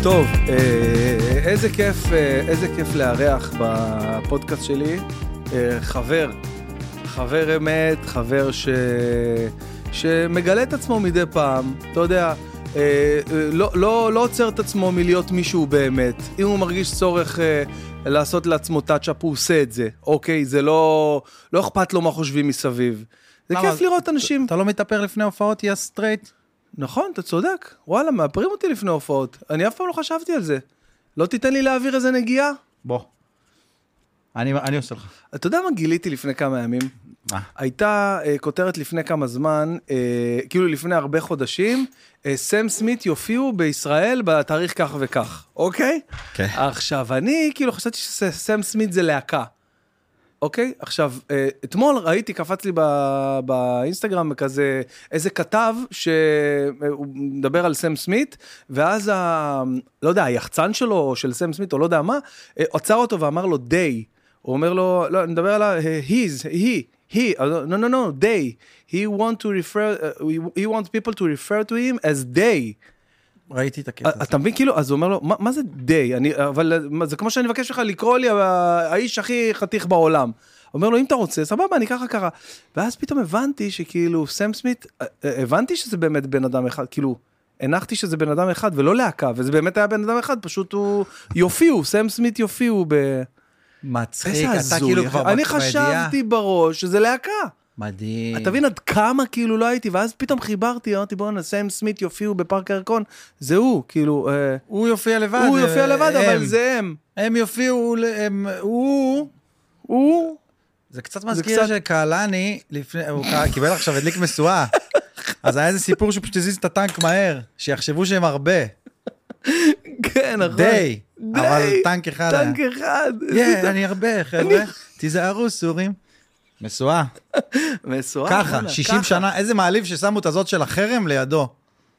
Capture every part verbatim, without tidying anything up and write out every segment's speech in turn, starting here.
טוב, איזה כיף, איזה כיף לארח בפודקאסט שלי. חבר, חבר אמת, חבר ש... שמגלה את עצמו מדי פעם, אתה יודע, לא, לא, לא עוצר את עצמו מלהיות מישהו באמת. אם הוא מרגיש צורך לעשות לעצמו טאצ'אפ, הוא עושה את זה, אוקיי? זה לא, לא אכפת לו מה חושבים מסביב. זה כיף לראות אנשים. אתה לא מתאפר לפני הופעות, יא סטרייט? נכון, אתה צודק. וואלה, מאפרים אותי לפני הופעות. אני אף פעם לא חשבתי על זה. לא תיתן לי להעביר איזה נגיעה? בוא. אני, אני עושה לך. אתה יודע מה גיליתי לפני כמה ימים? מה? הייתה uh, כותרת לפני כמה זמן, uh, כאילו לפני הרבה חודשים, uh, סם סמית יופיעו בישראל בתאריך כך וכך, אוקיי? כן. עכשיו, אני כאילו חשבתי שסם סמית זה להקה. אוקיי? עכשיו, אתמול ראיתי, קפץ לי בא, באינסטגרם כזה, איזה כתב שהוא מדבר על סם סמית, ואז, ה, לא יודע, היחצן שלו, של סם סמית, או לא יודע מה, עצר אותו ואמר לו, day. הוא אומר לו, לא, נדבר על ה, he's, he, he, no, no, no, they. He want to refer, he wants people to refer to him as they. ראיתי את הקטע הזה. אתה מבין כאילו, אז הוא אומר לו, מה, מה זה די? אני, אבל זה כמו שאני מבקש לך לקרוא לי, האיש הכי חתיך בעולם. הוא אומר לו, אם אתה רוצה, סבבה, אני ככה ככה. ואז פתאום הבנתי שכאילו, סם סמית, הבנתי שזה באמת בן אדם אחד, כאילו, הנחתי שזה בן אדם אחד, ולא להקה, וזה באמת היה בן אדם אחד, פשוט הוא יופיעו, סם סמית יופיעו ב... מצחיק, אתה כאילו כבר בקווה. אני חשבתי בראש שזה להקה. מדהים. אתה מבין עד כמה כאילו לא הייתי, ואז פתאום חיברתי, אמרתי בואו נסיים סמית יופיעו בפארק הירקון, זה הוא, כאילו... הוא יופיע לבד. הוא יופיע לבד, אבל זה הם. הם יופיעו, הוא... הוא... זה קצת מזכיר שקהלני, הוא קיבל עכשיו הדליק מסועה, אז היה איזה סיפור שפשוט הזיז את הטנק מהר, שיחשבו שהם הרבה. כן, נכון. די, אבל טנק אחד היה. טנק אחד. אני הרבה, חבר'ה. תיזהרו, סורים. מסועה. מסועה. ככה, שישים שנה, איזה מעליב ששמו את הזאת של החרם לידו.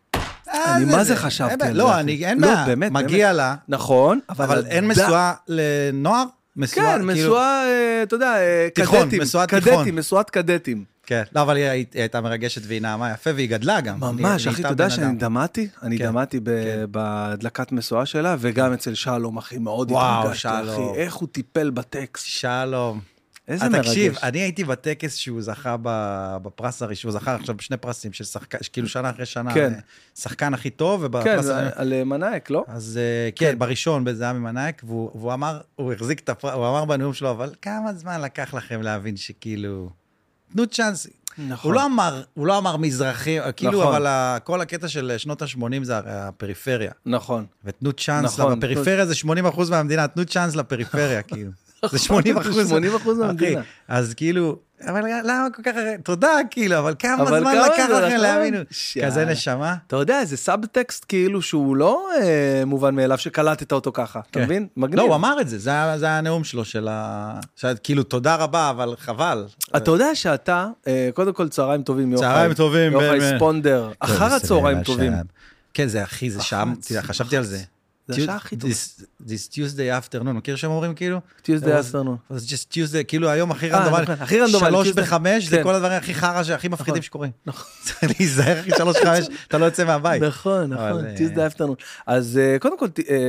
אני מה זה חשבתי על זה? לא, אין מה, מגיע לה. נכון. אבל אין מסועה לנוער? כן, מסועה, אתה יודע, קדטים. מסועת תיכון. מסועת קדטים. כן, לא, אבל היא הייתה מרגשת והיא נעמה יפה, והיא גדלה גם. ממש, אחי, אתה יודע שאני דמעתי? אני דמעתי בהדלקת מסועה שלה, וגם אצל שלום, אחי, מאוד התרגשתי, אחי. איך הוא טיפל בטקסט. שלום. איזה מרגש. תקשיב, אני הייתי בטקס שהוא זכה בפרס הראשון, שהוא זכה עכשיו בשני פרסים, כאילו שנה אחרי שנה, שחקן הכי טוב, כן, על מנהק, לא? אז כן, בראשון, זה היה ממנהק, והוא אמר, הוא החזיק את הפרס, הוא אמר בנאום שלו, אבל כמה זמן לקח לכם להבין שכאילו, תנו צ'אנס. הוא לא אמר, הוא לא אמר מזרחי, כאילו, אבל כל הקטע של שנות ה-שמונים זה הפריפריה. נכון. ותנו צ'אנס, הפריפריה זה שמונים אחוז מהמדינה, תנו צ'אנס לפריפריה, כאילו. זה שמונים אחוז. שמונים אחוז מהמדינה. אז כאילו, אבל למה כל כך, תודה, כאילו, אבל כמה זמן לקח לכם להאמין? כזה נשמה. אתה יודע, זה סאבטקסט כאילו שהוא לא מובן מאליו שקלטת אותו ככה, אתה מבין? מגניב. לא, הוא אמר את זה, זה היה הנאום שלו של ה... כאילו, תודה רבה, אבל חבל. אתה יודע שאתה, קודם כל צהריים טובים, צהריים טובים, יוחאי ספונדר, אחר הצהריים טובים. כן, זה אחי, זה שם, חשבתי על זה. זה השעה הכי טובה. This Tuesday afternoon, מכיר שהם אומרים כאילו? Tuesday afternoon. זה just Tuesday, כאילו היום הכי רנדומלי. הכי רנדומלי. שלוש וחמש, זה כל הדברים הכי חרא, הכי מפחידים שקורים. נכון. צריך להיזהר הכי שלוש וחמש, אתה לא יוצא מהבית. נכון, נכון, Tuesday afternoon. אז קודם כל,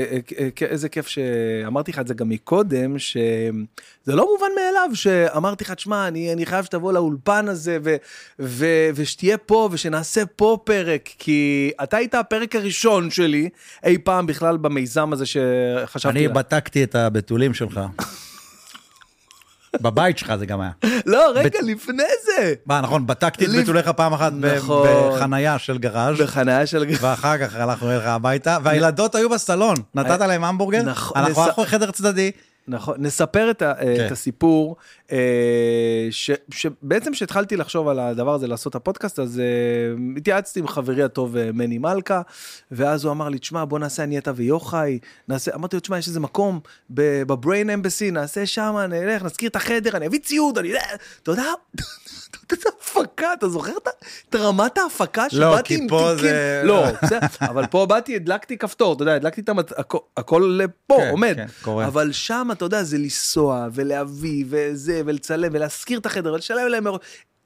איזה כיף שאמרתי לך את זה גם מקודם, שזה לא מובן מאליו, שאמרתי לך, תשמע, אני חייב שתבוא לאולפן הזה, ושתהיה פה, ושנעשה פה פרק, כי אתה היית הפרק הראשון שלי, אי פעם בכלל במיזם הזה שחשבתי. אני בדקתי את הבתולים שלך. בבית שלך זה גם היה. לא, רגע, לפני זה. מה, נכון, בדקתי את בתוליך פעם אחת בחנייה של גראז'. בחנייה של גראז'. ואחר כך הלכנו אליך הביתה, והילדות היו בסלון. נתת להם המבורגר? אנחנו הלכנו חדר צדדי. נכון, נספר את, okay. את הסיפור, ש, שבעצם שהתחלתי לחשוב על הדבר הזה, לעשות הפודקאסט, אז התייעצתי עם חברי הטוב מני מלכה, ואז הוא אמר לי, תשמע, בוא נעשה אני אתה ויוחאי, נעשה, אמרתי לו, תשמע, יש איזה מקום בבריין אמבסי, נעשה שם, נלך, נזכיר את החדר, אני אביא ציוד, אני, אתה יודע, אתה יודע, הפקה, אתה זוכר את רמת ההפקה שבאתי לא, כי פה זה... לא, אבל פה באתי, הדלקתי כפתור, אתה יודע, הדלקתי את הכל פה, עומד, אבל שם, אתה יודע, זה לנסוע ולהביא וזה, ולצלם ולהזכיר את החדר, ולשלם להם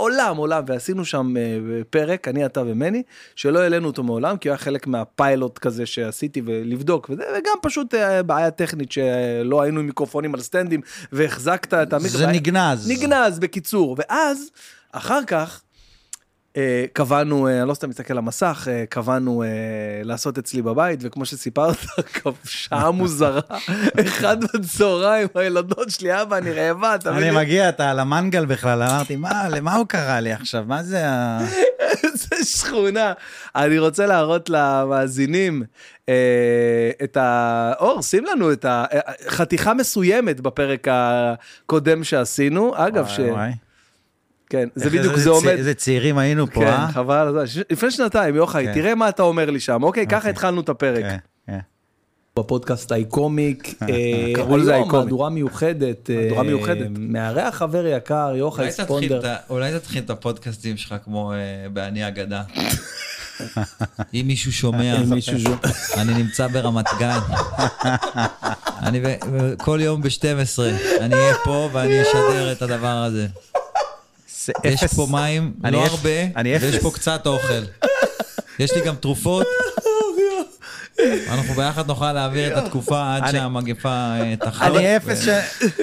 מעולם, עולם, ועשינו שם פרק, אני, אתה ומני, שלא העלינו אותו מעולם, כי הוא היה חלק מהפיילוט כזה שעשיתי ולבדוק, וגם פשוט בעיה טכנית שלא היינו עם מיקרופונים על סטנדים, והחזקת את המיקרופון. זה נגנז. נגנז, בקיצור. ואז, אחר כך, קבענו, אני לא סתם מסתכל על המסך, קבענו לעשות אצלי בבית, וכמו שסיפרת, שעה מוזרה, אחד בצהריים, הילדות שלי, אבא, אני רעבה. אני מגיע, אתה על המנגל בכלל, אמרתי, מה, למה הוא קרא לי עכשיו? מה זה ה... זה שכונה. אני רוצה להראות למאזינים את ה... אור, שים לנו את החתיכה מסוימת בפרק הקודם שעשינו, אגב ש... כן, זה בדיוק, זה עומד... איזה צעירים היינו פה, אה? כן, חבל, לפני שנתיים, יוחאי, תראה מה אתה אומר לי שם, אוקיי? ככה התחלנו את הפרק. בפודקאסט אייקומיק, קראו לזה אייקומיק. מהדורה מיוחדת, מהדורה מיוחדת. מארח חבר יקר, יוחאי ספונדר. אולי תתחיל את הפודקאסטים שלך כמו בעני אגדה. אם מישהו שומע, אני נמצא ברמת גן. אני כל יום ב-שתים עשרה, אני אהיה פה ואני אשדר את הדבר הזה. יש פה מים, לא הרבה, ויש פה קצת אוכל. יש לי גם תרופות. אנחנו ביחד נוכל להעביר את התקופה עד שהמגפה תחלוק. אני אפס ש...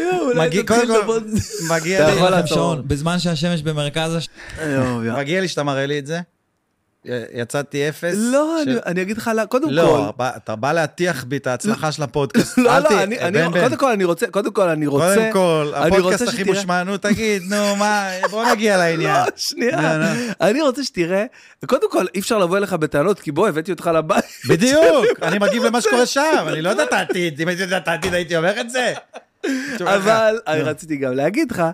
מגיע לי לכם שעון, בזמן שהשמש במרכז הש... מגיע לי שאתה מראה לי את זה. יצאתי אפס. לא, אני אגיד לך, קודם כל... לא, אתה בא להטיח בי את ההצלחה של הפודקאסט. לא, לא, קודם כל אני רוצה, קודם כל אני רוצה... קודם כל, הפודקאסט הכי מושמענו, תגיד, נו, מה, בוא נגיע לעניין. לא, שנייה. אני רוצה שתראה, קודם כל אי אפשר לבוא אליך בטענות, כי בוא, הבאתי אותך לבית. בדיוק, אני מגיב למה שקורה שם, אני לא יודעת את העתיד, אם הייתי יודעת את העתיד הייתי אומר את זה. אבל אני רציתי גם להגיד לך,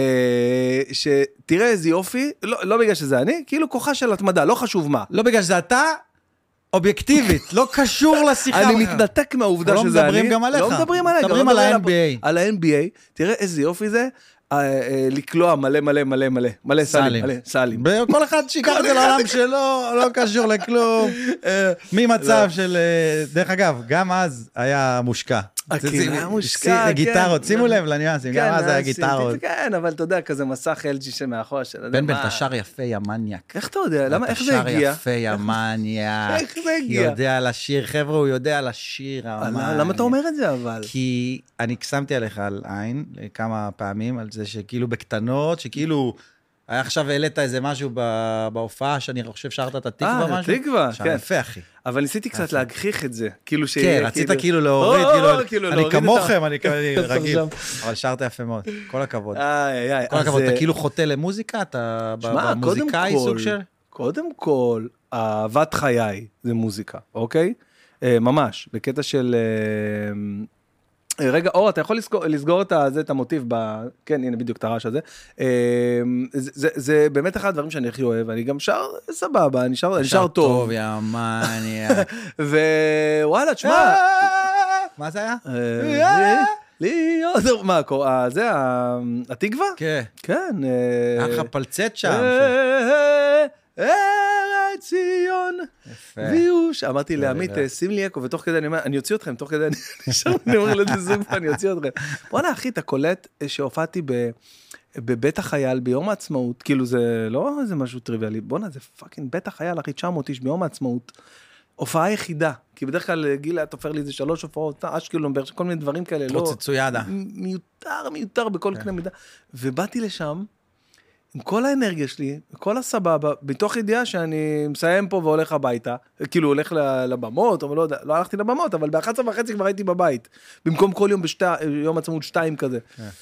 שתראה איזה יופי, לא בגלל שזה אני, כאילו כוחה של התמדה, לא חשוב מה. לא בגלל שזה אתה, אובייקטיבית, לא קשור לשיחה. אני מתנתק מהעובדה שזה אני. לא מדברים גם עליך. לא מדברים עליך. מדברים על ה-אן בי איי. על ה-אן בי איי, תראה איזה יופי זה, לקלוע מלא מלא מלא מלא, מלא סלים, מלא סלים. כל אחד שיקח את זה לעולם שלו, לא קשור לכלום. ממצב של, דרך אגב, גם אז היה מושקע. הקהילה מושקע, כן. גיטרות, שימו לב לניואנסים, גם אז היה גיטרות. כן, אבל אתה יודע, כזה מסך אל ג'י שמאחור של... בן בן, אתה שר יפה, יא מניאק. איך אתה יודע? למה, איך זה הגיע? אתה שר יפה, יא מניאק. איך זה הגיע? יודע לשיר, חבר'ה, הוא יודע לשיר. למה אתה אומר את זה, אבל? כי אני קסמתי עליך על עין, כמה פעמים, על זה שכאילו בקטנות, שכאילו... עכשיו העלית איזה משהו בהופעה, שאני חושב שרת את התקווה משהו. אה, התקווה, כן. יפה, אחי. אבל ניסיתי קצת להגחיך את זה. כן, רצית כאילו להוריד, כאילו, אני כמוכם, אני רגיל. אבל שרת יפה מאוד, כל הכבוד. כל הכבוד, אתה כאילו חוטא למוזיקה, אתה במוזיקאי סוג של... קודם כל, אהבת חיי זה מוזיקה, אוקיי? ממש, בקטע של... רגע, אור, אתה יכול לסגור, לסגור את, הזה, את המוטיב, ב... כן, הנה בדיוק את הרעש הזה. זה, זה, זה באמת אחד הדברים שאני הכי אוהב, אני גם שר סבבה, אני שר, אני שר טוב. טוב, יא מניאק. ווואלה, תשמע. מה זה היה? להיות, מה, זה התקווה? כן. כן. היה לך פלצט שם. ארץ ציון, ויוש, אמרתי לעמית, שים לי אקו, ותוך כדי אני אומר, אני אוציא אתכם, תוך כדי אני אומר לזה זוג, אני אוציא אתכם. בוא'נה אחי, אתה קולט שהופעתי בבית החייל ביום העצמאות, כאילו זה לא איזה משהו טריוויאלי, בוא'נה זה פאקינג בית החייל, אחי, תשע מאות איש ביום העצמאות, הופעה יחידה, כי בדרך כלל גילה תופר לי איזה שלוש הופעות, אשקלון, כל מיני דברים כאלה, פרוצצו ידה. מיותר, מיותר בכל קנה מידה, ובאתי לשם, עם כל האנרגיה שלי, כל הסבבה, בתוך ידיעה שאני מסיים פה והולך הביתה, כאילו הולך לבמות, אבל לא יודע, לא הלכתי לבמות, אבל ב-אחת עשרה וחצי כבר הייתי בבית, במקום כל יום בשתי, יום עצמאות שתיים כזה.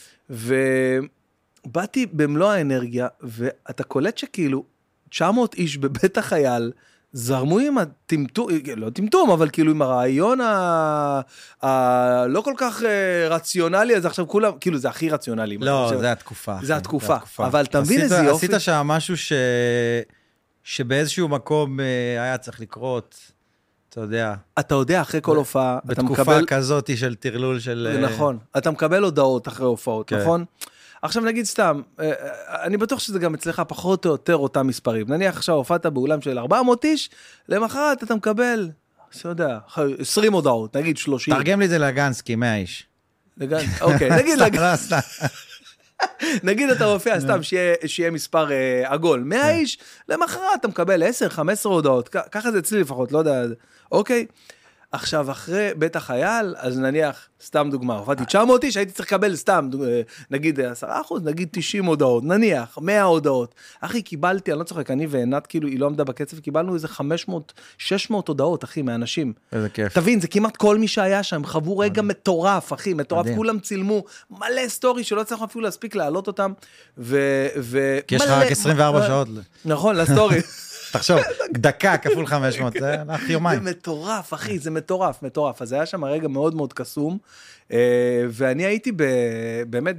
ובאתי במלוא האנרגיה, ואתה קולט שכאילו, תשע מאות איש בבית החייל, זרמו עם הטמטום, לא טמטום, אבל כאילו עם הרעיון הלא כל כך רציונלי, אז עכשיו כולם, כאילו זה הכי רציונלי. לא, זה התקופה. זה התקופה, אבל אתה מבין איזה יופי. עשית שם משהו שבאיזשהו מקום היה צריך לקרות, אתה יודע. אתה יודע, אחרי כל הופעה, בתקופה כזאת של תרלול של... נכון, אתה מקבל הודעות אחרי הופעות, נכון? עכשיו נגיד סתם, אני בטוח שזה גם אצלך פחות או יותר אותם מספרים. נניח עכשיו הופעת באולם של ארבע מאות איש, למחרת אתה מקבל, אני יודע, עשרים הודעות, נגיד שלושים. תרגם לי את זה לגנסקי, מאה איש. לגנסקי, אוקיי, נגיד לגנסקי. נגיד אתה מופיע סתם שיהיה מספר עגול, מאה איש, למחרת אתה מקבל עשר חמש עשרה הודעות, ככה זה אצלי לפחות, לא יודע, אוקיי? עכשיו, אחרי בית החייל, אז נניח, סתם דוגמה, הופעתי תשע מאות איש, הייתי צריך לקבל סתם, נגיד עשרה אחוז, נגיד תשעים הודעות, נניח, מאה הודעות. אחי, קיבלתי, אני לא צוחק, אני ועינת, כאילו, היא לא עמדה בקצב, קיבלנו איזה חמש מאות, שש מאות הודעות, אחי, מאנשים. איזה כיף. תבין, זה כמעט כל מי שהיה שם, חוו רגע מטורף, אחי, מטורף, כולם צילמו, מלא סטורי שלא צריך אפילו להספיק להעלות אותם, ו... כי יש לך רק עשרים וארבע שעות. נכון, לסטורי. תחשוב, דקה כפול חמש מאות, זה הלך יומיים. זה מטורף, אחי, זה מטורף, מטורף. אז היה שם רגע מאוד מאוד קסום, ואני הייתי באמת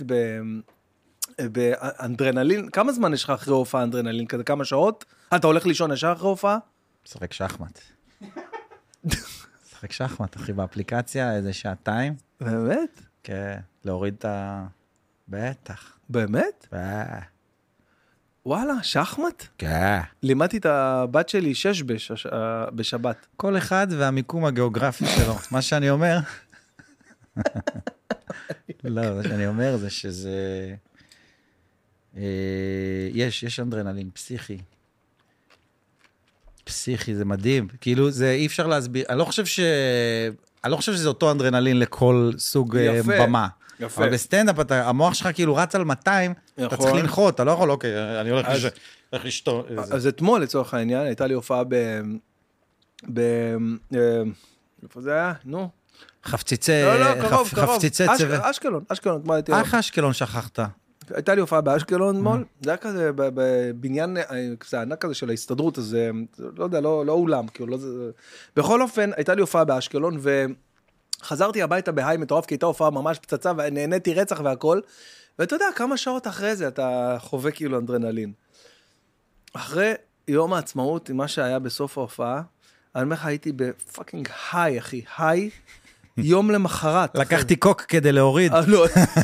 באנדרנלין, כמה זמן יש לך אחרי הופעה אנדרנלין? כזה כמה שעות? אתה הולך לישון ישר אחרי הופעה? שחק שחמט. שחק שחמט, אחי, באפליקציה, איזה שעתיים. באמת? כן, להוריד את ה... בטח. באמת? בטח. וואלה, שחמט? כן. לימדתי את הבת שלי שש בש... בשבת. כל אחד והמיקום הגיאוגרפי שלו. מה שאני אומר... לא, מה שאני אומר זה שזה... יש, יש אנדרנלין פסיכי. פסיכי, זה מדהים. כאילו, זה אי אפשר להסביר. אני לא חושב ש... אני לא חושב שזה אותו אנדרנלין לכל סוג יפה. במה. יפה. אבל בסטנדאפ, אתה, המוח שלך כאילו רץ על מאתיים, יכול. אתה צריך לנחות, אתה לא יכול, אוקיי, אני הולך אז, לש... הולך לשתור. אז אתמול, לצורך העניין, הייתה לי הופעה ב... ב... איפה זה היה? נו. חפציצי... לא, לא, קרוב, חפ... קרוב. חפציצי אש... צבע. אשקלון, אשקלון. איך אשקלון שכחת? הייתה לי הופעה באשקלון אתמול, זה היה כזה בבניין, כזה ענק כזה של ההסתדרות, אז לא יודע, לא אולם, כאילו, לא זה... בכל אופן, הייתה לי הופעה באשקלון, ו... חזרתי הביתה בהיי מטורף, כי הייתה הופעה ממש פצצה, ונהניתי רצח והכל, ואתה יודע, כמה שעות אחרי זה אתה חווה כאילו אנדרנלין. אחרי יום העצמאות, עם מה שהיה בסוף ההופעה, אני אומר לך, הייתי בפאקינג היי, אחי, היי, יום למחרת. לקחתי קוק כדי להוריד. לא,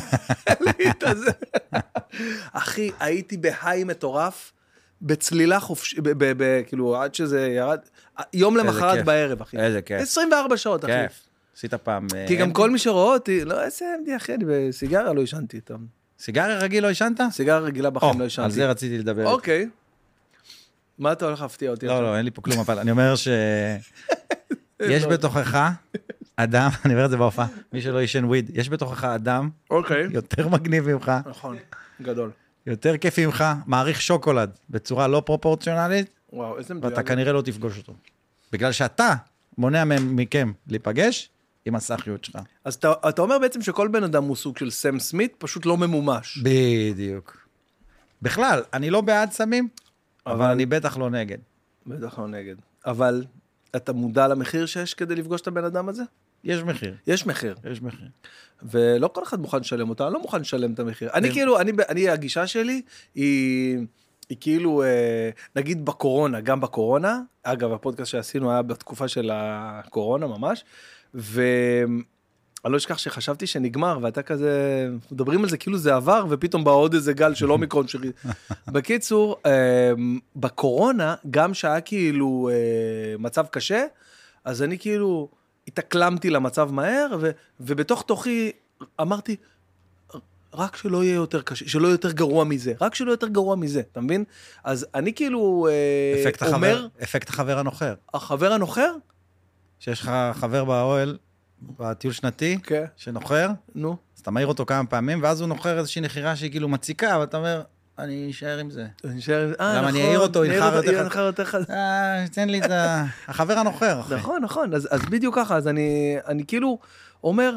אחי, הייתי בהיי מטורף, בצלילה חופשית, כאילו, עד שזה ירד, יום למחרת בערב, אחי. איזה כיף. עשרים וארבע שעות, אחי. כיף. עשית פעם... כי גם כל מי שרואה אותי, לא, איזה אמדי, אחי, אני בסיגריה לא ישנתי איתם. סיגריה רגיל לא ישנת? סיגריה רגילה בחיים לא ישנתי. על זה רציתי לדבר. אוקיי. מה אתה הולך להפתיע אותי? לא, לא, אין לי פה כלום, אבל אני אומר ש... יש בתוכך אדם, אני אומר את זה בהופעה, מי שלא ישן וויד, יש בתוכך אדם יותר מגניב ממך. נכון, גדול. יותר כיפי ממך, מעריך שוקולד בצורה לא פרופורציונלית, וואו, איזה מדויק. ואתה כנראה לא תפגוש אותו. בגלל שאתה מונע מכם להיפגש עם הסחיות שלך. אז אתה, אתה אומר בעצם שכל בן אדם הוא סוג של סם סמית, פשוט לא ממומש. בדיוק. בכלל, אני לא בעד סמים, אבל, אבל אני בטח לא נגד. בטח לא נגד. אבל אתה מודע למחיר שיש כדי לפגוש את הבן אדם הזה? יש מחיר. יש מחיר. יש מחיר. ולא כל אחד מוכן לשלם אותה, אני לא מוכן לשלם את המחיר. אני כאילו, אני, אני, הגישה שלי היא... היא כאילו, נגיד בקורונה, גם בקורונה, אגב, הפודקאסט שעשינו היה בתקופה של הקורונה ממש, ואני לא אשכח שחשבתי שנגמר, ואתה כזה, מדברים על זה כאילו זה עבר, ופתאום בא עוד איזה גל של אומיקרון שלי. בקיצור, בקורונה, גם שהיה כאילו מצב קשה, אז אני כאילו התאקלמתי למצב מהר, ובתוך תוכי אמרתי, רק שלא יהיה יותר קשה, שלא יהיה יותר גרוע מזה, רק שלא יהיה יותר גרוע מזה, אתה מבין? אז אני כאילו אפקט אומר... החבר, אפקט החבר הנוחר. החבר הנוחר? שיש לך חבר באוהל, בטיול שנתי, כן. שנוחר, נו. אז אתה מעיר אותו כמה פעמים, ואז הוא נוחר איזושהי נחירה שהיא כאילו מציקה, ואתה אומר, אני אשאר עם זה. אני אשאר עם זה, אה, נכון. למה אני אעיר אותו, ינחר יותר חד. אה, תן לי את החבר הנוחר, אחי. נכון, נכון, אז בדיוק ככה, אז אני כאילו אומר,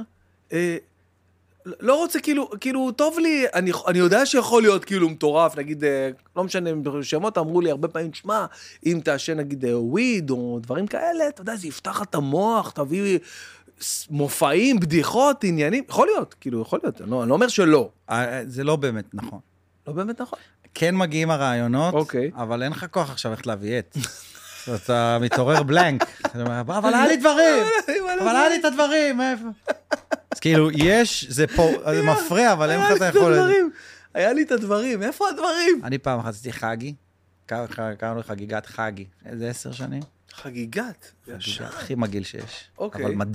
לא רוצה כאילו, כאילו, טוב לי, אני, אני יודע שיכול להיות כאילו מטורף, נגיד, לא משנה, שמות אמרו לי הרבה פעמים, שמה, אם תעשן נגיד וויד או דברים כאלה, אתה יודע, זה יפתח את המוח, תביא מופעים, בדיחות, עניינים, יכול להיות, כאילו, יכול להיות, אני לא, אני לא אומר שלא. זה לא באמת נכון. לא באמת נכון. כן מגיעים הרעיונות, אוקיי. אבל אין לך כוח עכשיו איך להביא עט. אתה מתעורר בלנק, אבל היה לי דברים, אבל היה לי את הדברים, איפה? אז כאילו, יש, זה פה, זה מפריע, אבל אין לך את היכולת. היה לי את הדברים, איפה הדברים? אני פעם אחת עשיתי חגי, קראנו לחגיגת חגי, איזה עשר שנים? חגיגת? הכי מגעיל שיש, אבל מדהים.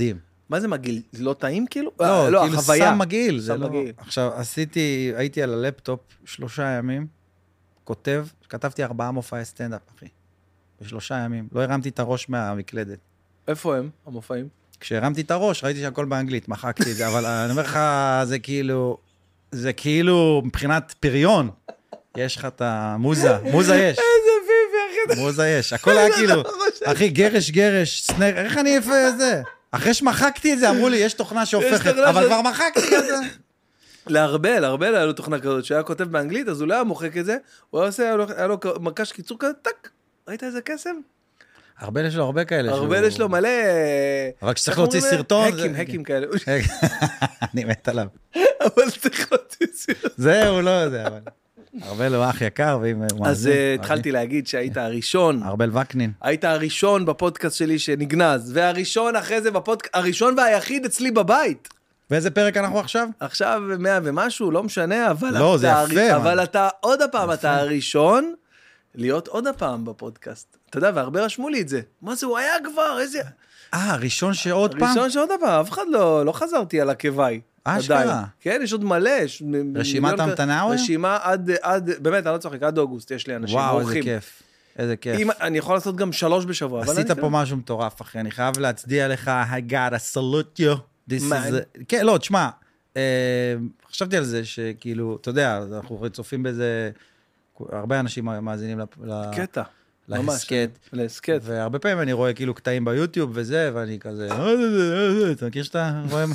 מה זה מגעיל? זה לא טעים כאילו? לא, לא, כאילו החוויה. סם מגעיל. זה סם לא... מגעיל. עכשיו, עשיתי, הייתי על הלפטופ שלושה ימים, כותב, כתבתי ארבעה מופעי סטנדאפ, אחי. בשלושה ימים. לא הרמתי את הראש מהמקלדת. איפה הם, המופעים? כשהרמתי את הראש, ראיתי שהכל באנגלית, מחקתי את זה, אבל אני אומר לך, זה כאילו, זה כאילו, מבחינת פריון, יש לך את המוזה, מוזה יש. איזה ביבי, אחי. מוזה יש, הכל היה כאילו, אחי, גרש, גרש, סנר, איך אני איפה זה? אחרי שמחקתי את זה, אמרו לי, יש תוכנה שהופכת, אבל כבר מחקתי את זה. להרבה, להרבה היה לו תוכנה כזאת, שהיה כותב באנגלית, אז הוא לא היה מוחק את זה, הוא היה עושה, היה לו מקש קיצור כזה, טק, ראית איזה קסם? הרבה יש לו הרבה כאלה. הרבה יש לו מלא... רק שצריך להוציא סרטון. הקים, הקים כאלה. אני מת עליו. אבל צריך להוציא סרטון. זהו, לא יודע, אבל... ארבל הוא אח יקר, ואם... אז התחלתי להגיד שהיית הראשון. ארבל וקנין. היית הראשון בפודקאסט שלי שנגנז, והראשון אחרי זה בפודקאסט, הראשון והיחיד אצלי בבית. ואיזה פרק אנחנו עכשיו? עכשיו מאה ומשהו, לא משנה, אבל... לא, זה יפה. אבל אתה עוד הפעם, אתה הראשון להיות עוד הפעם בפודקאסט. אתה יודע, והרבה רשמו לי את זה. מה זה, הוא היה כבר, איזה... אה, הראשון שעוד פעם? הראשון שעוד פעם, אף אחד לא, לא חזרתי על עקביי. אה, שקרה. כן, יש עוד מלא. יש רשימת המתנה? רשימה עד, עד, באמת, אני לא צוחק, עד אוגוסט, יש לי אנשים וואו, אורחים. איזה כיף. איזה כיף. אם, אני יכול לעשות גם שלוש בשבוע. עשית פה משהו מטורף, אחי. אני חייב להצדיע לך, I gotta salute you. This is... כן, לא, תשמע, חשבתי על זה שכאילו, אתה יודע, אנחנו צופים בזה, הרבה אנשים מאזינים קטע. להסקט. להסקט. והרבה פעמים אני רואה כאילו קטעים ביוטיוב וזה, ואני כזה, אתה מכיר שאתה רואה,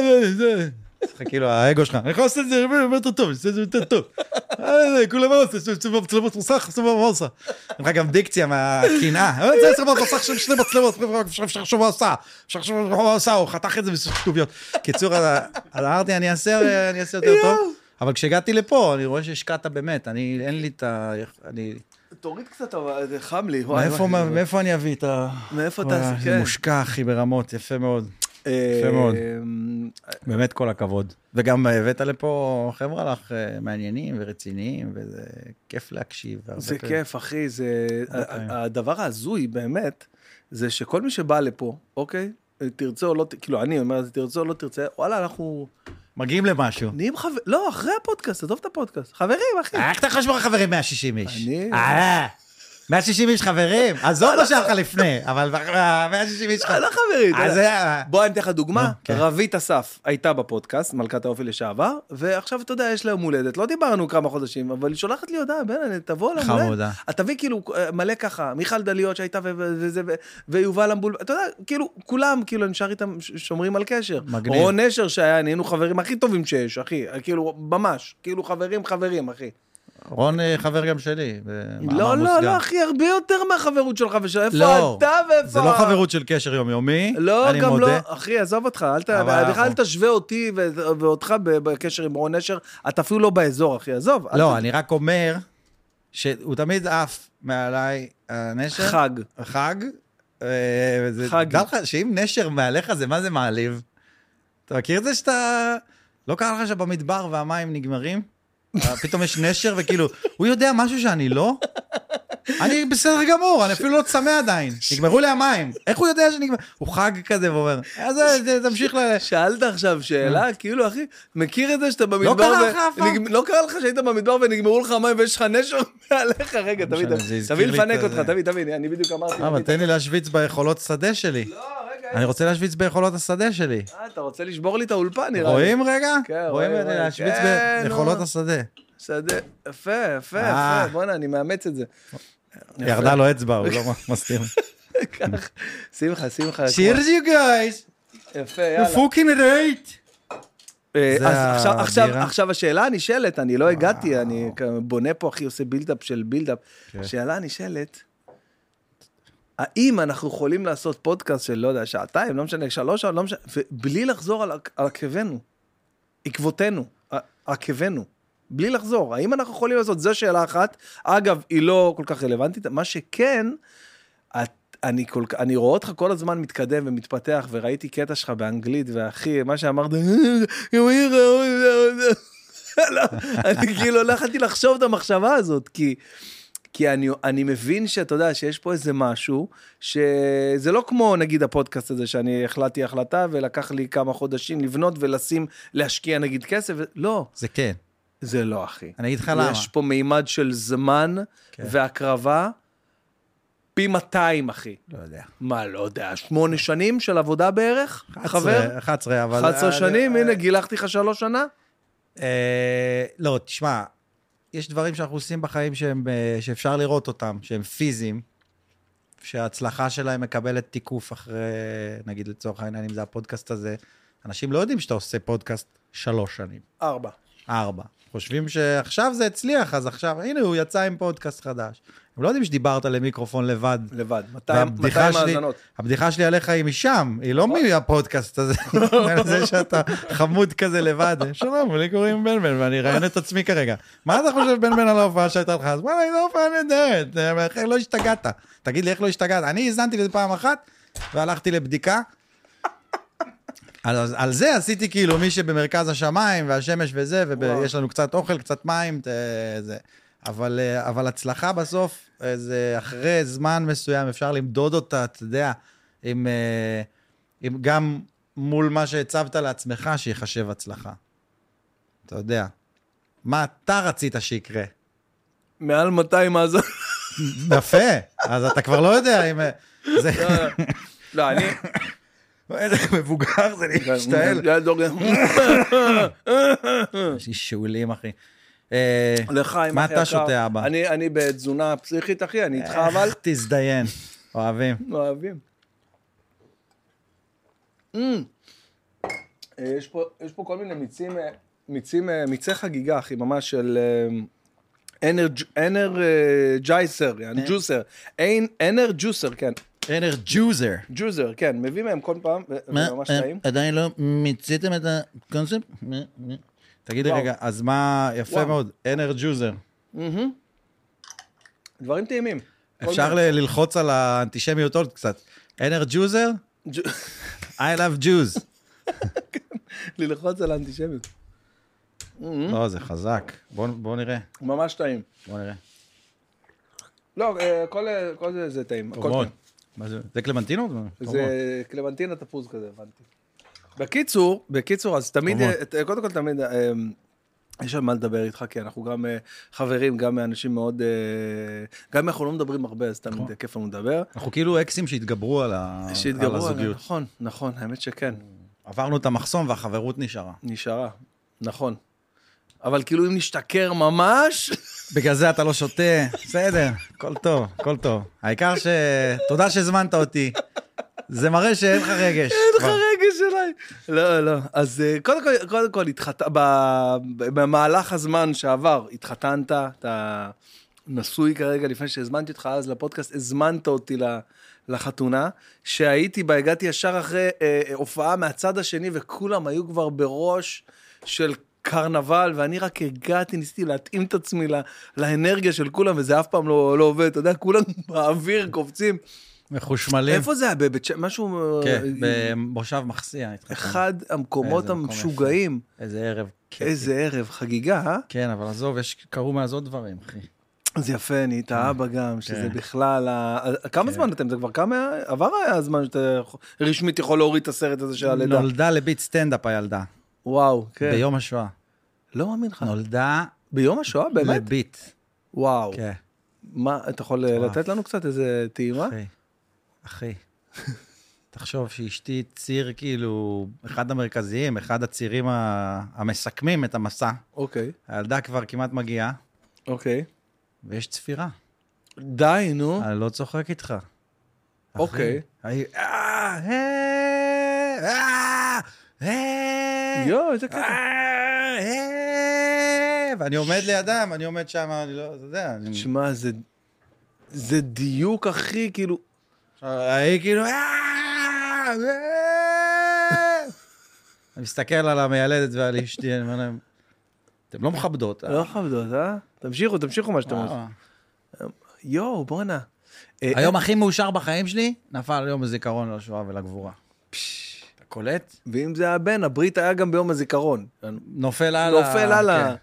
כאילו האגו שלך, אני יכול לעשות את זה יותר טוב, אני עושה את זה יותר טוב. כולם מה עושה, יש לי מצלמות מוסך, עושה מה עושה. אני גם דיקציה מהקנאה, זה מצלמות מוסך של שני מצלמות, אפשר לחשוב מה עושה, אפשר לחשוב מה עושה, הוא חתך את זה בשטוביות. קיצור, אז אמרתי, אני אעשה יותר טוב, אבל כשהגעתי לפה, אני רואה שהשקעת באמת, אני, אין לי את ה... תוריד קצת, אבל זה חם לי. מאיפה אני אביא את ה... מאיפה אתה... זה מושקע, אחי, ברמות, יפה מאוד. יפה מאוד. באמת כל הכבוד. וגם הבאת לפה חבר'ה לך מעניינים ורציניים, וזה כיף להקשיב. זה כיף, אחי. הדבר ההזוי, באמת, זה שכל מי שבא לפה, אוקיי? תרצה או לא... כאילו, אני אומר, תרצה או לא תרצה, וואלה, אנחנו... מגיעים למשהו. נהיים חברים... לא, אחרי הפודקאסט, עזוב את הפודקאסט. חברים, אחי. איך אתה חושב חברים מאה ושישים איש? אני... מאה ושישים איש חברים? עזוב מה שלך לפני, אבל מאה ושישים איש חברים. לא חברים. אז... בוא אני אתן לך דוגמה. רבית אסף הייתה בפודקאסט, מלכת האופי לשעבר, ועכשיו אתה יודע, יש לה יום הולדת. לא דיברנו כמה חודשים, אבל היא שולחת לי הודעה, בן, תבוא ליום הולדת. חמודה. אתה תביא כאילו מלא ככה, מיכל דליות שהייתה וזה, ויובל אמבול, אתה יודע, כאילו, כולם, כאילו, נשאר איתם, שומרים על קשר. מגניב. רון נשר שהיה, נהיינו חברים הכי טובים שיש, אחי. כאילו, ממש. כאילו, חברים, חברים, אחי. רון חבר גם שלי. לא, לא, לא, אחי, הרבה יותר מהחברות שלך ושל איפה אתה ואיפה... זה לא חברות של קשר יומיומי, לא, גם לא, אחי, עזוב אותך, אל תשווה אותי ואותך בקשר עם רון נשר, אתה אפילו לא באזור, אחי, עזוב. לא, אני רק אומר שהוא תמיד עף מעליי הנשר. חג. חג. חג. דע לך שאם נשר מעליך זה מה זה מעליב? אתה מכיר את זה שאתה... לא קרה לך שבמדבר והמים נגמרים? פתאום יש נשר וכאילו, הוא יודע משהו שאני לא? אני בסדר גמור, אני אפילו לא צמא עדיין. נגמרו לי המים. איך הוא יודע שנגמר? הוא חג כזה ואומר, אז תמשיך ל... שאלת עכשיו שאלה, כאילו, אחי, מכיר את זה שאתה במדבר... לא קרה לך אף פעם. לא קרה לך שהיית במדבר ונגמרו לך המים ויש לך נשר מעליך. רגע, תביא, תביא לפנק אותך, תביא, תביא, אני בדיוק אמרתי. אבל תן לי להשוויץ ביכולות שדה שלי. לא, רגע. אני רוצה להשוויץ ביכולות השדה שלי. אה, אתה רוצה לשבור לי את האולפן, נראה לי. רואים רגע? כן, רואים להשוויץ ביכולות השדה. שדה, יפה, יפה, יפה. בוא'נה, אני מאמץ את זה. ירדה לו אצבע, הוא לא מסתיר. כך, שמחה, שמחה. Cheers you guys. יפה, יאללה. You fucking right. אז עכשיו השאלה נשאלת, אני לא הגעתי, אני בונה פה, אחי, עושה בילדאפ של בילדאפ. שאלה נשאלת, האם אנחנו יכולים לעשות פודקאסט של, לא יודע, שעתיים, לא משנה, שלוש שעות, לא משנה, ובלי לחזור על עקבנו, עקבותינו, עקבנו. בלי לחזור, האם אנחנו יכולים לעשות? זו שאלה אחת, אגב, היא לא כל כך רלוונטית, מה שכן, את, אני, כל, אני רואה אותך כל הזמן מתקדם ומתפתח, וראיתי קטע שלך באנגלית, ואחי, מה שאמרת, אני כאילו לא יכולתי לחשוב את המחשבה הזאת, כי, כי אני, אני מבין שאתה יודע שיש פה איזה משהו, שזה לא כמו נגיד הפודקאסט הזה, שאני החלטתי החלטה, ולקח לי כמה חודשים לבנות ולשים, להשקיע נגיד כסף, לא. זה כן. זה לא, אחי. אני אגיד לך למה. יש פה מימד של זמן כן. והקרבה, פי מאתיים, אחי. לא יודע. מה, לא יודע, שמונה שנים של עבודה בערך? חבר? אחת עשרה, אבל... אחת עשרה שנים, הנה, גילחתי לך שלוש שנה? לא, תשמע, יש דברים שאנחנו עושים בחיים שהם, שאפשר לראות אותם, שהם פיזיים, שההצלחה שלהם מקבלת תיקוף אחרי, נגיד לצורך העניין, אם זה הפודקאסט הזה, אנשים לא יודעים שאתה עושה פודקאסט שלוש שנים. ארבע. ארבע. חושבים שעכשיו זה הצליח, אז עכשיו, הנה, הוא יצא עם פודקאסט חדש. הם לא יודעים שדיברת למיקרופון לבד. לבד. מאתיים מאזנות. הבדיחה שלי עליך היא משם, היא לא מהפודקאסט הזה. זה שאתה חמוד כזה לבד. שלום, ולי קוראים בן בן, ואני ראיין את עצמי כרגע. מה אתה חושב בן בן על ההופעה שהייתה לך? אז וואלה, היא לא הופעה נהדרת. איך לא השתגעת? תגיד לי, איך לא השתגעת? אני הזנתי לזה פעם אחת, והלכתי לבדיקה. על, על זה עשיתי כאילו מי שבמרכז השמיים והשמש וזה, ויש לנו קצת אוכל, קצת מים, זה. אבל, אבל הצלחה בסוף, זה אחרי זמן מסוים, אפשר למדוד אותה, אתה יודע, עם, עם גם מול מה שהצבת לעצמך, שיחשב הצלחה. אתה יודע. מה אתה רצית שיקרה? מעל מאתיים מאזון. יפה, אז אתה כבר לא יודע אם... זה... לא, אני... איזה מבוגר זה להשתעל. יש לי שאולים, אחי. לחיים, מה אתה שותה, אבא? אני בתזונה פסיכית, אחי, אני איתך, אבל... איך תזדיין, אוהבים. אוהבים. יש פה כל מיני מיצים, מיצים, מיצי חגיגה, אחי, ממש של... אנר ג'ייסר, ג'וסר. אנר ג'וסר, כן. אנר ג'וזר. ג'וזר, כן, מביא מהם כל פעם, ממש טעים. עדיין לא מיציתם את הקונספט? תגיד לי רגע, אז מה, יפה מאוד, אנר ג'וזר. דברים טעימים. אפשר ללחוץ על האנטישמיות עוד קצת. אנר ג'וזר? I love Jews. ללחוץ על האנטישמיות. לא, זה חזק. בואו נראה. ממש טעים. בואו נראה. לא, כל זה זה טעים. זה קלמנטינות? זה קלמנטינה תפוז כזה, הבנתי. בקיצור, בקיצור, אז תמיד, קודם כל תמיד, יש על מה לדבר איתך, כי אנחנו גם חברים, גם אנשים מאוד, גם אם אנחנו לא מדברים הרבה, אז תמיד כיף לנו לדבר. אנחנו כאילו אקסים שהתגברו על הזוגיות. שהתגברו, נכון, נכון, האמת שכן. עברנו את המחסום והחברות נשארה. נשארה, נכון. אבל כאילו אם נשתכר ממש... בגלל זה אתה לא שותה, בסדר, הכל טוב, הכל טוב. העיקר ש... תודה שהזמנת אותי. זה מראה שאין לך רגש. אין לך רגש אליי. לא, לא. אז קודם כל, קודם כל, במהלך הזמן שעבר, התחתנת, אתה נשוי כרגע, לפני שהזמנתי אותך אז לפודקאסט, הזמנת אותי לחתונה, שהייתי בה, הגעתי ישר אחרי הופעה מהצד השני, וכולם היו כבר בראש של קרנבל, ואני רק הגעתי, ניסיתי להתאים את עצמי לאנרגיה של כולם, וזה אף פעם לא עובד, אתה יודע, כולם באוויר קופצים. מחושמלים. איפה זה היה? משהו... כן, במושב מחסיה. אחד המקומות המשוגעים. איזה ערב. איזה ערב, חגיגה, אה? כן, אבל עזוב, קרו מעזות דברים, אחי. זה יפה, אני את האבא גם, שזה בכלל... כמה זמן אתם? זה כבר כמה... עבר היה הזמן שאתה רשמית יכול להוריד את הסרט הזה של הלידה. נולדה לביט סטנדאפ הילדה. וואו, כן. ביום השואה. לא מאמין לך. נולדה... ביום השואה, באמת? לביט. וואו. כן. מה, אתה יכול לתת לנו קצת איזה טעימה? אחי, אחי. תחשוב שאשתי ציר כאילו, אחד המרכזיים, אחד הצירים המסכמים את המסע. אוקיי. הילדה כבר כמעט מגיעה. אוקיי. ויש צפירה. די, נו. אני לא צוחק איתך. אוקיי. יואו, איזה קטע. ואני עומד לידם, אני עומד שם, אני לא, אתה יודע. תשמע, זה דיוק, אחי, כאילו... היא כאילו... אני מסתכל על המיילדת ועל אשתי, אני אומר להם, אתם לא מכבדות. לא מכבדות, אה? תמשיכו, תמשיכו מה שאתם עושים. יואו, בוא נע. היום הכי מאושר בחיים שלי, נפל יום הזיכרון לשואה ולגבורה. אתה קולט? ואם זה היה בן, הברית היה גם ביום הזיכרון. נופל הלאה. נופל הלאה.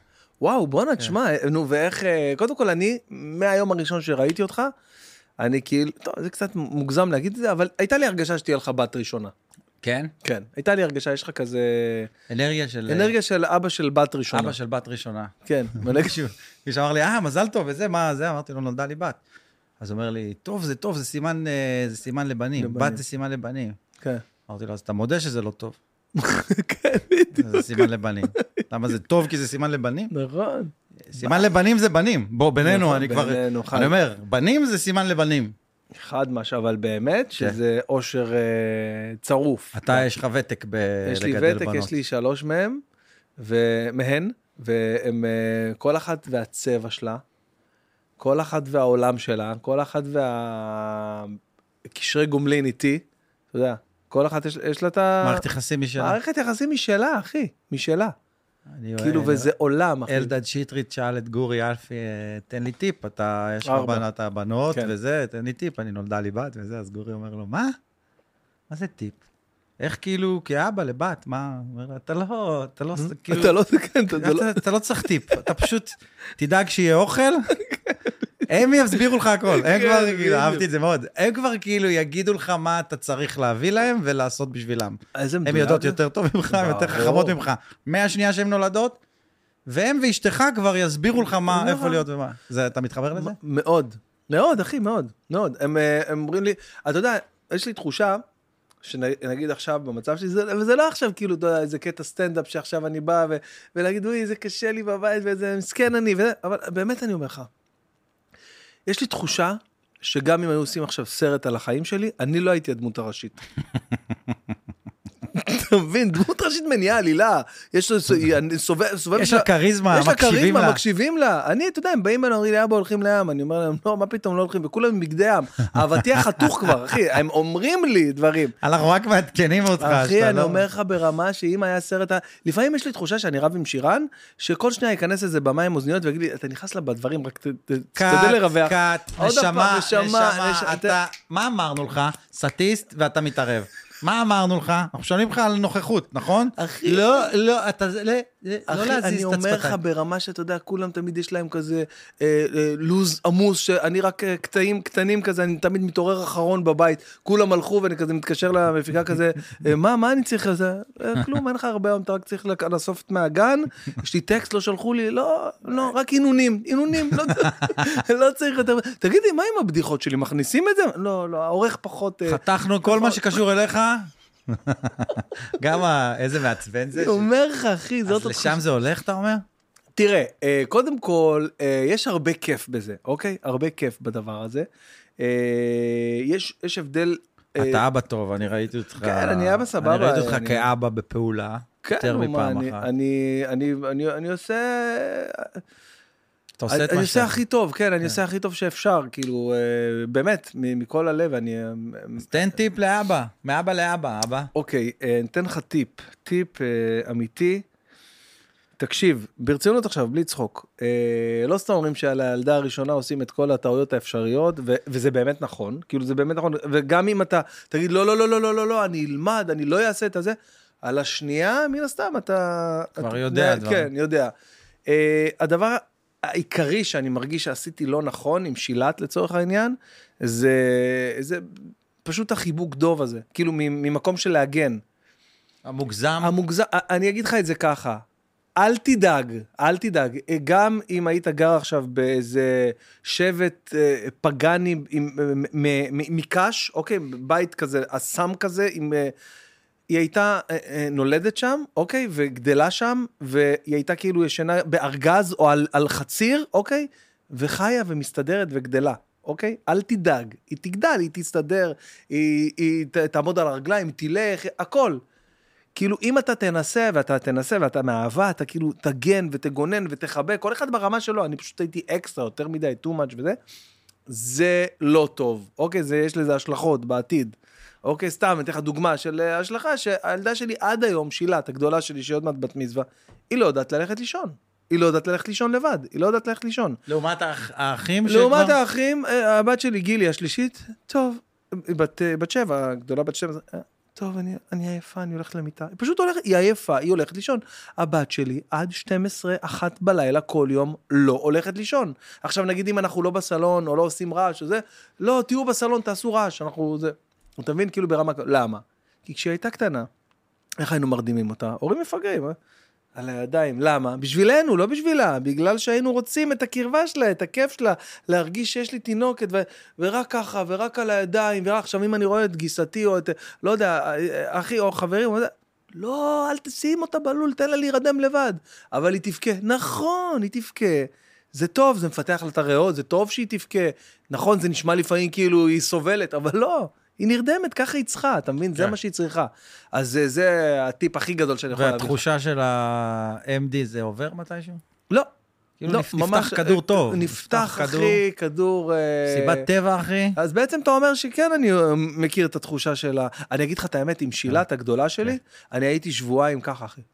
וואו, בוא'נה, תשמע, נו, ואיך, קודם כל, אני, מהיום הראשון שראיתי אותך, אני כאילו, טוב, זה קצת מוגזם להגיד את זה, אבל הייתה לי הרגשה שתהיה לך בת ראשונה. כן? כן, הייתה לי הרגשה, יש לך כזה... אנרגיה של... אנרגיה של אבא של בת ראשונה. אבא של בת ראשונה. כן. מישהו אמר לי, אה, מזל טוב, וזה, מה זה? אמרתי לו, נולדה לי בת. אז הוא אומר לי, טוב, זה טוב, זה סימן, זה סימן לבנים. בת זה סימן לבנים. כן. אמרתי לו, אז אתה מודה שזה לא טוב. כן, בדיוק. זה סימן לבנים. למה זה טוב כי זה סימן לבנים? נכון. סימן לבנים זה בנים. בוא, בינינו, אני כבר... אני אומר, בנים זה סימן לבנים. חד משהו, אבל באמת שזה אושר צרוף. אתה, יש לך ותק בלגדל בנות. יש לי ותק, יש לי שלוש מהם, ומהן, והם כל אחת והצבע שלה, כל אחת והעולם שלה, כל אחת והקשרי גומלין איתי, אתה יודע, כל אחת יש לה את ה... מערכת יחסים משלה. מערכת יחסים משלה, אחי, משלה. כאילו, וזה עולם, אחי. אלדד שיטרית שאל את גורי אלפי, תן לי טיפ, אתה, יש לך בנות, הבנות וזה, תן לי טיפ, אני נולדה לי בת וזה, אז גורי אומר לו, מה? מה זה טיפ? איך כאילו, כאבא לבת, מה? אתה לא, אתה לא, כאילו... אתה לא, כן, אתה לא צריך טיפ, אתה פשוט תדאג שיהיה אוכל, הם יסבירו לך הכל, הם כבר, כאילו, אהבתי את זה מאוד, הם כבר כאילו יגידו לך מה אתה צריך להביא להם ולעשות בשבילם. הם יודעות יותר טוב ממך, יותר חכמות ממך. מהשנייה שהן נולדות, והם ואשתך כבר יסבירו לך מה, איפה להיות ומה. אתה מתחבר לזה? מאוד, מאוד, אחי, מאוד, מאוד. הם אומרים לי, אתה יודע, יש לי תחושה, שנגיד עכשיו במצב שלי, וזה לא עכשיו כאילו, אתה יודע, איזה קטע סטנדאפ שעכשיו אני בא, ולהגיד, אוי, זה קשה לי בבית, ואיזה מסכן אני, אבל באמת אני אומר לך, יש לי תחושה שגם אם היו עושים עכשיו סרט על החיים שלי, אני לא הייתי הדמות הראשית. אתה מבין, דמות ראשית מניעה עלילה, יש לה קריזמה, יש לה קריזמה, מקשיבים לה. אני, אתה יודע, הם באים אליי, אומרים לי, אבא, הולכים לים, אני אומר להם, לא, מה פתאום לא הולכים, וכולם בגדי ים, אהבתי החתוך כבר, אחי, הם אומרים לי דברים. אנחנו רק מעדכנים אותך. אחי, אני אומר לך ברמה שאם היה סרט, לפעמים יש לי תחושה שאני רב עם שירן, שכל שניה ייכנס איזה במה עם אוזניות, ויגיד לי, אתה נכנס לה בדברים, רק תדע לרווח. קאט, נשמה, נשמה, אתה, מה אמרנו לך? סטטיסט ואתה מתערב. מה אמרנו לך? אנחנו שואלים לך על נוכחות, נכון? אחי. לא, לא, אתה, לא, לא אחי, להזיז את אני אומר לך ברמה שאתה יודע, כולם תמיד יש להם כזה אה, אה, לוז עמוס, שאני רק אה, קטעים קטנים כזה, אני תמיד מתעורר אחרון בבית, כולם הלכו ואני כזה מתקשר למפיקה כזה, אה, מה, מה אני צריך לזה? אה, כלום, אין לך הרבה יום, אתה רק צריך לאסוף מהגן, יש לי טקסט, לא שלחו לי, לא, לא, רק עינונים, עינונים, לא, לא צריך יותר, תגידי, מה עם הבדיחות שלי, מכניסים את זה? לא, לא, העורך פחות... חתכנו כל מה שקשור אליך, גם איזה מעצבן זה. אני אומר לך, אחי, זאת... אז לשם זה הולך, אתה אומר? תראה, קודם כל, יש הרבה כיף בזה, אוקיי? הרבה כיף בדבר הזה. יש, יש הבדל... אתה אבא טוב, אני ראיתי אותך... כן, אני אבא סבבה. אני ראיתי אותך כאבא בפעולה, יותר מפעם אחת. אני, אני, אני, אני עושה... אתה עושה את אני מה עושה הכי טוב, כן, אני עושה הכי טוב שאפשר, כאילו, באמת, מכל הלב, אני... אז תן טיפ לאבא, מאבא לאבא, אבא. אוקיי, נתן לך טיפ, טיפ אמיתי. תקשיב, ברצינות עכשיו, בלי צחוק, לא סתם אומרים שעל הילדה הראשונה עושים את כל הטעויות האפשריות, וזה באמת נכון, כאילו זה באמת נכון, וגם אם אתה תגיד, לא, לא, לא, לא, לא, לא, לא, אני אלמד, אני לא אעשה את הזה, על השנייה, מן הסתם, אתה... כבר יודע. כן, יודע. הדבר... העיקרי שאני מרגיש שעשיתי לא נכון, עם שילת לצורך העניין, זה, זה פשוט החיבוק דוב הזה, כאילו ממקום של להגן. המוגזם? המוגזם, אני אגיד לך את זה ככה, אל תדאג, אל תדאג, גם אם היית גר עכשיו באיזה שבט פגני מקש, אוקיי, בית כזה, אסם כזה, עם... היא הייתה נולדת שם, אוקיי, וגדלה שם, והיא הייתה כאילו ישנה בארגז או על, על חציר, אוקיי, וחיה ומסתדרת וגדלה, אוקיי? אל תדאג, היא תגדל, היא תסתדר, היא, היא תעמוד על הרגליים, היא תלך, הכל. כאילו, אם אתה תנסה, ואתה תנסה, ואתה מאהבה, אתה כאילו תגן ותגונן ותחבק, כל אחד ברמה שלו, אני פשוט הייתי אקסטרה, יותר מדי, too much וזה, זה לא טוב, אוקיי? זה, יש לזה השלכות בעתיד. אוקיי, סתם, אני אתן לך דוגמה של השלכה, שהילדה שלי עד היום, שילת, הגדולה שלי, שעוד מעט בת מצווה, היא לא יודעת ללכת לישון. היא לא יודעת ללכת לישון לבד, היא לא יודעת ללכת לישון. לעומת האחים שכבר... לעומת האחים, הבת שלי, גילי, השלישית, טוב, בת, בת שבע, הגדולה בת שבע, טוב, אני, אני עייפה, אני הולכת למיטה. היא פשוט הולכת, היא עייפה, היא הולכת לישון. הבת שלי עד שתים עשרה אחת בלילה כל יום לא הולכת לישון. עכשיו נגיד אם אנחנו לא בסלון או לא עושים רעש או זה, לא, תהיו בסלון, תעשו רעש, אנחנו זה. אתה מבין כאילו ברמה, למה? כי כשהיא הייתה קטנה, איך היינו מרדימים אותה? הורים מפגרים, אה? על הידיים, למה? בשבילנו, לא בשבילה, בגלל שהיינו רוצים את הקרבה שלה, את הכיף שלה, להרגיש שיש לי תינוקת, ו- ורק ככה, ורק על הידיים, ורק עכשיו אם אני רואה את גיסתי, או את, לא יודע, אחי או חברים, לא, אל תשים אותה בלול, תן לה להירדם לבד, אבל היא תבכה, נכון, היא תבכה, זה טוב, זה מפתח לה את הריאות, זה טוב שהיא תבכה, נכון, זה נשמע לפעמים כאילו היא סובלת, אבל לא, היא נרדמת, ככה היא צריכה, אתה מבין? זה מה שהיא צריכה. אז זה, זה הטיפ הכי גדול שאני יכול להביא. והתחושה של ה-אם די זה עובר מתישהו? לא. כאילו נפתח כדור טוב. נפתח, אחי, כדור... סיבת טבע, אחי. אז בעצם אתה אומר שכן, אני מכיר את התחושה שלה. אני אגיד לך את האמת, עם שילת הגדולה שלי, אני הייתי שבועיים ככה, אחי.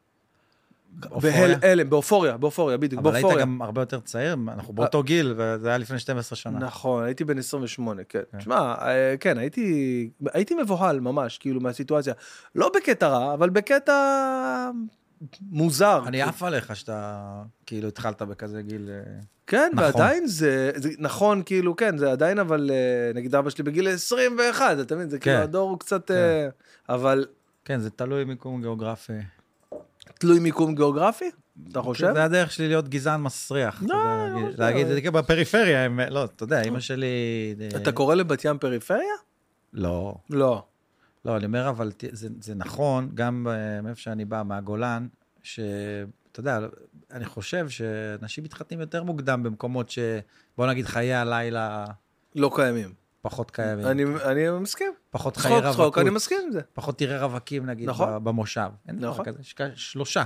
בהלם, באופוריה, באופוריה, בדיוק, באופוריה. אבל היית גם הרבה יותר צעיר, אנחנו באותו גיל, וזה היה לפני שתים עשרה שנה. נכון, הייתי בן עשרים ושמונה, כן. תשמע, כן, הייתי, הייתי מבוהל ממש, כאילו, מהסיטואציה. לא בקטע רע, אבל בקטע מוזר. אני עף עליך שאתה, כאילו, התחלת בכזה גיל... כן, ועדיין זה, נכון, כאילו, כן, זה עדיין, אבל נגיד אבא שלי בגיל עשרים ואחת, אתה מבין, זה כאילו, הדור הוא קצת, אבל... כן, זה תלוי מיקום גיאוגרפי. תלוי מיקום גיאוגרפי? אתה חושב? זה הדרך שלי להיות גזען מסריח. להגיד, בפריפריה, לא, אתה יודע, אמא שלי... אתה קורא לבת ים פריפריה? לא. לא. לא, אני אומר, אבל זה נכון, גם מאיפה שאני בא, מהגולן, שאתה יודע, אני חושב שאנשים מתחתנים יותר מוקדם במקומות שבוא נגיד חיי הלילה... לא קיימים. פחות קיימים. אני, אני מסכים. פחות חיי רווקות. צחוק, אני מסכים עם זה. פחות תראה רווקים, נגיד, נכון. במושב. אין דבר כזה, יש שלושה.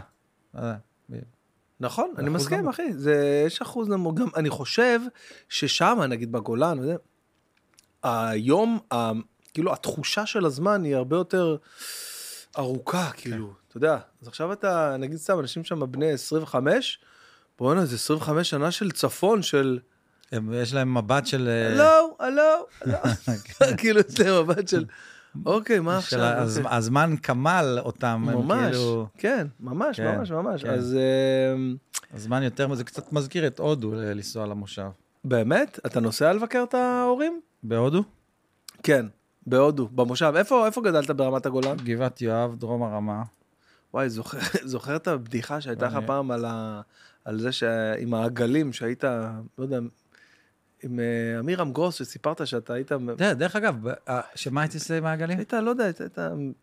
נכון, אני מסכים, אחי. זה, יש אחוז נמוך. גם אני חושב ששם, נגיד בגולן, וזה, היום, כאילו, התחושה של הזמן היא הרבה יותר ארוכה, כאילו, אתה יודע. אז עכשיו אתה, נגיד סתם, אנשים שם בני עשרים וחמש, בואו נה, זה עשרים וחמש שנה של צפון, של... יש להם מבט של... לא, לא, לא. כאילו, יש להם מבט של... אוקיי, מה עכשיו? הזמן כמל אותם. ממש, כן, ממש, ממש, ממש. אז... הזמן יותר, זה קצת מזכיר את הודו לנסוע למושב. באמת? אתה נוסע לבקר את ההורים? בהודו? כן, בהודו, במושב. איפה גדלת ברמת הגולן? גבעת יואב, דרום הרמה. וואי, זוכר את הבדיחה שהייתה לך פעם על זה שעם העגלים שהיית, לא יודע... עם אמירם גרוס, שסיפרת שאתה היית... דרך אגב, שמה הייתי עושה עם העגלים? היית, לא יודע, היית...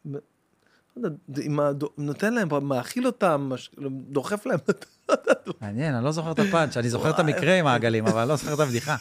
נותן להם, מאכיל אותם, דוחף להם. מעניין, אני לא זוכר את הפאנץ', אני זוכר את המקרה עם העגלים, אבל אני לא זוכר את הבדיחה.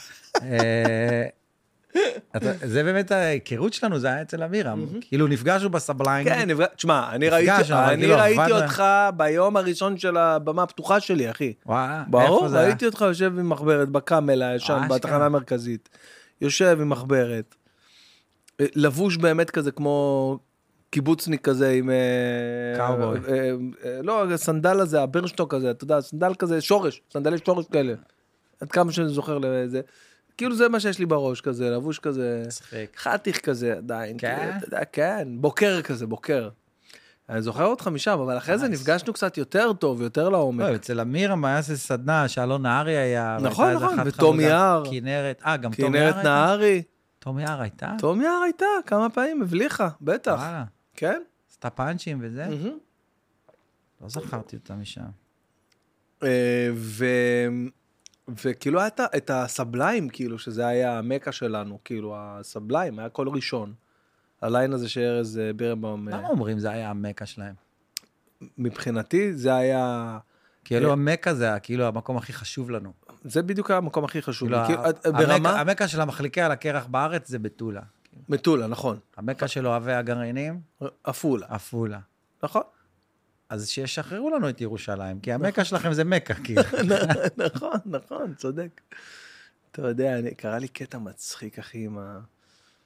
זה באמת ההיכרות שלנו, זה היה אצל אמירם. כאילו נפגשנו בסבליין. כן, תשמע, אני ראיתי אותך ביום הראשון של הבמה הפתוחה שלי, אחי. ברור, ראיתי אותך יושב עם מחברת בקאמלה, שם בתחנה המרכזית. יושב עם מחברת. לבוש באמת כזה כמו קיבוצניק כזה עם... קאובוי. לא, הסנדל הזה, הברשטוק הזה, אתה יודע, סנדל כזה, שורש, סנדלי שורש כאלה. עד כמה שאני זוכר לזה. כאילו זה מה שיש לי בראש כזה, לבוש כזה, חתיך כזה עדיין. כן? כן, בוקר כזה, בוקר. אני זוכר אותך משם, אבל אחרי זה נפגשנו קצת יותר טוב, יותר לעומק. לא, אצל אמירם היה איזה סדנה, שאלון נהרי היה. נכון, נכון, ותום יער. כנרת, אה, גם תום יער הייתה? כנרת נהרי. תום יער הייתה? תום יער הייתה, כמה פעמים, הבליחה, בטח. וואלה. כן? עשתה פאנצ'ים וזה? לא זכרתי אותה משם. ו... וכאילו היה את הסבליים, כאילו, שזה היה המקה שלנו, כאילו, הסבליים, היה כל ראשון. הליין הזה שארז בירנבאום... למה אומרים זה היה המקה שלהם? מבחינתי זה היה... כאילו המקה זה היה כאילו המקום הכי חשוב לנו. זה בדיוק היה המקום הכי חשוב. המקה של המחליקי על הקרח בארץ זה בטולה. בטולה, נכון. המקה של אוהבי הגרעינים? אפולה. אפולה. נכון. אז שישחררו לנו את ירושלים, כי המקה שלכם זה מקה, כאילו. נכון, נכון, צודק. אתה יודע, קרא לי קטע מצחיק, אחי, עם ה...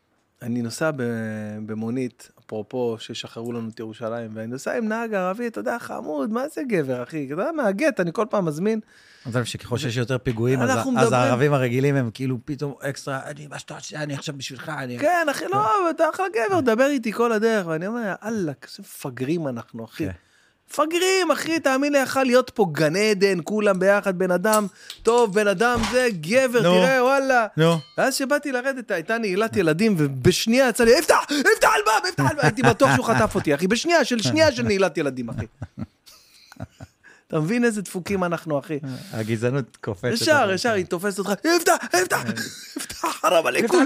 אני נוסע במונית, אפרופו ששחררו לנו את ירושלים, ואני נוסע עם נהג ערבי, אתה יודע, חמוד, מה זה גבר, אחי? אתה יודע, מהגט, אני כל פעם מזמין. אני חושב שככל שיש יותר פיגועים, אז הערבים הרגילים הם כאילו פתאום אקסטרה, אני, מה שאתה עושה, אני עכשיו בשבילך, אני... כן, אחי, לא, אתה אחלה גבר, דבר איתי כל הדרך, ואני אומר, אללה, כזה מפגרים אנחנו, אחי. מפגרים, אחי, תאמין לי, יכול להיות פה גן עדן, כולם ביחד, בן אדם, טוב, בן אדם, זה גבר, תראה, וואלה. ואז שבאתי לרדת, הייתה נעילת ילדים, ובשנייה יצא לי, אפתח, אפתח אלבם, אפתח אלבם, הייתי בטוח שהוא חטף אותי, אחי, בשנייה, של שנייה של נעילת ילדים, אחי. אתה מבין איזה דפוקים אנחנו, אחי? הגזענות קופצת. ישר, ישר, היא תופסת אותך, אפתח, אפתח, אפתח, חרם עליכם.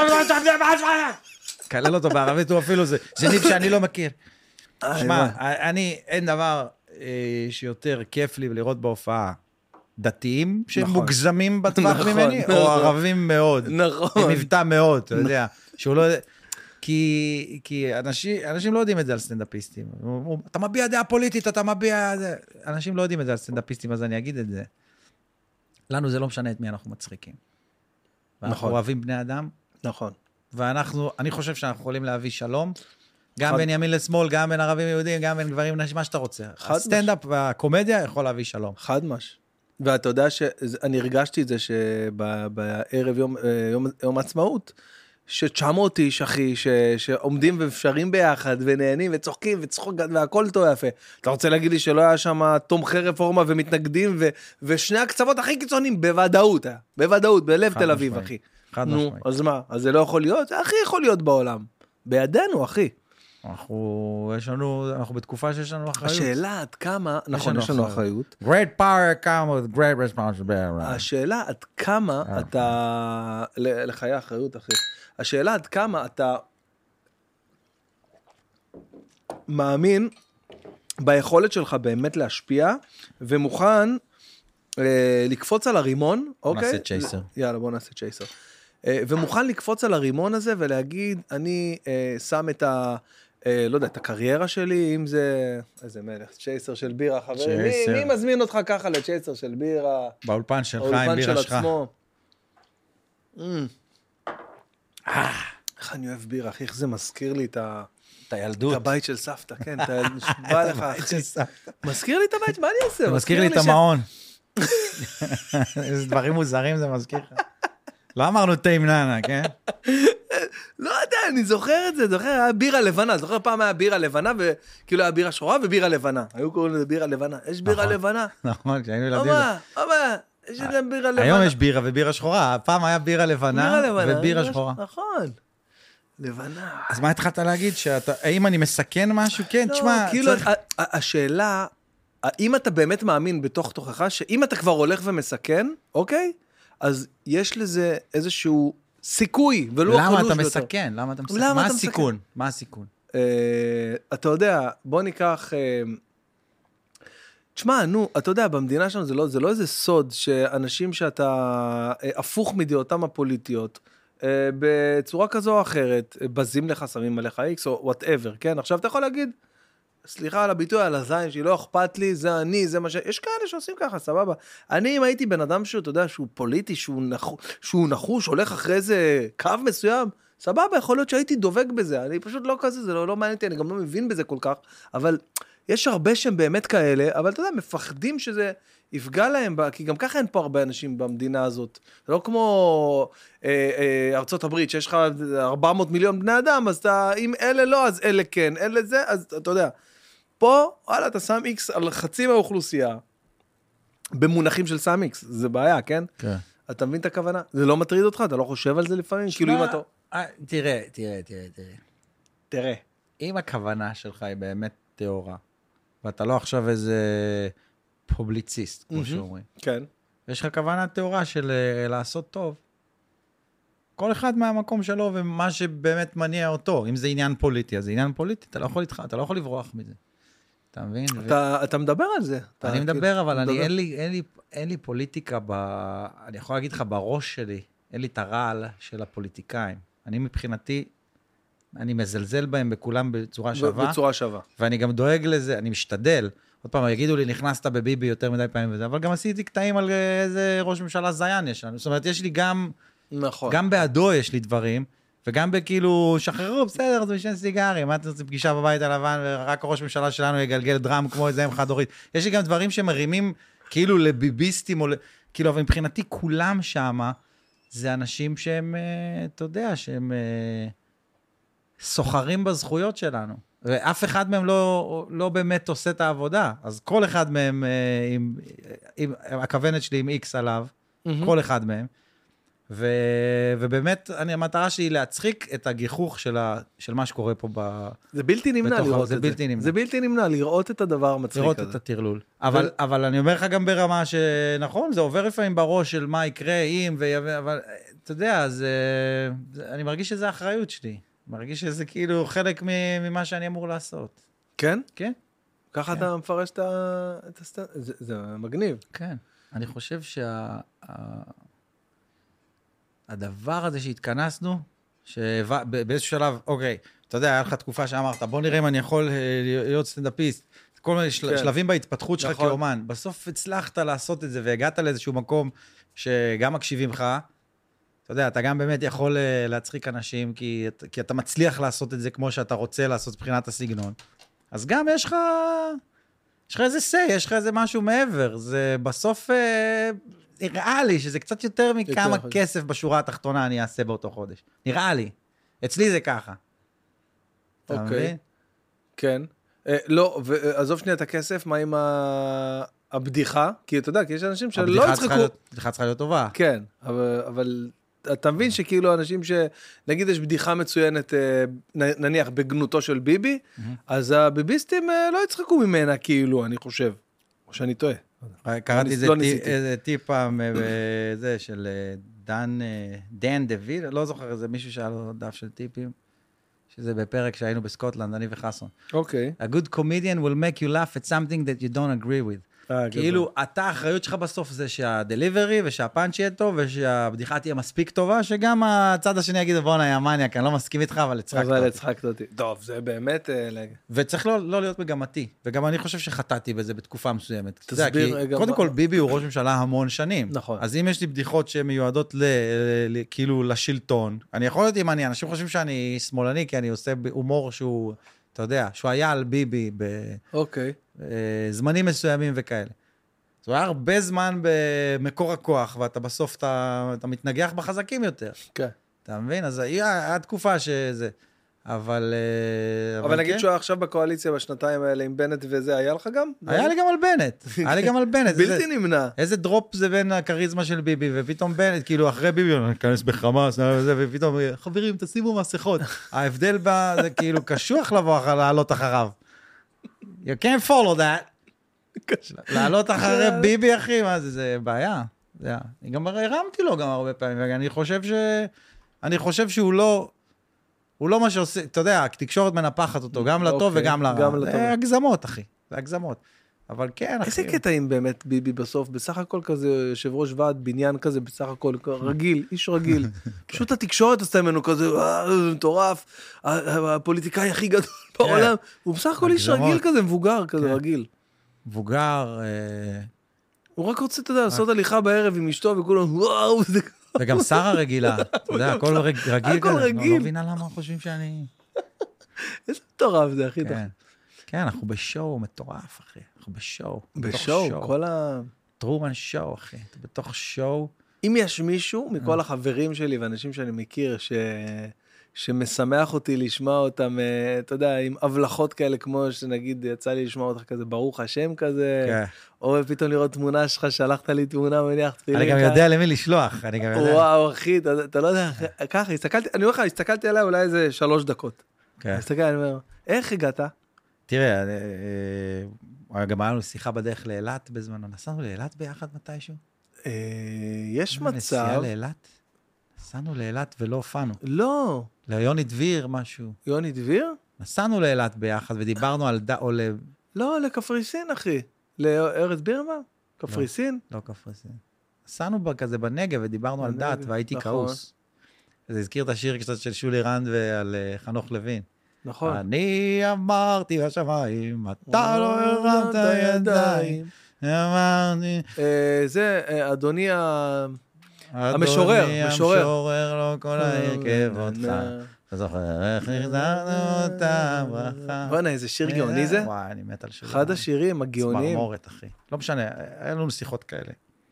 כלל אותו בערבית, הוא אפילו זה, זה ניב שאני לא מכיר. שמע, אני, אין דבר שיותר כיף לי לראות בהופעה דתיים, שהם מוגזמים בטווח ממני, או ערבים מאוד. נכון. עם מבטא מאוד, אתה יודע, שהוא לא... כי, כי אנשים, אנשים לא יודעים את זה על סטנדאפיסטים. אתה מביע דעה פוליטית, אתה מביע... אנשים לא יודעים את זה על סטנדאפיסטים, אז אני אגיד את זה. לנו זה לא משנה את מי אנחנו מצחיקים. ואנחנו נכון. אוהבים בני אדם. נכון. ואנחנו, אני חושב שאנחנו יכולים להביא שלום, גם בין ימין לשמאל, גם בין ערבים יהודים, גם בין גברים נשים, מה שאתה רוצה. הסטנדאפ והקומדיה יכול להביא שלום. חד מש. ואתה יודע שאני הרגשתי את זה שבערב יום, יום, יום עצמאות, ש-תשע מאות איש, אחי, ש- שעומדים ופשרים ביחד, ונהנים וצוחקים וצחוק, והכל טוב יפה. אתה רוצה להגיד לי שלא היה שם תומכי רפורמה ומתנגדים, ו- ושני הקצוות הכי קיצוניים, בוודאות, בוודאות, בלב תל אביב, אחי. חד נו, משמעית. אז מה? אז זה לא יכול להיות? זה הכי יכול להיות בעולם. בידינו, אחי. אנחנו, יש לנו, אנחנו בתקופה שיש לנו אחריות. השאלה עד כמה, נכון, יש לנו אחריות. Great power comes with great responsibility. השאלה עד כמה אתה, לחיי האחריות, אחי. השאלה עד כמה אתה מאמין ביכולת שלך באמת להשפיע, ומוכן אה, לקפוץ על הרימון, אוקיי? נעשה צ'ייסר. יאללה, בוא נעשה צ'ייסר. אה, ומוכן לקפוץ על הרימון הזה ולהגיד, אני אה, שם את ה... אה, לא יודע, את הקריירה שלי, אם זה... איזה מלך, צ'ייסר של בירה, חברים. מי, מי מזמין אותך ככה לצ'ייסר של בירה? באולפן שלך, עם בירה שלך. איך אני אוהב בירה, אחי, איך זה מזכיר לי את ה... את הילדות. את הבית של סבתא, כן, אתה נשבע לך, אחי. מזכיר לי את הבית, מה אני אעשה? זה מזכיר לי את המעון. איזה דברים מוזרים זה מזכיר לך. לא אמרנו טעים ננה, כן? לא יודע, אני זוכר את זה, זוכר, היה בירה לבנה, זוכר פעם היה בירה לבנה, וכאילו היה בירה שחורה ובירה לבנה. היו קוראים לזה בירה לבנה. יש בירה לבנה. נכון, כשהיינו ילדים. אמה, אמה, יש להם בירה לבנה. היום יש בירה ובירה שחורה, הפעם היה בירה לבנה ובירה שחורה. נכון. לבנה. אז מה התחלת להגיד? האם אני מסכן משהו? כן, תשמע. כאילו, השאלה, האם אתה באמת מאמין בתוך תוכך, שאם אתה כבר הולך ומסכן, אוקיי? אז יש לזה איזשהו סיכוי, ולא למה אתה מסכן? למה אתה מסכן? מה הסיכון? מה הסיכון? אתה יודע, בוא ניקח... תשמע, נו, אתה יודע, במדינה שלנו זה לא, זה לא איזה סוד שאנשים שאתה הפוך מדעותם הפוליטיות, בצורה כזו או אחרת, בזים לך, שמים עליך איקס או whatever, כן? עכשיו אתה יכול להגיד, סליחה על הביטוי, על הזין, שהיא לא אכפת לי, זה אני, זה מה ש... יש כאלה שעושים ככה, סבבה. אני, אם הייתי בן אדם שהוא, אתה יודע, שהוא פוליטי, שהוא, נח... שהוא נחוש, הולך אחרי איזה קו מסוים, סבבה, יכול להיות שהייתי דובק בזה, אני פשוט לא כזה, זה לא, לא מעניין אותי, אני גם לא מבין בזה כל כך, אבל יש הרבה שהם באמת כאלה, אבל אתה יודע, מפחדים שזה יפגע להם, כי גם ככה אין פה הרבה אנשים במדינה הזאת. זה לא כמו אה, אה, ארצות הברית, שיש לך ארבע מאות מיליון בני אדם, אז אתה, אם אלה לא, אז אלה כן, אלה זה, אז אתה יודע. פה, וואלה, אתה שם איקס על חצי מהאוכלוסייה, במונחים של שם איקס, זה בעיה, כן? כן. אתה מבין את הכוונה? זה לא מטריד אותך? אתה לא חושב על זה לפעמים? כאילו אם אתה... תראה, תראה, תראה, תראה. תראה. אם הכוונה שלך היא באמת תיאורה, ואתה לא עכשיו איזה פובליציסט, כמו שאומרים. כן. יש לך כוונה תיאורה של לעשות טוב. כל אחד מהמקום שלו ומה שבאמת מניע אותו. אם זה עניין פוליטי, אז זה עניין פוליטי, אתה לא יכול להתח... אתה לא יכול לברוח מזה. אתה מבין? אתה, ו... אתה מדבר על זה. אתה אני מדבר, כאילו, אבל אני, מדבר. אין לי, אין לי, אין לי פוליטיקה ב... אני יכול להגיד לך בראש שלי, אין לי את הרעל של הפוליטיקאים. אני מבחינתי, אני מזלזל בהם בכולם בצורה שווה. בצורה שווה. ואני גם דואג לזה, אני משתדל. עוד פעם, יגידו לי, נכנסת בביבי יותר מדי פעמים וזה, אבל גם עשיתי קטעים על איזה ראש ממשלה זיין יש לנו. זאת אומרת, יש לי גם... נכון. גם בעדו יש לי דברים, וגם בכאילו, שחררו, בסדר, אז משנה סיגרים, מה אתם רוצים פגישה בבית הלבן, ורק הראש ממשלה שלנו יגלגל דרם כמו איזה אם חד-הורית. יש לי גם דברים שמרימים כאילו לביביסטים, או, כאילו, אבל מבחינתי כולם שמה, זה אנשים שהם, אתה יודע, שהם סוחרים בזכויות שלנו. ואף אחד מהם לא, לא באמת עושה את העבודה. אז כל אחד מהם, עם, עם, הכוונת שלי עם איקס עליו, mm-hmm. כל אחד מהם. ו, ובאמת, אני, המטרה שלי היא להצחיק את הגיחוך של, ה, של מה שקורה פה ב... זה בלתי נמנע בתוך, לראות זה את בלתי זה. נמנע. זה בלתי נמנע לראות את הדבר המצחיק לראות הזה. את הטרלול. אבל, ו... אבל אני אומר לך גם ברמה שנכון, זה עובר לפעמים בראש של מה יקרה אם, ו... אבל אתה יודע, זה, אני מרגיש שזה האחריות שלי. מרגיש שזה כאילו חלק ממה שאני אמור לעשות. כן? כן. ככה אתה מפרש את הסטנד... זה מגניב. כן. אני חושב שהדבר הזה שהתכנסנו, שבאיזשהו שלב, אוקיי, אתה יודע, היה לך תקופה שאמרת, בוא נראה אם אני יכול להיות סטנדאפיסט, כל מיני שלבים בהתפתחות שלך כאומן. בסוף הצלחת לעשות את זה, והגעת לאיזשהו מקום שגם מקשיבים לך, אתה יודע, אתה גם באמת יכול להצחיק אנשים, כי, כי אתה מצליח לעשות את זה כמו שאתה רוצה לעשות מבחינת הסגנון. אז גם יש לך, יש לך איזה say, יש לך איזה משהו מעבר. זה בסוף נראה לי שזה קצת יותר מכמה יותר כסף בשורה התחתונה אני אעשה באותו חודש. נראה לי. אצלי זה ככה. אתה אוקיי. מבין? כן. אה, לא, ועזוב שנייה את הכסף, מה עם ה... הבדיחה? כי אתה יודע, כי יש אנשים שלא יצחקו... הבדיחה צריכה להיות טובה. כן, אבל... אבל... אתה מבין שכאילו אנשים ש... נגיד יש בדיחה מצוינת, נניח בגנותו של ביבי, אז הביביסטים לא יצחקו ממנה כאילו, אני חושב. או שאני טועה. קראתי איזה טיפ פעם בזה של דן, דן דויד, לא זוכר איזה מישהו שהיה לו דף של טיפים, שזה בפרק שהיינו בסקוטלנד, אני וחסון. אוקיי. A good comedian will make you laugh at something that you don't agree with. כאילו, אתה, האחריות שלך בסוף זה שהדליברי ושהפאנץ' יהיה טוב ושהבדיחה תהיה מספיק טובה, שגם הצד השני יגיד, בוא נהיה מניאק, אני לא מסכים איתך, אבל הצחקת אותי. אבל הצחקת אותי. טוב, זה באמת... וצריך לא להיות מגמתי, וגם אני חושב שחטאתי בזה בתקופה מסוימת. תסביר רגע. קודם כל, ביבי הוא ראש ממשלה המון שנים. נכון. אז אם יש לי בדיחות שמיועדות כאילו לשלטון, אני יכול להיות ימני, אנשים חושבים שאני שמאלני, כי אני עושה הומור שהוא... אתה יודע, שהוא היה על ביבי אוקיי. בזמנים מסוימים וכאלה. זה היה הרבה זמן במקור הכוח, ואתה בסוף, אתה, אתה מתנגח בחזקים יותר. כן. אתה מבין? אז היה תקופה שזה... אבל... אבל נגיד שהוא היה עכשיו בקואליציה בשנתיים האלה עם בנט וזה, היה לך גם? היה לי גם על בנט. היה לי גם על בנט. בלתי נמנע. איזה דרופ זה בין הקריזמה של ביבי, ופתאום בנט, כאילו אחרי ביבי, אני אכנס בחמאס, ופתאום, חברים, תשימו מסכות. ההבדל בה, זה כאילו קשוח לבוא, לעלות אחריו. You can't follow that. לעלות אחרי ביבי, אחי, מה זה, זה בעיה. אני גם הרמתי לו גם הרבה פעמים, ואני חושב ש... אני חושב שהוא לא... הוא לא מה שעושה, אתה יודע, התקשורת מנפחת אותו, גם לטוב וגם לרע. זה הגזמות, אחי, זה הגזמות. אבל כן, אחי. איזה קטעים באמת ביבי בסוף, בסך הכל כזה, יושב ראש ועד, בניין כזה, בסך הכל רגיל, איש רגיל. פשוט התקשורת עשתה ממנו כזה, מטורף, הפוליטיקאי הכי גדול בעולם. הוא בסך הכל איש רגיל כזה, מבוגר כזה, רגיל. מבוגר. הוא רק רוצה, אתה יודע, לעשות הליכה בערב עם אשתו, וכולם, וואו, זה... וגם שרה רגילה, אתה יודע, הכל רגיל כזה. הכל רגיל. אני לא מבינה למה חושבים שאני... איזה מטורף זה, אחי. כן, כן, אנחנו בשואו מטורף, אחי. אנחנו בשואו. בשואו, כל ה... טרומן שואו, אחי. אתה בתוך שואו. אם יש מישהו מכל החברים שלי ואנשים שאני מכיר, ש... שמשמח אותי לשמוע אותם, אתה יודע, עם הבלחות כאלה, כמו שנגיד יצא לי לשמוע אותך כזה, ברוך השם כזה, כן. או פתאום לראות תמונה שלך, שלחת לי תמונה, מניח תפילין. אני גם יודע למי לשלוח, אני גם יודע. וואו, אחי, אתה, אתה לא יודע, ככה, הסתכלתי, אני אומר לך, הסתכלתי עליה אולי איזה שלוש דקות. כן. הסתכלתי, אני אומר, איך הגעת? תראה, גם היה לנו שיחה בדרך לאילת בזמנו, נסענו לאילת ביחד מתישהו? יש מצב... נסיעה לאילת? נסענו לאילת ולא הופענו. לא. ליוני דביר משהו. יוני דביר? נסענו לאילת ביחד ודיברנו על דא או ל... לא, לקפריסין, אחי. לארץ בירמה? קפריסין? לא, לא קפריסין. נסענו כזה בנגב ודיברנו על דת והייתי כעוס. זה הזכיר את השיר קצת של שולי רנד ועל חנוך לוין. נכון. אני אמרתי בשמיים, אתה לא הרמת ידיים. אמרתי... זה, אדוני ה... המשורר, אדוני המשורר לו כל ההרכב אותך. אתה זוכר איך החזרנו אותה ברכה. בוא'נה, איזה שיר גאוני זה? וואי, אני מת על שיר. אחד השירים הגאונים. צמרמורת, אחי. לא משנה, היה לנו שיחות כאלה.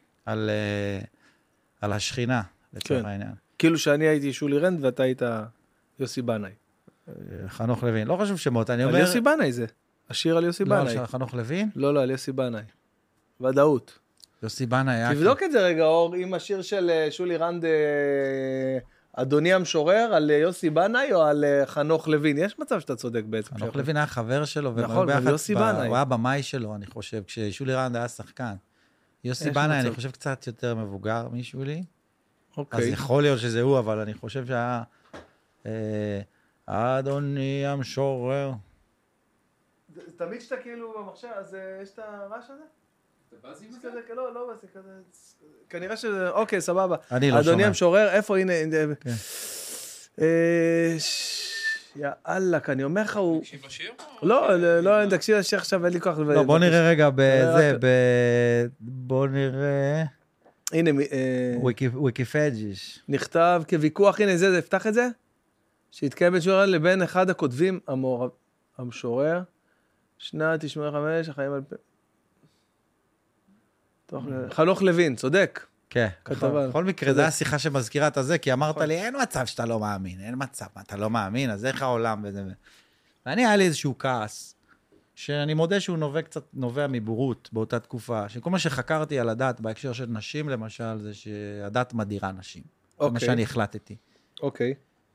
על השכינה, לצורך העניין. כאילו שאני הייתי שולי רנד ואתה היית יוסי בנאי. חנוך לוין. לא חשוב שמות, אני אומר... על יוסי בנאי זה. השיר על יוסי בנאי. לא, על חנוך לוין? לא, לא, על יוסי בנאי. ודאות. יוסי בנאי היה... תבדוק את זה רגע, אור, עם השיר של שולי רנד, אדוני המשורר, על יוסי בנאי או על חנוך לוין. יש מצב שאתה צודק בעצם. חנוך לוין היה חבר שלו. נכון, ויוסי בנאי. הוא היה במאי שלו, אני חושב, כששולי רנד היה שחקן. יוסי בנאי, אני חושב קצת יותר מבוגר משולי. אז יכול להיות שזה הוא, אבל אני חושב שהיה... אדוני המשורר. תמיד שאתה כאילו במחשב, אז יש את הרעש הזה? זה בזי כזה? לא, לא בזי כזה. כנראה שזה, אוקיי, סבבה. אני לא שומע. אדוני המשורר, איפה, הנה... יאללה, אני אומר לך, הוא... תקשיב לשיר? לא, לא, תקשיב לשיר עכשיו, אין לי כוח. לא, בוא נראה רגע בזה, בוא נראה... הנה, וויקיפדיש. נכתב כוויכוח, הנה זה, אפתח את זה? שהתקיים בין שורר לבין אחד הכותבים, המשורר, שנת תשעים וחמש, החיים על... חנוך לוין, צודק. כן, בכל מקרה, זו השיחה שמזכירה את הזה, כי אמרת לי, אין מצב שאתה לא מאמין, אין מצב, אתה לא מאמין, אז איך העולם וזה... ואני, היה לי איזשהו כעס, שאני מודה שהוא נובע קצת, נובע מבורות באותה תקופה, שכל מה שחקרתי על הדת, בהקשר של נשים, למשל, זה שהדת מדירה נשים. זה מה שאני החלטתי. אוקיי.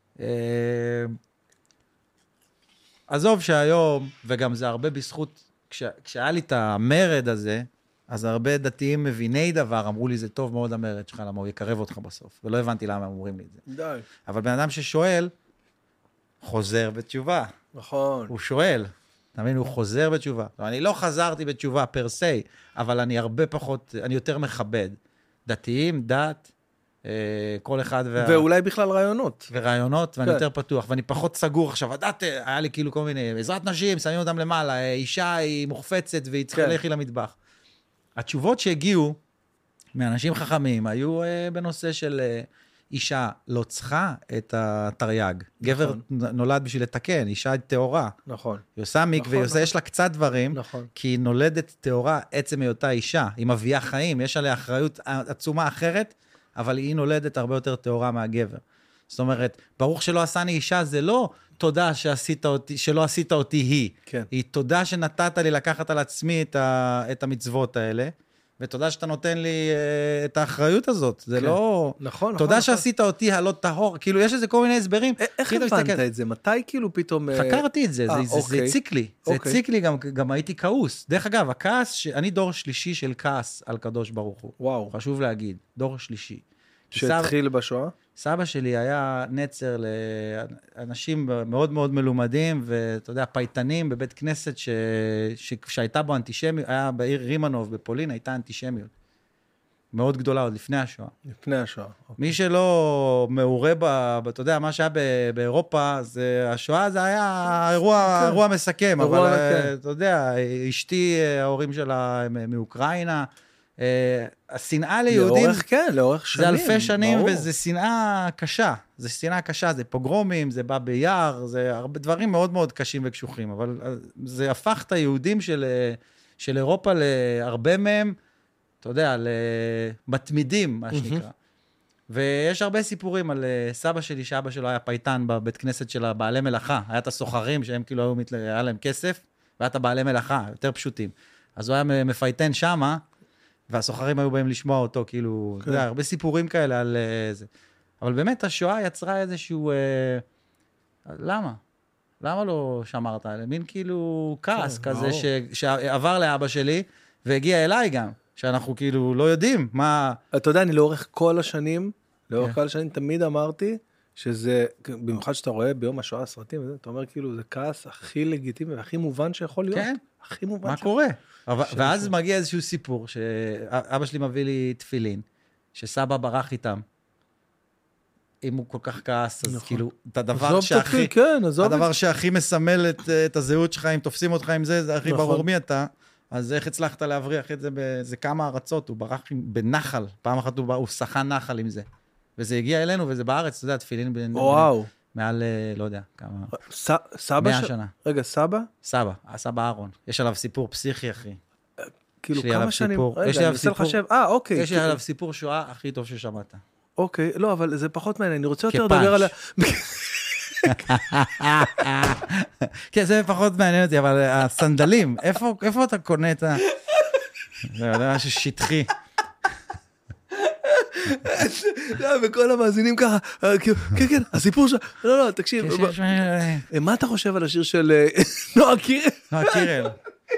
עזוב שהיום, וגם זה הרבה בזכות, כשהיה לי את המרד הזה, אז הרבה דתיים מביני דבר, אמרו לי, זה טוב מאוד המרד שלך, למה הוא יקרב אותך בסוף, ולא הבנתי למה הם אומרים לי את זה. די. אבל בן אדם ששואל, חוזר בתשובה. נכון. הוא שואל, אתה מבין, הוא חוזר בתשובה. אני לא חזרתי בתשובה פר סי, אבל אני הרבה פחות, אני יותר מכבד. דתיים, דת, כל אחד וה... ואולי בכלל רעיונות. ורעיונות, ואני יותר פתוח, ואני פחות סגור עכשיו. הדת, היה לי כאילו כל מיני, עזרת נשים, שמים אותם למעלה, אישה היא מוחפצת, והיא צריכה לכי למטבח. התשובות שהגיעו מאנשים חכמים, היו בנושא של אישה לא צריכה את התרי"ג. גבר נולד בשביל לתקן, אישה היא טהורה. נכון. היא עושה מקווה, היא עושה, יש לה קצת דברים, כי היא נולדת טהורה עצם היותה אישה. היא מביאה חיים, יש עליה אחריות עצומה אחרת, אבל היא נולדת הרבה יותר טהורה מהגבר. זאת אומרת, ברוך שלא עשני אישה, זה לא תודה שעשית אותי, שלא עשית אותי היא. כן. היא תודה שנתת לי לקחת על עצמי את, ה, את המצוות האלה, ותודה שאתה נותן לי uh, את האחריות הזאת. זה כן. לא... נכון, תודה נכון. שעשית נכון. אותי הלא טהור. כאילו, יש איזה כל מיני הסברים. איך הבנת את זה? מתי כאילו פתאום... חקרתי את זה, 아, זה, אוקיי. זה הציק לי. זה אוקיי. הציק לי, גם, גם הייתי כעוס. דרך אגב, הכעס, ש... אני דור שלישי של כעס על קדוש ברוך הוא. וואו. חשוב להגיד, דור שלישי. שהתחיל בשואה? סבא שלי היה נצר לאנשים מאוד מאוד מלומדים, ואתה יודע, פייטנים בבית כנסת ש... ש... שהייתה בו אנטישמיות, היה בעיר רימנוב בפולין, הייתה אנטישמיות. מאוד גדולה, עוד לפני השואה. לפני השואה. מי שלא מעורה ב... אתה יודע, מה שהיה באירופה, זה... השואה זה היה אירוע, כן. אירוע מסכם, אירוע אבל כן. אתה יודע, אשתי, ההורים שלה מאוקראינה, השנאה ליהודים, לאורך, כן, לאורך שנים, זה אלפי שנים, ברור. וזה שנאה קשה, זה שנאה קשה, זה פוגרומים, זה בא ביער, זה הרבה דברים מאוד מאוד קשים וקשוחים, אבל זה הפך את היהודים של, של אירופה להרבה מהם, אתה יודע, למתמידים, מה שנקרא. ויש הרבה סיפורים על סבא שלי, שאבא שלו היה פייטן בבית כנסת של הבעלי מלאכה, היה את הסוחרים שהם כאילו היו, היה להם כסף, והיה את הבעלי מלאכה, יותר פשוטים. אז הוא היה מפייטן שמה, והסוחרים היו באים לשמוע אותו, כאילו, אתה יודע, הרבה סיפורים כאלה על זה. אבל באמת השואה יצרה איזשהו... למה? למה לא שמרת עליהם? מין כאילו כעס כזה שעבר לאבא שלי, והגיע אליי גם, שאנחנו כאילו לא יודעים מה... אתה יודע, אני לאורך כל השנים, לאורך כל השנים תמיד אמרתי, שזה, במיוחד שאתה רואה ביום השואה הסרטים, אתה אומר כאילו, זה כעס הכי לגיטימי והכי מובן שיכול להיות. כן. הכי מובן. מה קורה? ואז מגיע איזשהו סיפור, שאבא שלי מביא לי תפילין, שסבא ברח איתם. אם הוא כל כך כעס, אז כאילו, את הדבר שהכי, הדבר שהכי מסמל את הזהות שלך, אם תופסים אותך עם זה, זה הכי ברור מי אתה. אז איך הצלחת להבריח את זה? זה כמה ארצות, הוא ברח בנחל, פעם אחת הוא, הוא שחן נחל עם זה. וזה הגיע אלינו, וזה בארץ, אתה יודע, תפילין בין... וואו. מעל, לא יודע, כמה... ס, סבא מאה ש... שנה. רגע, סבא? סבא, הסבא אהרון. יש עליו סיפור פסיכי, אחי. כאילו, כמה שנים... רגע, אני רוצה לחשב... אה, אוקיי. יש לי עליו סיפור שואה הכי טוב ששמעת. אוקיי, לא, אבל זה פחות מעניין, אני רוצה יותר לדבר על... כן, זה פחות מעניין אותי, אבל הסנדלים, איפה אתה קונה את ה... זה משהו שטחי. לא, וכל המאזינים ככה, כן, כן, הסיפור של... לא, לא, תקשיב. מה אתה חושב על השיר של נועה קירל? נועה קירל.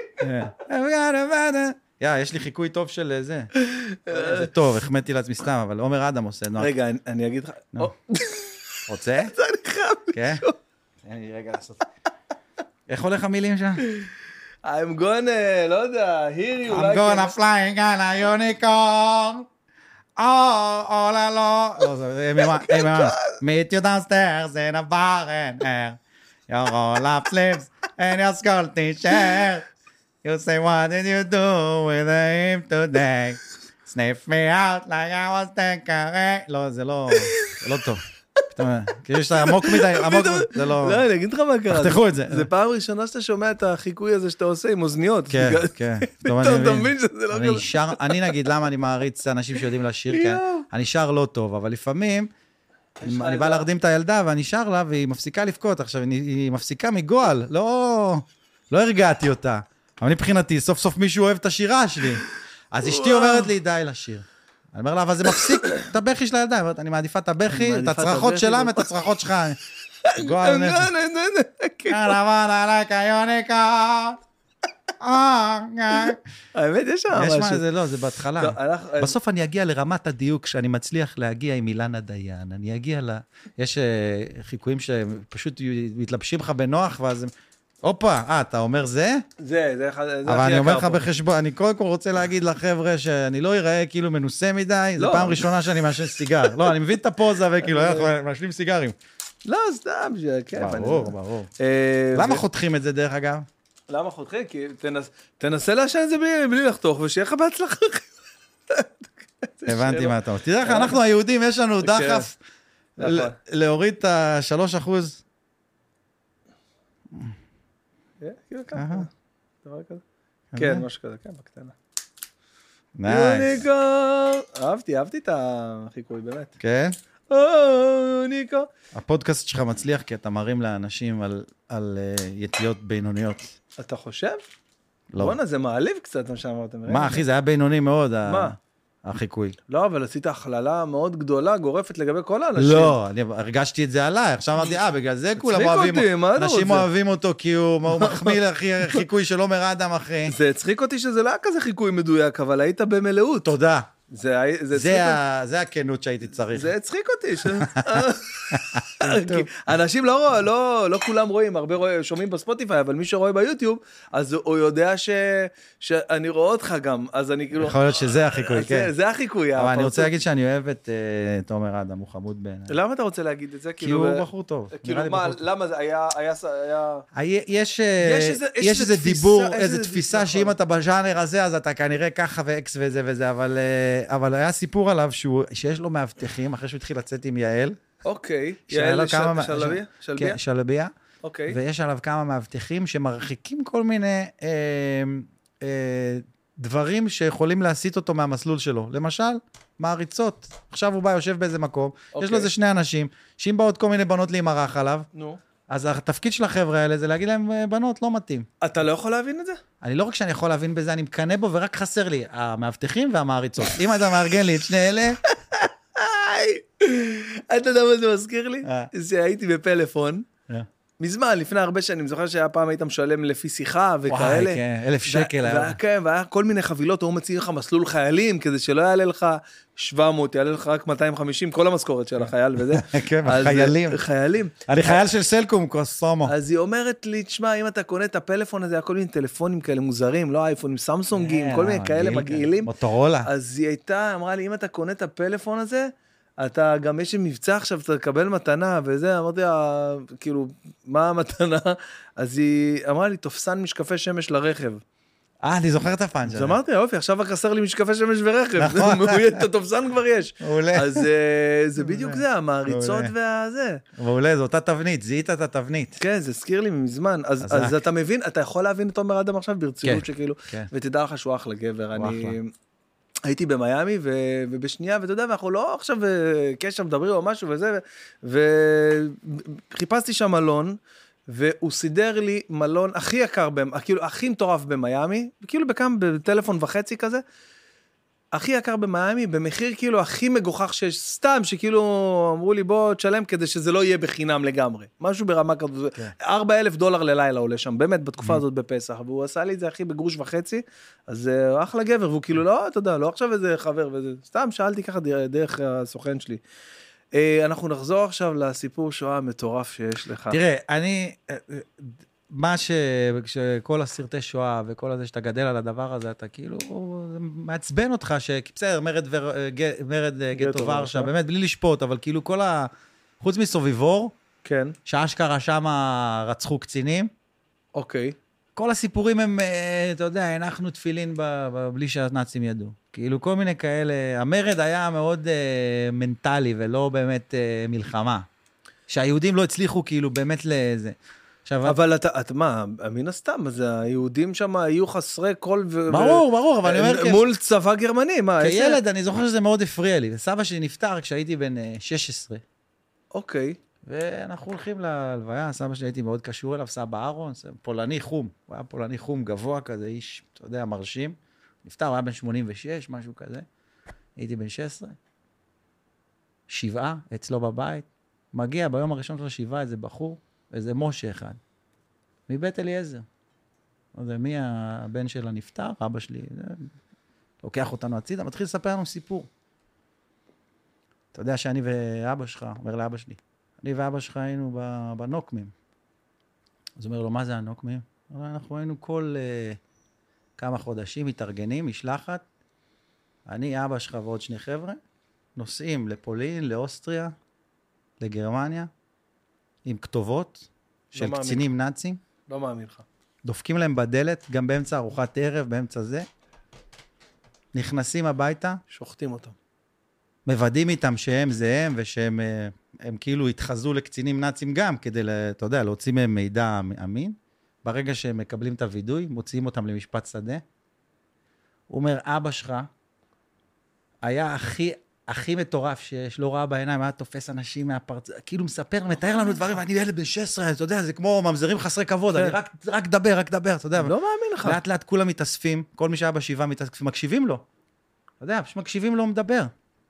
יא, יש לי חיקוי טוב של זה. זה טוב, החמאתי לעצמי סתם, אבל עומר אדם עושה. רגע, אני אגיד לך. רוצה? זה אני חייב כן? תן לי רגע לעשות. איך הולך המילים שם? I'm gonna, לא יודע, hear you I'm gonna flying on a unicorn. Oh, all alone. לא, זה מימה. meet you downstairs in a bar and air. Your roll up sleeves and your skull t-shirt. You say, what did you do with him today? Sniff me out like I was taking. לא, זה לא, זה לא טוב. כאילו יש לה עמוק מדי, עמוק מדי, זה לא... לא, אני אגיד לך מה קרה. תחתכו את זה. זה פעם ראשונה שאתה שומע את החיקוי הזה שאתה עושה עם אוזניות. כן, כן. פתאום אתה מבין שזה לא כזה. אני נגיד, למה אני מעריץ אנשים שיודעים לשיר, כן? אני שר לא טוב, אבל לפעמים, אני בא להרדים את הילדה ואני שר לה, והיא מפסיקה לבכות. עכשיו, היא מפסיקה מגועל, לא הרגעתי אותה. אבל מבחינתי, סוף סוף מישהו אוהב את השירה שלי. אז אשתי אומרת לי, די לשיר. אני אומר לה, אבל זה מפסיק את הבכי של הילדה. אני מעדיפה את הבכי, את הצרחות שלה ואת הצרחות שלך. גועל נפש. קרבן עליי כיוניקה. האמת, יש שם משהו. יש מה, זה לא, זה בהתחלה. בסוף אני אגיע לרמת הדיוק, שאני מצליח להגיע עם אילנה דיין. אני אגיע ל... יש חיקויים שפשוט מתלבשים לך בנוח, ואז... הופה, אה, אתה אומר זה? זה, זה הכי יקר פה. אבל אני אומר לך בחשבון, אני קודם כל רוצה להגיד לחבר'ה שאני לא ייראה כאילו מנוסה מדי, זה פעם ראשונה שאני מעשן סיגר. לא, אני מבין את הפוזה וכאילו, אנחנו מעשנים סיגרים. לא, סתם, כן. ברור, ברור. למה חותכים את זה דרך אגב? למה חותכים? כי תנסה לעשן את זה בלי לחתוך, ושיהיה לך בהצלחה. הבנתי מה אתה אומר. תראה לך, אנחנו היהודים, יש לנו דחף להוריד את השלוש אחוז. כאילו ככה, דבר כזה. כן, משהו כזה, כן, בקטנה. נייס. אהבתי, אהבתי את החיקוי, באמת. כן? יוניקו. הפודקאסט שלך מצליח כי אתה מרים לאנשים על יתיות בינוניות. אתה חושב? לא. בוא'נה, זה מעליב קצת מה שאמרתם. מה, אחי, זה היה בינוני מאוד. מה? החיקוי. לא, אבל עשית הכללה מאוד גדולה, גורפת לגבי כל האנשים. לא, אני הרגשתי את זה עליי, עכשיו אמרתי, אה, בגלל זה כולם אוהבים, אנשים אוהבים אותו, כי הוא מחמיא לחיקוי של עומר אדם, אחי. זה הצחיק אותי שזה לא היה כזה חיקוי מדויק, אבל היית במלאות. תודה. זה הכנות שהייתי צריך. זה הצחיק אותי. אנשים לא כולם רואים, הרבה שומעים בספוטיפיי, אבל מי שרואה ביוטיוב, אז הוא יודע שאני רואה אותך גם, אז אני כאילו... יכול להיות שזה החיקוי, כן. זה החיקוי. אבל אני רוצה להגיד שאני אוהב את תומר אדם, הוא חמוד בעיניי. למה אתה רוצה להגיד את זה? כי הוא בחור טוב. כאילו מה, למה זה היה... יש איזה דיבור, איזה תפיסה, שאם אתה בז'אנר הזה, אז אתה כנראה ככה ואקס וזה וזה, אבל היה סיפור עליו שיש לו מאבטחים, אחרי שהוא התחיל לצאת עם יעל. אוקיי, יעל שלביה? כן, שלביה. אוקיי. ויש עליו כמה מאבטחים שמרחיקים כל מיני דברים שיכולים להסיט אותו מהמסלול שלו. למשל, מעריצות. עכשיו הוא בא, יושב באיזה מקום, יש לו איזה שני אנשים, שאם באות כל מיני בנות להימרח עליו, נו. אז התפקיד של החבר'ה האלה זה להגיד להם, בנות, לא מתאים. אתה לא יכול להבין את זה? אני לא רק שאני יכול להבין בזה, אני מקנה בו, ורק חסר לי המאבטחים והמעריצות. אם אתה מארגן לי את שני אלה... אתה יודע מה זה מזכיר לי? שהייתי בפלאפון, מזמן, לפני הרבה שנים, זוכר שהיה פעם היית משלם לפי שיחה וכאלה. וואי, כן, אלף שקל. כן, והיה כל מיני חבילות, הוא מציע לך מסלול חיילים, כדי שלא יעלה לך שבע מאות, יעלה לך רק מאתיים וחמישים, כל המשכורת של החייל וזה. כן, חיילים. חיילים. אני חייל של סלקום, קוסומו. אז היא אומרת לי, תשמע, אם אתה קונה את הפלאפון הזה, כל מיני טלפונים כאלה מוזרים, לא אייפונים, סמסונגים, כל מיני כאלה מגעילים. מוטורולה. אז היא הייתה, אמרה לי, אם אתה קונה את הפלאפון הזה, אתה גם יש מבצע עכשיו, אתה תקבל מתנה, וזה, אמרתי, כאילו, מה המתנה? אז היא אמרה לי, תופסן משקפי שמש לרכב. אה, אני זוכר את הפאנץ'. אז אמרתי, יופי, עכשיו רק חסר לי משקפי שמש ורכב. נכון. את התופסן כבר יש. מעולה. אז זה בדיוק זה, המעריצות והזה. מעולה, זו אותה תבנית, זיהית את התבנית. כן, זה הזכיר לי מזמן. אז אתה מבין, אתה יכול להבין את עומר אדם עכשיו ברצינות שכאילו, ותדע לך שהוא אחלה גבר. אני הייתי במיימי, ובשנייה, ואתה יודע, ואנחנו לא עכשיו קשר מדברים או משהו וזה, וחיפשתי שם מלון, והוא סידר לי מלון הכי יקר, כאילו הכי מטורף במיימי, כאילו בכמה, בטלפון וחצי כזה, הכי יקר במיימי, במחיר כאילו הכי מגוחך שיש, סתם שכאילו אמרו לי בוא תשלם כדי שזה לא יהיה בחינם לגמרי, משהו ברמה כזאת, ארבע אלף דולר ללילה עולה שם, באמת בתקופה הזאת בפסח, והוא עשה לי את זה הכי בגרוש וחצי, אז אחלה גבר, והוא כאילו לא, אתה יודע, לא עכשיו איזה חבר וזה, סתם שאלתי ככה דרך הסוכן שלי. אנחנו נחזור עכשיו לסיפור שואה המטורף שיש לך. תראה, אני, מה ש... שכל הסרטי שואה וכל הזה שאתה גדל על הדבר הזה, אתה כאילו, מעצבן אותך, שבסדר, מרד, ור... מרד גטו ורשה, באמת בלי לשפוט, אבל כאילו כל ה... חוץ מסוביבור, כן. שאשכרה שם רצחו קצינים. אוקיי. כל הסיפורים הם, אתה יודע, הנחנו תפילין ב... בלי שהנאצים ידעו. כאילו כל מיני כאלה, המרד היה מאוד uh, מנטלי ולא באמת uh, מלחמה. שהיהודים לא הצליחו כאילו באמת לזה. עכשיו, אבל אתה, את מה, מן הסתם, אז היהודים שם היו חסרי כל ו... ברור, ברור, אבל אני אומר... מול צבא גרמני, מה? כילד אני זוכר שזה מאוד הפריע לי, וסבא שלי נפטר כשהייתי בן שש עשרה. אוקיי. ואנחנו הולכים להלוויה, סבא שלי הייתי מאוד קשור אליו, סבא אהרון, פולני חום, הוא היה פולני חום גבוה כזה, איש, אתה יודע, מרשים. נפטר, הוא היה בן שמונים ושש, משהו כזה. הייתי בן שש עשרה. שבעה, אצלו בבית. מגיע ביום הראשון של השבעה איזה בחור, איזה משה אחד. מבית אליעזר. לא יודע, מי הבן שלה נפטר? אבא שלי, לוקח אותנו הצידה, מתחיל לספר לנו סיפור. אתה יודע שאני ואבא שלך, אומר לאבא שלי, אני ואבא שלך היינו בנוקמים. אז הוא אומר לו, מה זה הנוקמים? אנחנו היינו כל... כמה חודשים מתארגנים, משלחת, אני, אבא שלך ועוד שני חבר'ה, נוסעים לפולין, לאוסטריה, לגרמניה, עם כתובות של קצינים נאצים. לא מאמין לך. דופקים להם בדלת, גם באמצע ארוחת ערב, באמצע זה. נכנסים הביתה. שוחטים אותם. מוודאים איתם שהם זה הם, ושהם הם כאילו התחזו לקצינים נאצים גם, כדי, אתה יודע, להוציא מהם מידע אמין. ברגע שהם מקבלים את הוידוי, מוציאים אותם למשפט שדה. הוא אומר, אבא שלך היה הכי, הכי מטורף שיש, לא ראה בעיניים, היה תופס אנשים מהפרצ... כאילו מספר, מתאר לנו דברים, ואני ילד בן שש עשרה, אתה יודע, זה כמו ממזרים חסרי כבוד, אני רק, רק דבר, רק דבר, אתה יודע. לא מאמין לך. לאט לאט כולם מתאספים, כל מי שהיה בשבעה מתאספים, מקשיבים לו. אתה יודע, פשוט מקשיבים לו, מדבר.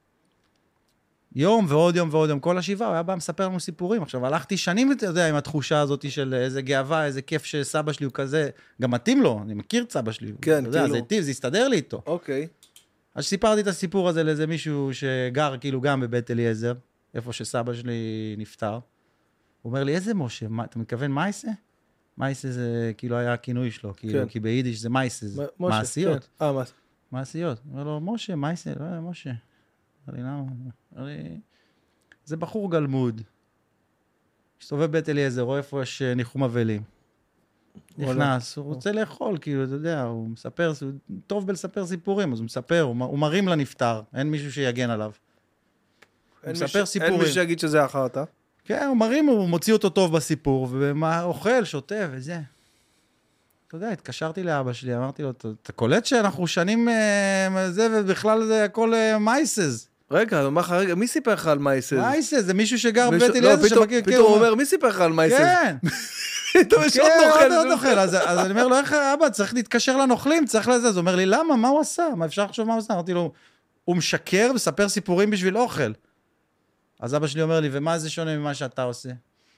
יום ועוד יום ועוד יום, כל השבעה, הוא היה בא מספר לנו סיפורים. עכשיו, הלכתי שנים, אתה יודע, עם התחושה הזאת של איזה גאווה, איזה כיף שסבא שלי הוא כזה, גם מתאים לו, אני מכיר את סבא שלי. כן, כאילו. זה היטיב, זה הסתדר לי איתו. אוקיי. אז סיפרתי את הסיפור הזה לאיזה מישהו שגר כאילו גם בבית אליעזר, איפה שסבא שלי נפטר. הוא אומר לי, איזה משה, אתה מתכוון מייסה? מייסה זה כאילו היה הכינוי שלו, כאילו, כי ביידיש זה מייסה, זה מעשיות. אה, מעשיות. הוא אומר לו, משה, מייסה, לא, משה. לי, למה? זה בחור גלמוד, מסתובב בית אליעזר, רואה איפה יש ניחום אבלים. נכנס, הוא רוצה לאכול, כאילו, אתה יודע, הוא מספר, הוא טוב בלספר סיפורים, אז הוא מספר, הוא מרים לנפטר, אין מישהו שיגן עליו. הוא מספר סיפורים. אין מישהו שיגיד שזה אחרת. כן, הוא מרים, הוא מוציא אותו טוב בסיפור, ומה, אוכל, שותה וזה. אתה יודע, התקשרתי לאבא שלי, אמרתי לו, אתה קולט שאנחנו שנים זה, ובכלל זה הכל מייסז. רגע, אני אומר לך, רגע, מי סיפר לך על מייסז? מייסז, זה מישהו שגר בבית אליעזר שמכיר. פתאום הוא אומר, מי סיפר לך על מייסז? כן. פתאום יש עוד נוכל. כן, עוד נוכל. אז אני אומר לו, איך אבא, צריך להתקשר לנוכלים, צריך לזה. אז הוא אומר לי, למה? מה הוא עשה? מה אפשר לחשוב מה הוא עשה? אמרתי לו, הוא משקר ומספר סיפורים בשביל אוכל. אז אבא שלי אומר לי, ומה זה שונה ממה שאתה עושה?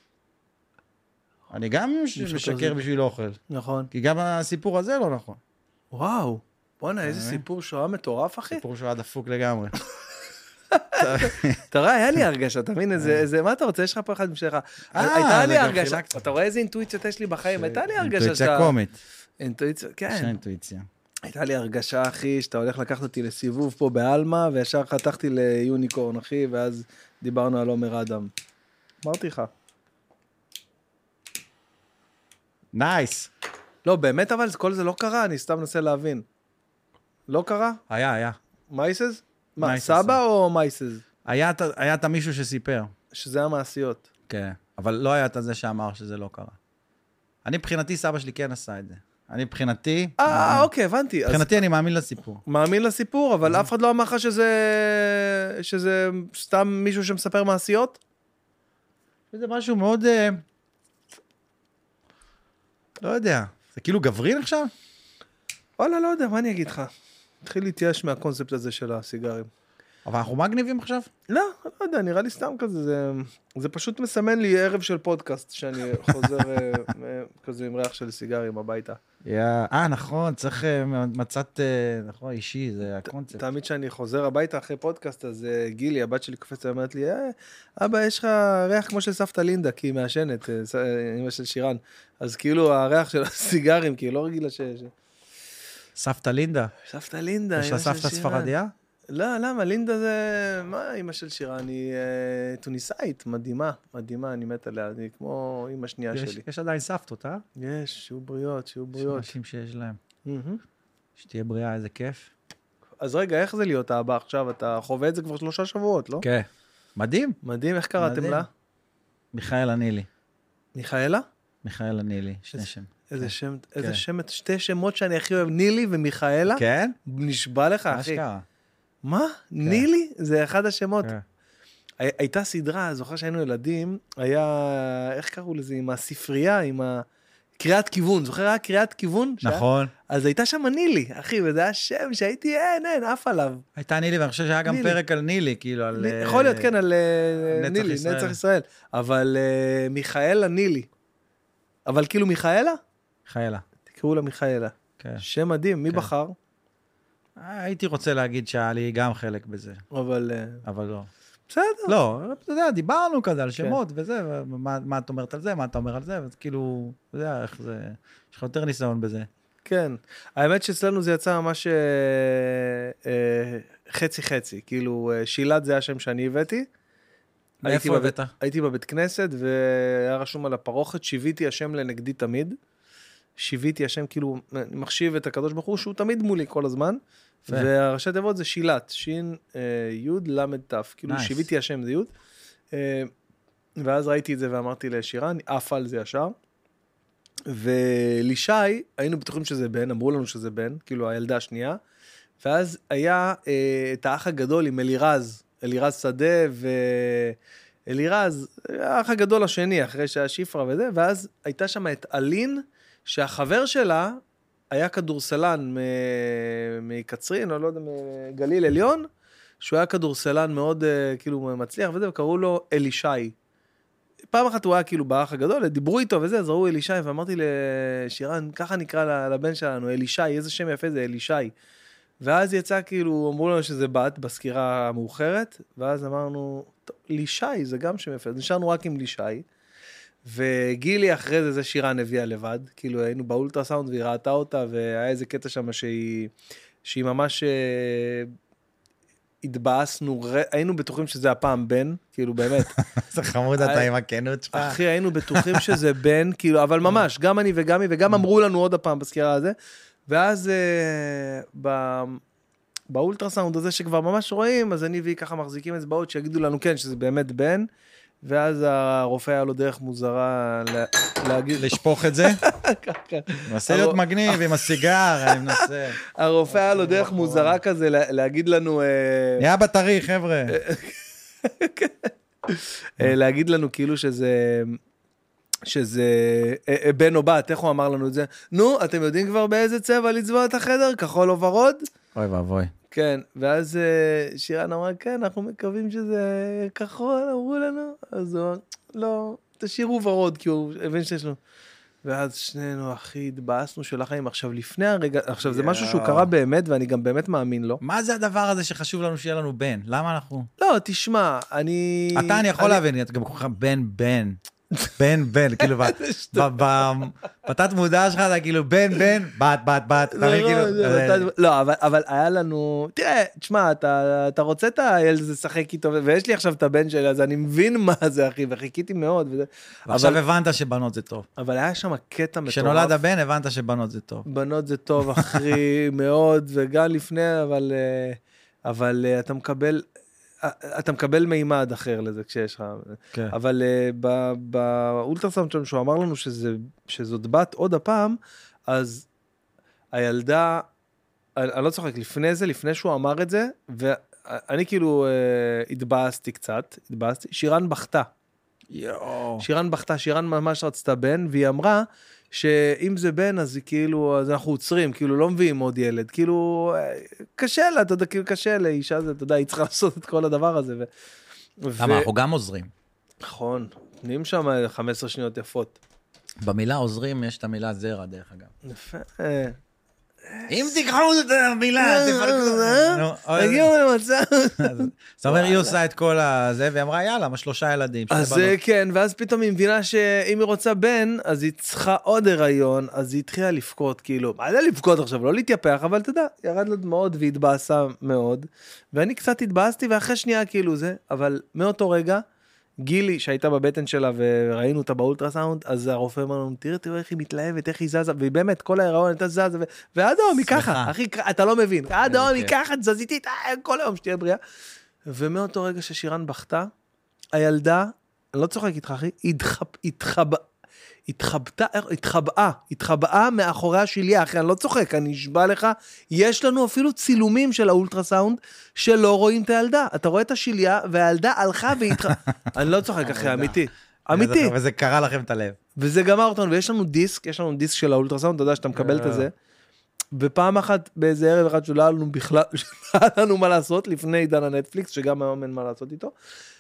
אני גם משקר בשביל אוכל. נכון. כי גם הסיפור הזה לא נכון. וואו. בוא'נה, איזה סיפור שואה מטורף, אחי. סיפור שואה דפוק לגמרי. תראה, היה לי הרגשה, אתה מבין איזה, מה אתה רוצה? יש לך פה אחד משלך. הייתה לי הרגשה, אתה רואה איזה אינטואיציות יש לי בחיים? הייתה לי הרגשה שאתה... אינטואיציה קומית. אינטואיציה, כן. יש אינטואיציה. הייתה לי הרגשה, אחי, שאתה הולך לקחת אותי לסיבוב פה באלמה, וישר חתכתי ליוניקורן, אחי, ואז דיברנו על עומר אדם. אמרתי לך. נייס. לא, באמת אבל כל זה לא קרה, אני סתם מנסה להבין. לא קרה? היה, היה. מייסס? מה, סבא או מייסס? היה את המישהו שסיפר. שזה המעשיות. כן, אבל לא היה את זה שאמר שזה לא קרה. אני מבחינתי, סבא שלי כן עשה את זה. אני מבחינתי... אה, אוקיי, הבנתי. מבחינתי אני מאמין לסיפור. מאמין לסיפור, אבל אף אחד לא אמר לך שזה... שזה סתם מישהו שמספר מעשיות? זה משהו מאוד... לא יודע. זה כאילו גברין עכשיו? וואלה, לא יודע, מה אני אגיד לך? התחיל להתייאש מהקונספט הזה של הסיגרים. אבל אנחנו מגניבים עכשיו? לא, לא יודע, נראה לי סתם כזה, זה, זה פשוט מסמן לי ערב של פודקאסט, שאני חוזר כזה עם ריח של סיגרים הביתה. אה, נכון, צריך מצאת, נכון, אישי, זה הקונספט. תמיד שאני חוזר הביתה אחרי פודקאסט, אז גילי, הבת שלי קופצת, אומרת לי, אבא, יש לך ריח כמו של סבתא לינדה, כי היא מעשנת, אמא של שירן. אז כאילו הריח של הסיגרים, כי היא לא רגילה ש... סבתא לינדה? סבתא לינדה, יש לה סבתא ספרדיה? לא, למה? לינדה זה... מה אמא של שירן? היא טוניסאית, מדהימה, מדהימה, אני מת עליה, אני כמו אמא שנייה שלי. יש עדיין סבתות, אה? יש, שיהיו בריאות, שיהיו בריאות. יש אנשים שיש להם. שתהיה בריאה, איזה כיף. אז רגע, איך זה להיות האבא עכשיו? אתה חווה את זה כבר שלושה שבועות, לא? כן. מדהים. מדהים, איך קראתם לה? מיכאל הנילי. מיכאלה? מיכאל הנילי, שני שם. איזה שם, איזה שם, שתי שמות שאני הכי אוהב, נילי ומיכאלה. כן? נשבע לך, אחי. מה שקרה? מה? נילי? זה אחד השמות. הייתה סדרה, זוכר שהיינו ילדים, היה, איך קראו לזה, עם הספרייה, עם הקריאת כיוון, זוכר היה קריאת כיוון? נכון. אז הייתה שם נילי, אחי, וזה היה שם שהייתי, אין, אין, אף עליו. הייתה נילי, ואני חושב שהיה גם פרק על נילי, כאילו על... יכול להיות, כן, על נילי, נצח ישראל. אבל מיכאלה נילי. אבל כאילו מיכאלה? מיכאלה. תקראו לה מיכאלה. שם מדהים, מי בחר? הייתי רוצה להגיד שהיה לי גם חלק בזה. אבל... אבל לא. בסדר. לא, אתה יודע, דיברנו כזה על שמות וזה, מה את אומרת על זה, מה אתה אומר על זה, וכאילו, אתה יודע, איך זה, יש לך יותר ניסיון בזה. כן. האמת שאצלנו זה יצא ממש חצי-חצי, כאילו, שילת זה השם שאני הבאתי. מאיפה הבאת? הייתי בבית כנסת, והיה רשום על הפרוכת, שיוויתי השם לנגדי תמיד. שיוויתי השם, כאילו, מחשיב את הקדוש ברוך הוא, שהוא תמיד מולי כל הזמן. והראשי תיבות זה שילת, שין יוד למד תף, כאילו שיוויתי השם זה יוד. ואז ראיתי את זה ואמרתי לשירן, אף על זה ישר. ולישי, היינו בטוחים שזה בן, אמרו לנו שזה בן, כאילו הילדה השנייה. ואז היה את האח הגדול עם אלירז, אלירז שדה ואלירז, האח הגדול השני, אחרי שהשיפרה וזה, ואז הייתה שם את אלין, שהחבר שלה היה כדורסלן מקצרין, או לא יודע, מגליל עליון, שהוא היה כדורסלן מאוד כאילו מצליח וזה, וקראו לו אלישי. פעם אחת הוא היה כאילו באח הגדול, דיברו איתו וזה, אז ראו אלישי, ואמרתי לשירן, ככה נקרא לבן שלנו, אלישי, איזה שם יפה זה, אלישי. ואז יצא כאילו, אמרו לנו שזה בת בסקירה המאוחרת, ואז אמרנו, לישי, זה גם שם יפה, אז נשארנו רק עם לישי, וגילי אחרי זה, זה שירן הביאה לבד, כאילו היינו באולטרסאונד והיא ראתה אותה, והיה איזה קטע שם שהיא, שהיא ממש התבאסנו, היינו בטוחים שזה הפעם בן, כאילו באמת. זה חמוד אתה עם הכנות שלך. אחי, היינו בטוחים שזה בן, כאילו, אבל ממש, גם אני וגם היא, וגם אמרו לנו עוד הפעם בסקירה הזה, ואז באולטרסאונד הזה שכבר ממש רואים, אז אני והיא ככה מחזיקים אצבעות שיגידו לנו כן, שזה באמת בן, ואז הרופא היה לו דרך מוזרה להגיד... לשפוך את זה? מנסה להיות מגניב עם הסיגר, אני מנסה. הרופא היה לו דרך מוזרה כזה להגיד לנו... נהיה בטרי, חבר'ה. להגיד לנו כאילו שזה... שזה בן או בת, איך הוא אמר לנו את זה? נו, אתם יודעים כבר באיזה צבע לצבוע את החדר? כחול או ורוד? אוי ואבוי. כן, ואז שירן אמרה, כן, אנחנו מקווים שזה כחול, אמרו לנו, אז הוא אמר, לא, תשאירו ורוד, כי הוא הבין שיש לנו. ואז שנינו, אחי, התבאסנו של החיים. עכשיו, לפני הרגע, עכשיו, זה משהו שהוא קרה באמת, ואני גם באמת מאמין לו. מה זה הדבר הזה שחשוב לנו שיהיה לנו בן? למה אנחנו... לא, תשמע, אני... אתה, אני יכול להבין, אתה גם כל כך בן, בן. בן, בן, כאילו, בתת מודע שלך, אתה כאילו, בן, בן, בת, בת, בת, לא, אבל היה לנו, תראה, תשמע, אתה רוצה את הילד הזה לשחק איתו, ויש לי עכשיו את הבן שלי, אז אני מבין מה זה, אחי, וחיכיתי מאוד. ועכשיו הבנת שבנות זה טוב. אבל היה שם קטע מטורף. כשנולד הבן, הבנת שבנות זה טוב. בנות זה טוב, אחי, מאוד, וגם לפני, אבל, אבל אתה מקבל, אתה מקבל מימד אחר לזה כשיש לך, כן. אבל uh, באולטרסאונד שלנו, שהוא אמר לנו שזה, שזאת בת עוד הפעם, אז הילדה, אני, אני לא צוחק, לפני זה, לפני שהוא אמר את זה, ואני כאילו uh, התבאסתי קצת, התבאסתי, שירן בכתה. יואו. שירן בכתה, שירן ממש רצתה בן, והיא אמרה, שאם זה בן, אז כאילו, אז אנחנו עוצרים, כאילו לא מביאים עוד ילד, כאילו, קשה לה, אתה יודע, כאילו קשה לאישה הזה, אתה יודע, היא צריכה לעשות את כל הדבר הזה. למה, אנחנו גם עוזרים. נכון, נהיים שם חמש עשרה שניות יפות. במילה עוזרים, יש את המילה זרע, דרך אגב. יפה. אם תיקחו את המילה, תפרקו. הגיעו למצב. זאת אומרת, היא עושה את כל הזה, והיא אמרה, יאללה, מה שלושה ילדים. אז כן, ואז פתאום היא מבינה שאם היא רוצה בן, אז היא צריכה עוד הריון, אז היא התחילה לפקוד, כאילו, מה זה לפקוד עכשיו? לא להתייפח, אבל אתה יודע, ירד לה דמעות והתבאסה מאוד, ואני קצת התבאסתי, ואחרי שנייה כאילו זה, אבל מאותו רגע, גילי שהייתה בבטן שלה וראינו אותה באולטרסאונד, אז הרופא אמר לנו, תראה, תראה איך היא מתלהבת, איך היא זזה, והיא באמת, כל ההיריון הייתה זזה, ועד היום היא ככה, אחי, אתה לא מבין, עד היום היא ככה, תזזיתית, כל היום שתהיה בריאה. ומאותו רגע ששירן בכתה, הילדה, אני לא צוחק איתך, אחי, התחבאה, התחבאה, התחבאה, התחבאה מאחורי השליה, אחי, אני לא צוחק, אני אשבע לך, יש לנו אפילו צילומים של האולטרסאונד, שלא רואים את הילדה, אתה רואה את השליה, והילדה הלכה והתחבאה, אני לא צוחק, אחי, אמיתי, אמיתי. וזה קרה לכם את הלב. וזה גמר אותנו, ויש לנו דיסק, יש לנו דיסק של האולטרסאונד, אתה יודע שאתה מקבל את זה, ופעם אחת, באיזה ערב אחד, שלא היה לנו בכלל, שלא היה לנו מה לעשות, לפני עידן הנטפליקס, שגם היום אין מה לעשות איתו,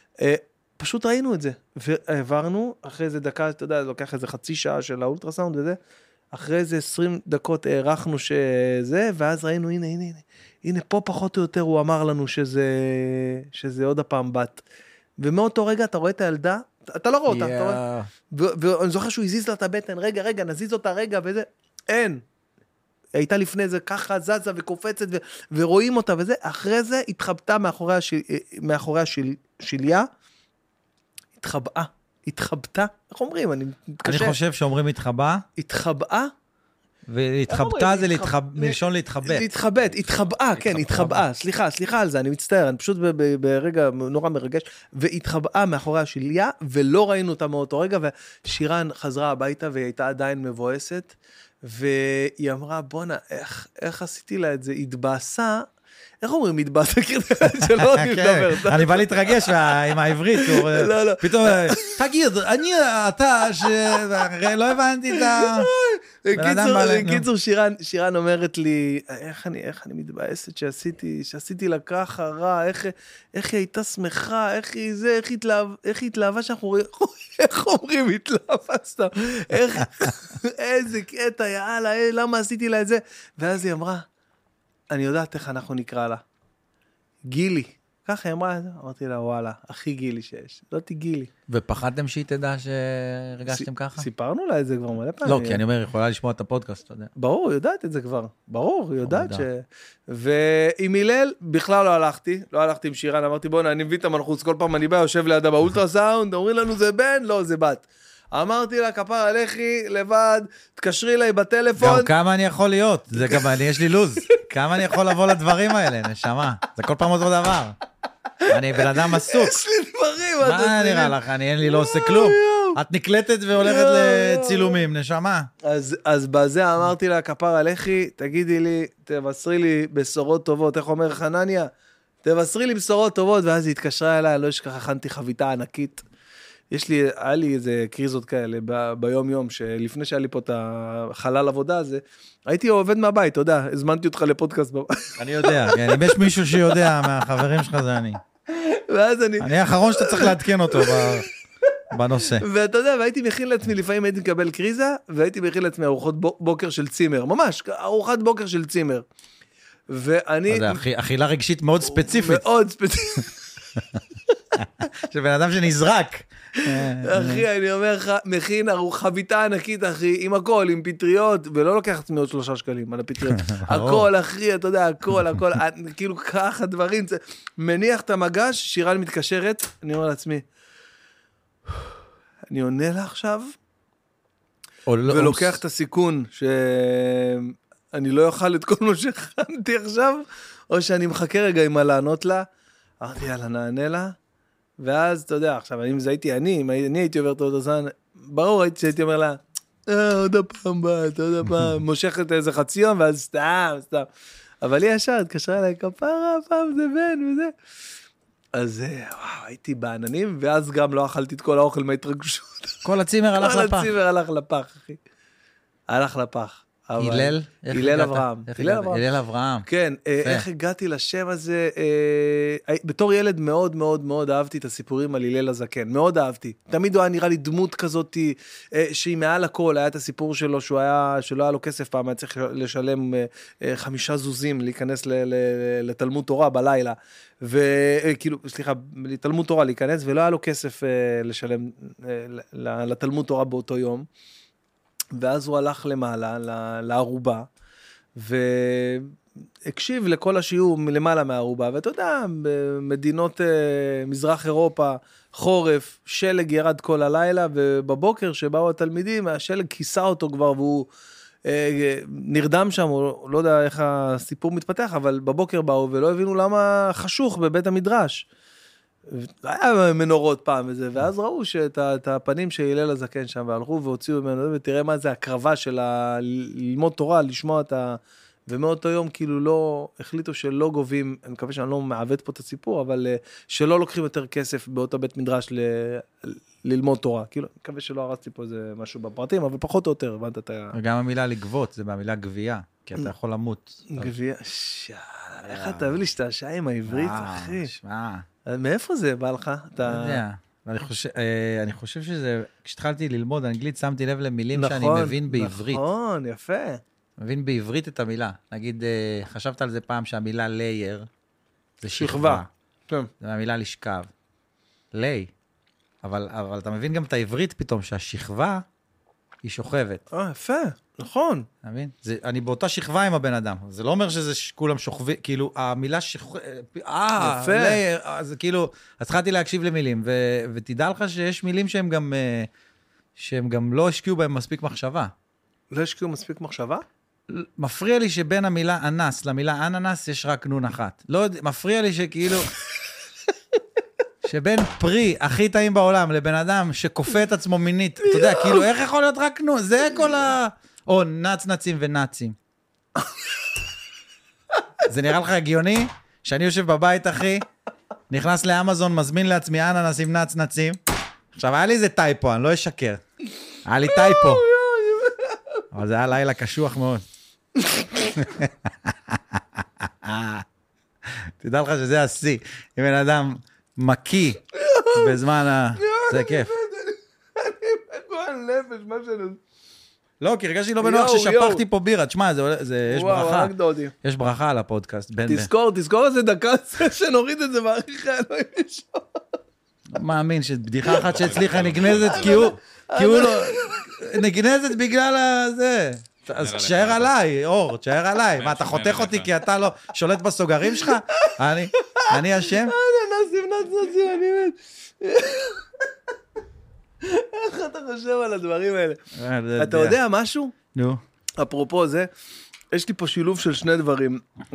פשוט ראינו את זה, ועברנו, אחרי איזה דקה, אתה יודע, לוקח איזה חצי שעה של האולטרסאונד וזה, אחרי איזה עשרים דקות הערכנו שזה, ואז ראינו, הנה, הנה, הנה, הנה, פה פחות או יותר הוא אמר לנו שזה, שזה עוד הפעם בת. ומאותו רגע אתה רואה את הילדה, אתה לא רואה אותה, אתה רואה, ואני זוכר שהוא הזיז לה את הבטן, רגע, רגע, נזיז אותה רגע, וזה, אין. הייתה לפני זה ככה זזה וקופצת, ורואים אותה וזה, אחרי זה התחבטה מאחורי השליה, התחבאה, התחבטה, איך אומרים? אני מתקשר. אני חושב שאומרים התחבאה. התחבאה? והתחבטה זה מלשון להתחבט. להתחבט, התחבאה, כן, התחבאה. סליחה, סליחה על זה, אני מצטער, אני פשוט ברגע נורא מרגש, והתחבאה מאחורי השליה, ולא ראינו אותה מאותו רגע, ושירן חזרה הביתה, והיא הייתה עדיין מבואסת, והיא אמרה, בונה, איך עשיתי לה את זה? התבאסה, איך אומרים מתבאסה? שלא נדבר. אני בא להתרגש עם העברית. לא, לא. פתאום, תגיד, אני, אתה, שלא הבנתי את ה... קיצור, שירן אומרת לי, איך אני מתבאסת שעשיתי לה ככה רע, איך היא הייתה שמחה, איך היא התלהבה שאנחנו רואים, איך אומרים התלהבה סתם, איזה קטע, יאללה, למה עשיתי לה את זה? ואז היא אמרה, אני יודעת איך אנחנו נקרא לה. גילי. ככה היא אמרה, אמרתי לה, וואלה, הכי גילי שיש. לא תגילי. ופחדתם שהיא תדע שהרגשתם ככה? סיפרנו לה את זה כבר מלא פעמים. לא, כי אני אומר, יכולה לשמוע את הפודקאסט, אתה יודע. ברור, היא יודעת את זה כבר. ברור, היא יודעת ש... ועם הלל, בכלל לא הלכתי. לא הלכתי עם שירן, אמרתי, בוא, אני מביא את המנחוץ, כל פעם אני בא, יושב לידה באולטרסאונד, אומרים לנו, זה בן? לא, זה בת. אמרתי לה, כפר עליכי, לבד, תקשרי לי בטלפון. גם כמה אני יכול להיות, זה גם, אני, יש לי לוז. כמה אני יכול לבוא לדברים האלה, נשמה. זה כל פעם אותו דבר. אני בן אדם עסוק. יש לי דברים. מה נראה לך? אני אין לי, לא עושה כלום. את נקלטת והולכת לצילומים, נשמה. אז בזה אמרתי לה, כפר עליכי, תגידי לי, תבשרי לי בשורות טובות, איך אומר חנניה? תבשרי לי בשורות טובות, ואז היא התקשרה אליי, לא אשכח, הכנתי חביתה ענקית. יש לי, היה לי איזה קריזות כאלה ב, ביום יום, שלפני שהיה לי פה את החלל עבודה הזה, הייתי עובד מהבית, אתה יודע, הזמנתי אותך לפודקאסט בבית. אני יודע, כן, אם יש מישהו שיודע מהחברים שלך זה אני. ואז אני... אני האחרון שאתה צריך לעדכן אותו בנושא. ואתה יודע, והייתי מכין לעצמי, לפעמים הייתי מקבל קריזה, והייתי מכין לעצמי ארוחות בוקר של צימר, ממש, ארוחת בוקר של צימר. ואני... זה אכילה רגשית מאוד ספציפית. מאוד ספציפית. של בן אדם שנזרק. אחי, אני אומר לך, מכין חביתה ענקית, אחי, עם הכל, עם פטריות, ולא לוקח עצמי עוד שלושה שקלים על הפטריות. הכל, אחי, אתה יודע, הכל, הכל, כאילו ככה דברים, מניח את המגש, שירן מתקשרת, אני אומר לעצמי, אני עונה לה עכשיו, ולוקח את הסיכון, שאני לא אוכל את כל מה שהכנתי עכשיו, או שאני מחכה רגע עם מה לענות לה, אמרתי, יאללה, נענה לה, ואז, אתה יודע, עכשיו, אם זה הייתי אני, אם אני הייתי עובר את עוד הזמן, ברור הייתי שהייתי אומר לה, אה, עוד הפעם בת, עוד הפעם, מושכת איזה חצי יום, ואז סתם, סתם. אבל היא ישר, התקשרה אליי, כפרה, פעם זה בן וזה. אז, וואו, הייתי בעננים, ואז גם לא אכלתי את כל האוכל מההתרגשות. כל הצימר הלך לפח. כל הצימר הלך לפח, אחי. הלך לפח. הלל? הלל אברהם. הלל אברהם. כן, איך הגעתי לשם הזה, בתור ילד מאוד מאוד מאוד אהבתי את הסיפורים על הלל הזקן, מאוד אהבתי. תמיד הוא היה נראה לי דמות כזאת, שהיא מעל הכל, היה את הסיפור שלו, שלא היה לו כסף פעם, היה צריך לשלם חמישה זוזים, להיכנס לתלמוד תורה בלילה, וכאילו, סליחה, לתלמוד תורה להיכנס, ולא היה לו כסף לשלם לתלמוד תורה באותו יום. ואז הוא הלך למעלה, לערובה, והקשיב לכל השיעור למעלה מהערובה, ואתה יודע, במדינות מזרח אירופה, חורף, שלג ירד כל הלילה, ובבוקר שבאו התלמידים, השלג כיסה אותו כבר, והוא נרדם שם, הוא לא יודע איך הסיפור מתפתח, אבל בבוקר באו, ולא הבינו למה חשוך בבית המדרש. היה מנורות פעם וזה, ואז ראו שאת הפנים של הלל הזקן שם, והלכו והוציאו ממנו, ותראה מה זה הקרבה של ללמוד תורה, לשמוע את ה... ומאותו יום כאילו לא, החליטו שלא גובים, אני מקווה שאני לא מעוות פה את הסיפור, אבל שלא לוקחים יותר כסף באותו בית מדרש ל... ללמוד תורה. כאילו, אני מקווה שלא הרסתי פה איזה משהו בפרטים, אבל פחות או יותר, הבנת את ה... וגם המילה לגבות, זה מהמילה גבייה, כי אתה יכול למות. גבייה, שאלה, איך אתה אוהב להשתעשע עם העברית, אחי? שמע. מאיפה זה בא לך? לא יודע. אני חושב, אני חושב שזה, כשהתחלתי ללמוד אנגלית, שמתי לב למילים שאני מבין בעברית. נכון, יפה. מבין בעברית את המילה. נגיד, חשבת על זה פעם שהמילה לייר, זה שכבה. שכבה. זה מהמילה לשכב. לי. אבל, אבל אתה מבין גם את העברית פתאום, שהשכבה היא שוכבת. אה, יפה. נכון. אתה מבין? זה, אני באותה שכבה עם הבן אדם. זה לא אומר שזה כולם שוכבים, כאילו, המילה שכבה, אה, יפה. לייר, אז כאילו, אז התחלתי להקשיב למילים, ו, ותדע לך שיש מילים שהם גם, שהם גם לא השקיעו בהם מספיק מחשבה. לא השקיעו מספיק מחשבה? מפריע לי שבין המילה אנס למילה אננס יש רק נון אחת. לא, מפריע לי שכאילו, שבין פרי הכי טעים בעולם לבן אדם שכופה את עצמו מינית, אתה יודע, כאילו, איך יכול להיות רק נון? זה כל ה... או נצנצים ונאצים. זה נראה לך הגיוני? שאני יושב בבית, אחי, נכנס לאמזון, מזמין לעצמי אננס עם נצנצים. עכשיו, היה לי איזה טייפו, אני לא אשקר. היה לי טייפו. אבל זה היה לילה קשוח מאוד. תדע לך שזה השיא. אם בן אדם מקיא בזמן ה... זה כיף. אני בגועל נפש, מה שאני... לא, כי הרגשתי לא בנוח ששפכתי פה בירה. תשמע, יש ברכה. וואו, יש ברכה על הפודקאסט. תזכור, תזכור איזה דקה שנוריד את זה בעריכה, אלוהים ישור. מאמין שבדיחה אחת שהצליחה נגנזת, כי הוא לא... נגנזת בגלל זה. אז תשאר עליי, אור, תשאר עליי. מה, אתה חותך אותי כי אתה לא שולט בסוגרים שלך? אני אשם? נשים נצנצים, אני מת. איך אתה חושב על הדברים האלה? אתה יודע משהו? נו. אפרופו זה, יש לי פה שילוב של שני דברים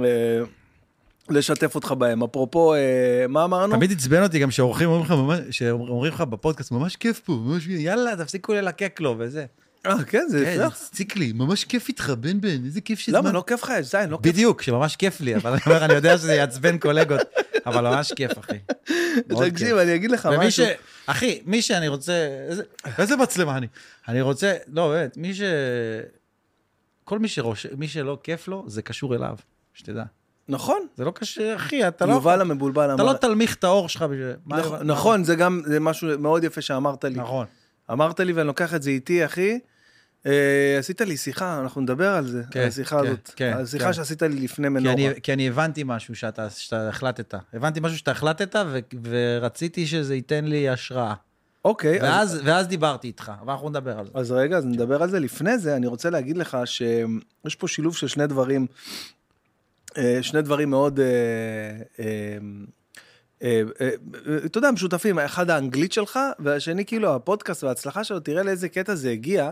לשתף אותך בהם. אפרופו, מה אמרנו? תמיד עצבן אותי גם שאומרים לך בפודקאסט, ממש כיף פה, יאללה, תפסיקו ללקק לו וזה. אה, כן, זה יפרח. ציק לי, ממש כיף איתך, בן בן, איזה כיף שזמן. למה, לא כיף לך, יש זין, לא כיף. בדיוק, שממש כיף לי, אבל אני אומר, אני יודע שזה יעצבן קולגות, אבל ממש כיף, אחי. תקשיב, אני אגיד לך משהו. אחי, מי שאני רוצה, איזה מצלמה אני? אני רוצה, לא, באמת, מי ש... כל מי שלא כיף לו, זה קשור אליו, שתדע. נכון. זה לא קשה, אחי, אתה לא... יובל המבולבל. אתה לא תלמיך את האור שלך. נכון, זה גם משהו מאוד יפה שאמרת לי. נכון. אמרת לי, ואני לוקח את זה איתי, אחי. עשית לי שיחה, אנחנו נדבר על זה, על השיחה הזאת. השיחה שעשית לי לפני מנורה. כי אני הבנתי משהו שאתה החלטת. הבנתי משהו שאתה החלטת, ורציתי שזה ייתן לי השראה. אוקיי. ואז דיברתי איתך, אבל אנחנו נדבר על זה. אז רגע, אז נדבר על זה. לפני זה, אני רוצה להגיד לך שיש פה שילוב של שני דברים, שני דברים מאוד, אתה יודע, משותפים. אחד האנגלית שלך, והשני כאילו הפודקאסט וההצלחה שלו, תראה לאיזה קטע זה הגיע,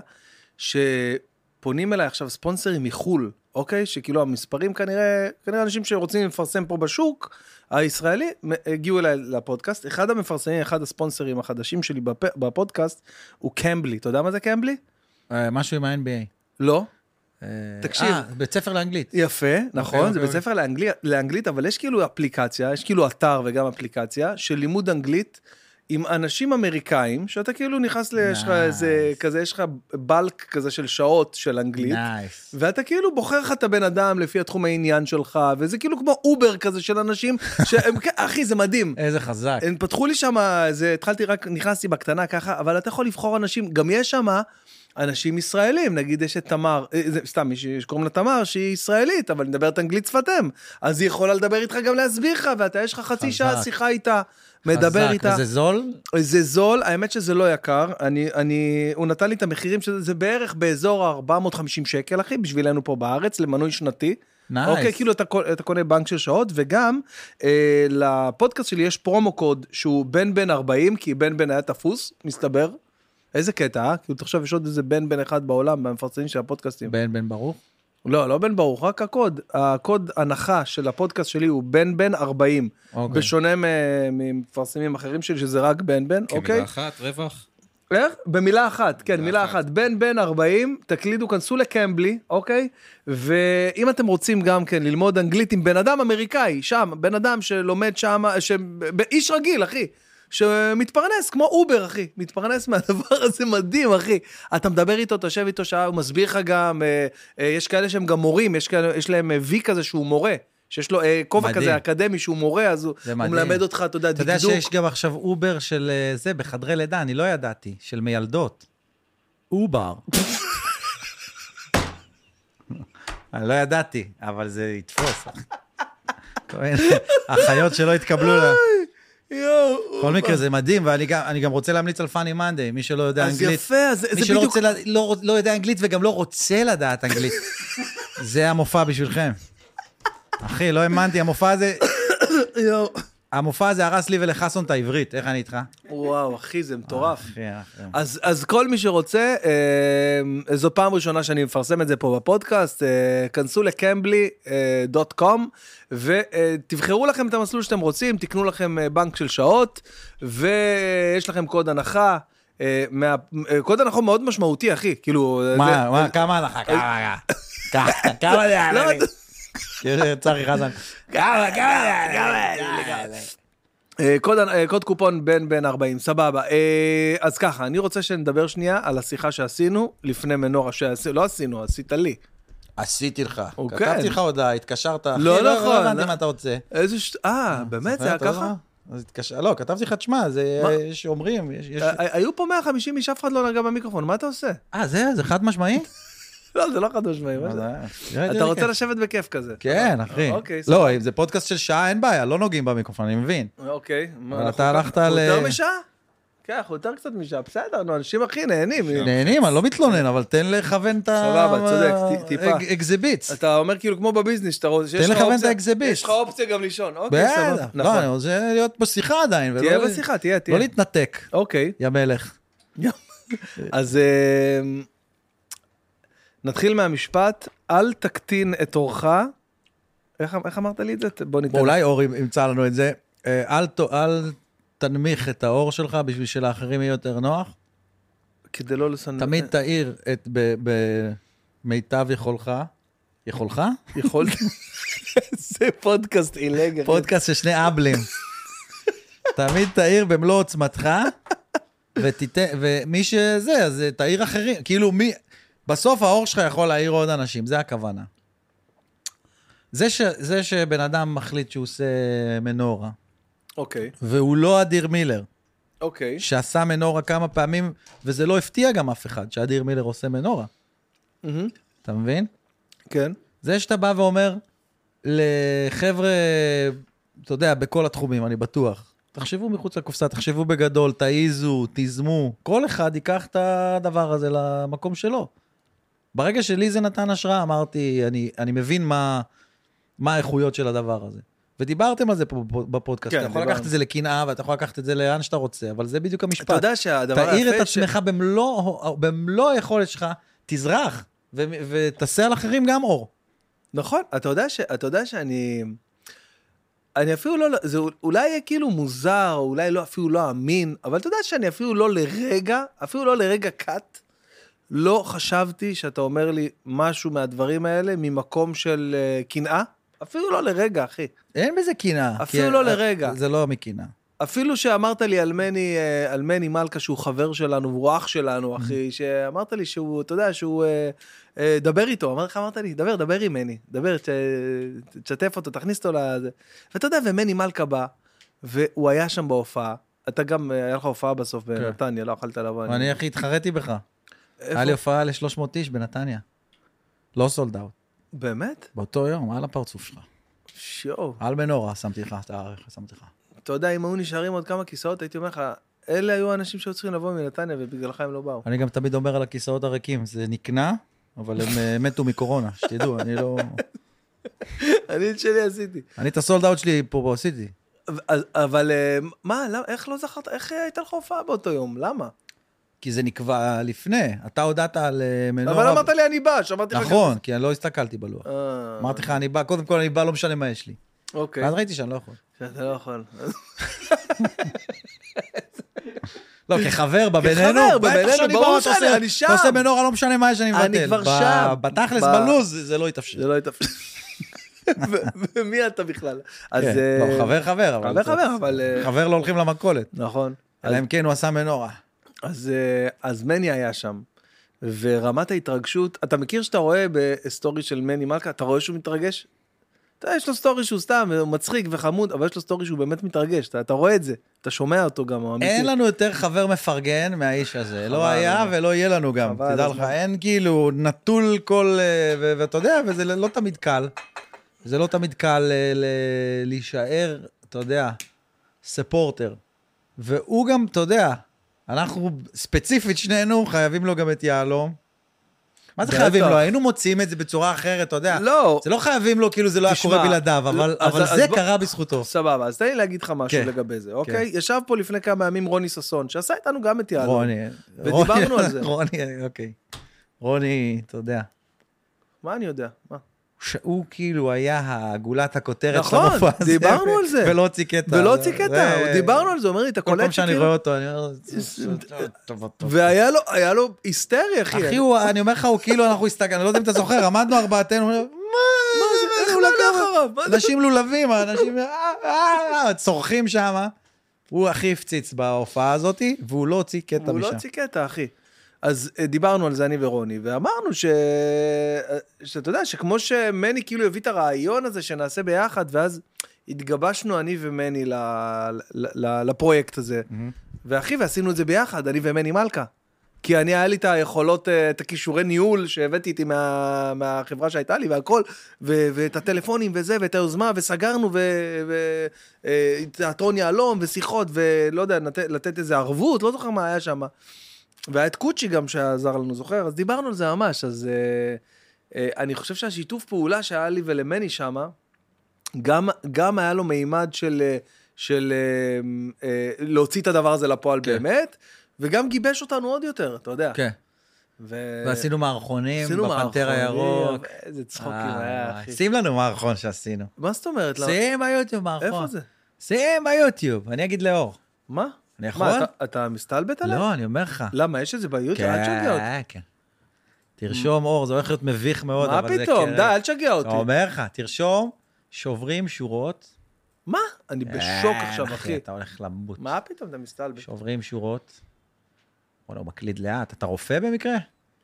שפונים אליי עכשיו ספונסרים מחול, אוקיי? שכאילו המספרים כנראה, כנראה אנשים שרוצים לפרסם פה בשוק, הישראלי, הגיעו אליי לפודקאסט. אחד המפרסמים, אחד הספונסרים החדשים שלי בפודקאסט, הוא קמבלי. אתה יודע מה זה קמבלי? משהו עם ה-אן בי איי. לא. תקשיב. אה, בית ספר לאנגלית. יפה, נכון, זה בית ספר לאנגלית, אבל יש כאילו אפליקציה, יש כאילו אתר וגם אפליקציה, של לימוד אנגלית, עם אנשים אמריקאים, שאתה כאילו נכנס ליש לך איזה, כזה, יש לך בלק כזה של שעות של אנגלית, ואתה כאילו בוחר לך את הבן אדם לפי התחום העניין שלך, וזה כאילו כמו אובר כזה של אנשים, שהם, אחי, זה מדהים. איזה חזק. הם פתחו לי שם, זה, התחלתי רק, נכנסתי בקטנה ככה, אבל אתה יכול לבחור אנשים, גם יש שם אנשים ישראלים, נגיד יש את תמר, זה, סתם, שקוראים לה תמר, שהיא ישראלית, אבל מדברת אנגלית שפתם, אז היא יכולה לדבר איתך גם להסביר לך, ואתה יש לך חצי שעה שיחה איתה, מדבר איתה. וזה זול? זה זול, האמת שזה לא יקר, אני, אני, הוא נתן לי את המחירים, שזה בערך באזור ארבע מאות וחמישים שקל, אחי, בשבילנו פה בארץ, למנוי שנתי. נייס. אוקיי, כאילו אתה, אתה קונה בנק של שעות, וגם אה, לפודקאסט שלי יש פרומו קוד, שהוא בן בן ארבעים, כי בן בן היה תפוס, מסתבר. איזה קטע, אה? כאילו תחשוב, יש עוד איזה בן בן אחד בעולם, במפרסמים של הפודקאסטים. בן בן ברוך? לא, לא בן ברוך, רק הקוד. הקוד הנחה של הפודקאסט שלי הוא בן בן ארבעים. אוקיי. בשונה ממפרסמים אחרים שלי, שזה רק בן בן, אוקיי? כמילה אחת, רווח? איך? במילה אחת, כן, מילה אחת. בן בן ארבעים, תקלידו, כנסו לקמבלי, אוקיי? ואם אתם רוצים גם כן ללמוד אנגלית עם בן אדם אמריקאי, שם, בן אדם שלומד שם, איש רגיל, אחי. שמתפרנס, כמו אובר, אחי, מתפרנס מהדבר הזה מדהים, אחי. אתה מדבר איתו, תושב איתו שעה, הוא מסביר לך גם, אה, אה, יש כאלה שהם גם מורים, יש, כאלה, יש להם וי כזה שהוא מורה, שיש לו אה, כובע כזה אקדמי שהוא מורה, אז הוא, הוא מלמד אותך, אתה יודע, דקדוק. אתה יודע שיש גם עכשיו אובר של זה, בחדרי לידה, אני לא ידעתי, של מיילדות. אובר. אני לא ידעתי, אבל זה יתפוס. החיות שלא התקבלו לה. כל מקרה זה מדהים, ואני גם, אני גם רוצה להמליץ על פאני מנדי, מי שלא יודע אנגלית. אז יפה, אז מי שלא רוצה, לא, לא יודע אנגלית וגם לא רוצה לדעת אנגלית. זה המופע בשבילכם. אחי, לא האמנתי, המופע הזה, המופע הזה הרס לי ולחסון את העברית, איך אני איתך? וואו, אחי, זה מטורף. אז, אז כל מי שרוצה, אה, זו פעם ראשונה שאני מפרסם את זה פה בפודקאסט, אה, כנסו לקמבלי דוט קום, ותבחרו לכם את המסלול שאתם רוצים, תקנו לכם בנק של שעות, ויש לכם קוד הנחה, אה, מה, קוד הנחה מאוד משמעותי, אחי, כאילו... מה, זה, מה, כמה הנחה? כמה, כמה, כמה זה הנחה? צחי חזן. כמה, כמה, כמה, קוד קופון בין בין ארבעים, סבבה. אז ככה, אני רוצה שנדבר שנייה על השיחה שעשינו לפני מנורה, לא עשינו, עשית לי. עשיתי לך. כתבתי לך הודעה, התקשרת. לא נכון. לא הבנתי מה אתה רוצה. איזה ש... אה, באמת? זה היה ככה? אז התקשר... לא, כתבתי לך, תשמע, זה שאומרים. היו פה מאה וחמישים איש, אף אחד לא נגע במיקרופון, מה אתה עושה? אה, זה? זה חד משמעי? לא, זה לא חד משמעי. אתה רוצה לשבת בכיף כזה? כן, אחי. לא, אם זה פודקאסט של שעה, אין בעיה, לא נוגעים במיקרופון, אני מבין. אוקיי. אבל אתה הלכת ל... יותר משעה? כן, אנחנו יותר קצת משעה, בסדר, אנשים הכי נהנים. נהנים, אני לא מתלונן, אבל תן לכוון את ה... סבבה, צודק, טיפה. אקזיביץ. אתה אומר כאילו כמו בביזנס, שאתה רוצה... תן לכוון את האקזיביץ. יש לך אופציה גם לישון, אוקיי, סבבה. לא, אני רוצה להיות בשיחה עדיין. תהיה בשיחה, תהיה, תהיה. לא להתנתק. אוקיי. יא מלך. אז נתחיל מהמשפט, אל תקטין את אורך. איך אמרת לי את זה? בוא ניתן. אולי אור ימצא לנו את זה. אל תנמיך את האור שלך בשביל שלאחרים יהיה יותר נוח. כדי לא לסנן. תמיד תאיר את במיטב יכולך. יכולך? יכול. זה פודקאסט אילגר. פודקאסט של שני אבלים. תמיד תאיר במלוא עוצמתך, ומי שזה, אז תאיר אחרים. כאילו מי... בסוף האור שלך יכול להעיר עוד אנשים, זה הכוונה. זה, ש, זה שבן אדם מחליט שהוא עושה מנורה, אוקיי. והוא לא אדיר מילר, אוקיי. שעשה מנורה כמה פעמים, וזה לא הפתיע גם אף אחד, שאדיר מילר עושה מנורה. אתה מבין? כן. זה שאתה בא ואומר לחבר'ה, אתה יודע, בכל התחומים, אני בטוח. תחשבו מחוץ לקופסה, תחשבו בגדול, תעיזו, תזמו. כל אחד ייקח את הדבר הזה למקום שלו. ברגע שלי זה נתן השראה, אמרתי, אני, אני מבין מה, מה האיכויות של הדבר הזה. ודיברתם על זה פה בפודקאסט. כן, אתה יכול דיבר... לקחת את זה לקנאה, ואתה יכול לקחת את זה לאן שאתה רוצה, אבל זה בדיוק המשפט. אתה יודע שהדבר תאיר את עצמך ש... במלוא, במלוא היכולת שלך, תזרח, ו, ותעשה על אחרים גם אור. נכון, אתה יודע, ש... אתה יודע שאני... אני אפילו לא, זה אולי יהיה כאילו מוזר, או אולי לא, אפילו לא אמין, אבל אתה יודע שאני אפילו לא לרגע, אפילו לא לרגע קט, לא חשבתי שאתה אומר לי משהו מהדברים האלה, ממקום של uh, קנאה, אפילו לא לרגע, אחי. אין בזה קנאה. אפילו לא לרגע. זה לא מקנאה. אפילו שאמרת לי על מני, על מני מלכה, שהוא חבר שלנו, והוא אח שלנו, אחי, שאמרת לי שהוא, אתה יודע, שהוא, דבר איתו, אמרת, אמרת לי, דבר, דבר עם מני, דבר, תשתף אותו, תכניס אותו לזה. ואתה יודע, ומני מלכה בא, והוא היה שם בהופעה, אתה גם, היה לך הופעה בסוף בנתניה, לא אכלת לבוא. אני הכי התחרתי בך. היה לי הופעה ל-שלוש מאות איש בנתניה. לא סולד אאוט. באמת? באותו יום, על הפרצוף שלך. שואו. על מנורה, שמתי לך, שמתי לך. אתה יודע, אם היו נשארים עוד כמה כיסאות, הייתי אומר לך, אלה היו האנשים שהיו צריכים לבוא מנתניה, ובגללך הם לא באו. אני גם תמיד אומר על הכיסאות הריקים, זה נקנה, אבל הם מתו מקורונה, שתדעו, אני לא... אני את שלי עשיתי. אני את הסולד אאוט שלי פה עשיתי. אבל מה, איך לא זכרת, איך הייתה לך הופעה באותו יום? למה? כי זה נקבע לפני, אתה הודעת על מנורה... אבל אמרת לי אני בא, שמעתי לך... נכון, כי אני לא הסתכלתי בלוח. אמרתי לך אני בא, קודם כל אני בא, לא משנה מה יש לי. אוקיי. ואז ראיתי שאני לא יכול. שאתה לא יכול. לא, כחבר, בבינינו, כחבר, בבינינו, ברור שאני, אני שם. אתה עושה מנורה, לא משנה מה יש, אני מבטל. אני כבר שם. בתכלס, בלוז, זה לא יתאפשר. זה לא יתאפשר. ומי אתה בכלל? לא, חבר, חבר. חבר, חבר, אבל... חבר לא הולכים למכולת. נכון. אלא אם כן הוא עשה מנורה. אז מני היה שם, ורמת ההתרגשות, אתה מכיר שאתה רואה בסטורי של מני מלכה, אתה רואה שהוא מתרגש? אתה יש לו סטורי שהוא סתם, הוא מצחיק וחמוד, אבל יש לו סטורי שהוא באמת מתרגש, אתה, אתה רואה את זה, אתה שומע אותו גם, הוא אמיתי. אין לנו יותר חבר מפרגן מהאיש הזה, לא היה ולא יהיה לנו גם, תדע לך, אין כאילו נטול כל, ואתה יודע, וזה לא תמיד קל, זה לא תמיד קל להישאר, אתה יודע, ספורטר, והוא גם, אתה יודע, אנחנו ספציפית שנינו חייבים לו גם את יעלום, מה זה חייבים לו? היינו מוצאים את זה בצורה אחרת, אתה יודע. לא. זה לא חייבים לו, כאילו זה לא היה קורה בלעדיו, אבל זה קרה בזכותו. סבבה, אז תן לי להגיד לך משהו לגבי זה, אוקיי? ישב פה לפני כמה ימים רוני ססון, שעשה איתנו גם את יעלום. רוני. ודיברנו על זה. רוני, אוקיי. רוני, אתה יודע. מה אני יודע? מה? שהוא כאילו היה הגולת הכותרת של המופע הזה. נכון, דיברנו על זה. ולא הוציא קטע. ולא הוציא קטע, דיברנו על זה, אומר לי, אתה קולט שכאילו... כל פעם שאני רואה אותו, אני אומר... והיה לו היסטרי, אחי. אחי, אני אומר לך, הוא כאילו, אנחנו הסתגלנו, אני לא יודע אם אתה זוכר, עמדנו ארבעתנו, מה זה, איך הוא לקח אחריו? אנשים לולבים, אנשים צורכים שם. הוא הכי הפציץ בהופעה הזאת, והוא לא הוציא קטע משם. הוא לא הוציא קטע, אחי. אז דיברנו על זה אני ורוני, ואמרנו ש... שאתה יודע, שכמו שמני כאילו הביא את הרעיון הזה שנעשה ביחד, ואז התגבשנו אני ומני ל... ל... לפרויקט הזה, ואחי, ועשינו את זה ביחד, אני ומני מלכה. כי אני היה לי את היכולות, את הכישורי ניהול שהבאתי איתי מה... מהחברה שהייתה לי, והכל, ו... ואת הטלפונים וזה, ואת היוזמה, וסגרנו, ותיאטרון יעלום, ושיחות, ולא יודע, לתת איזה ערבות, לא זוכר מה היה שם. והיה את קוצ'י גם שעזר לנו, זוכר? אז דיברנו על זה ממש, אז uh, uh, אני חושב שהשיתוף פעולה שהיה לי ולמני שמה, גם, גם היה לו מימד של, של uh, uh, להוציא את הדבר הזה לפועל כן. באמת, וגם גיבש אותנו עוד יותר, אתה יודע. כן. ו... ועשינו מערכונים בפנתר הירוק. איזה צחוקים היה, אחי. שים לנו מערכון שעשינו. מה זאת אומרת? שים ביוטיוב מערכון. איפה זה? שים ביוטיוב, אני אגיד לאור. מה? אני יכול? מה, אתה, אתה מסתלבט עליי? לא, אני אומר לך. למה, יש את זה ביוטיוב? אל תשגע אותי. כן, כן. תרשום אור, זה הולך להיות מביך מאוד, מה פתאום? די, אל תשגע אותי. אני אומר לך, תרשום, שוברים שורות. מה? אני בשוק עכשיו, אחי. אתה הולך למות. מה פתאום, אתה מסתלבט? שוברים שורות. בוא לא, מקליד לאט. אתה רופא במקרה?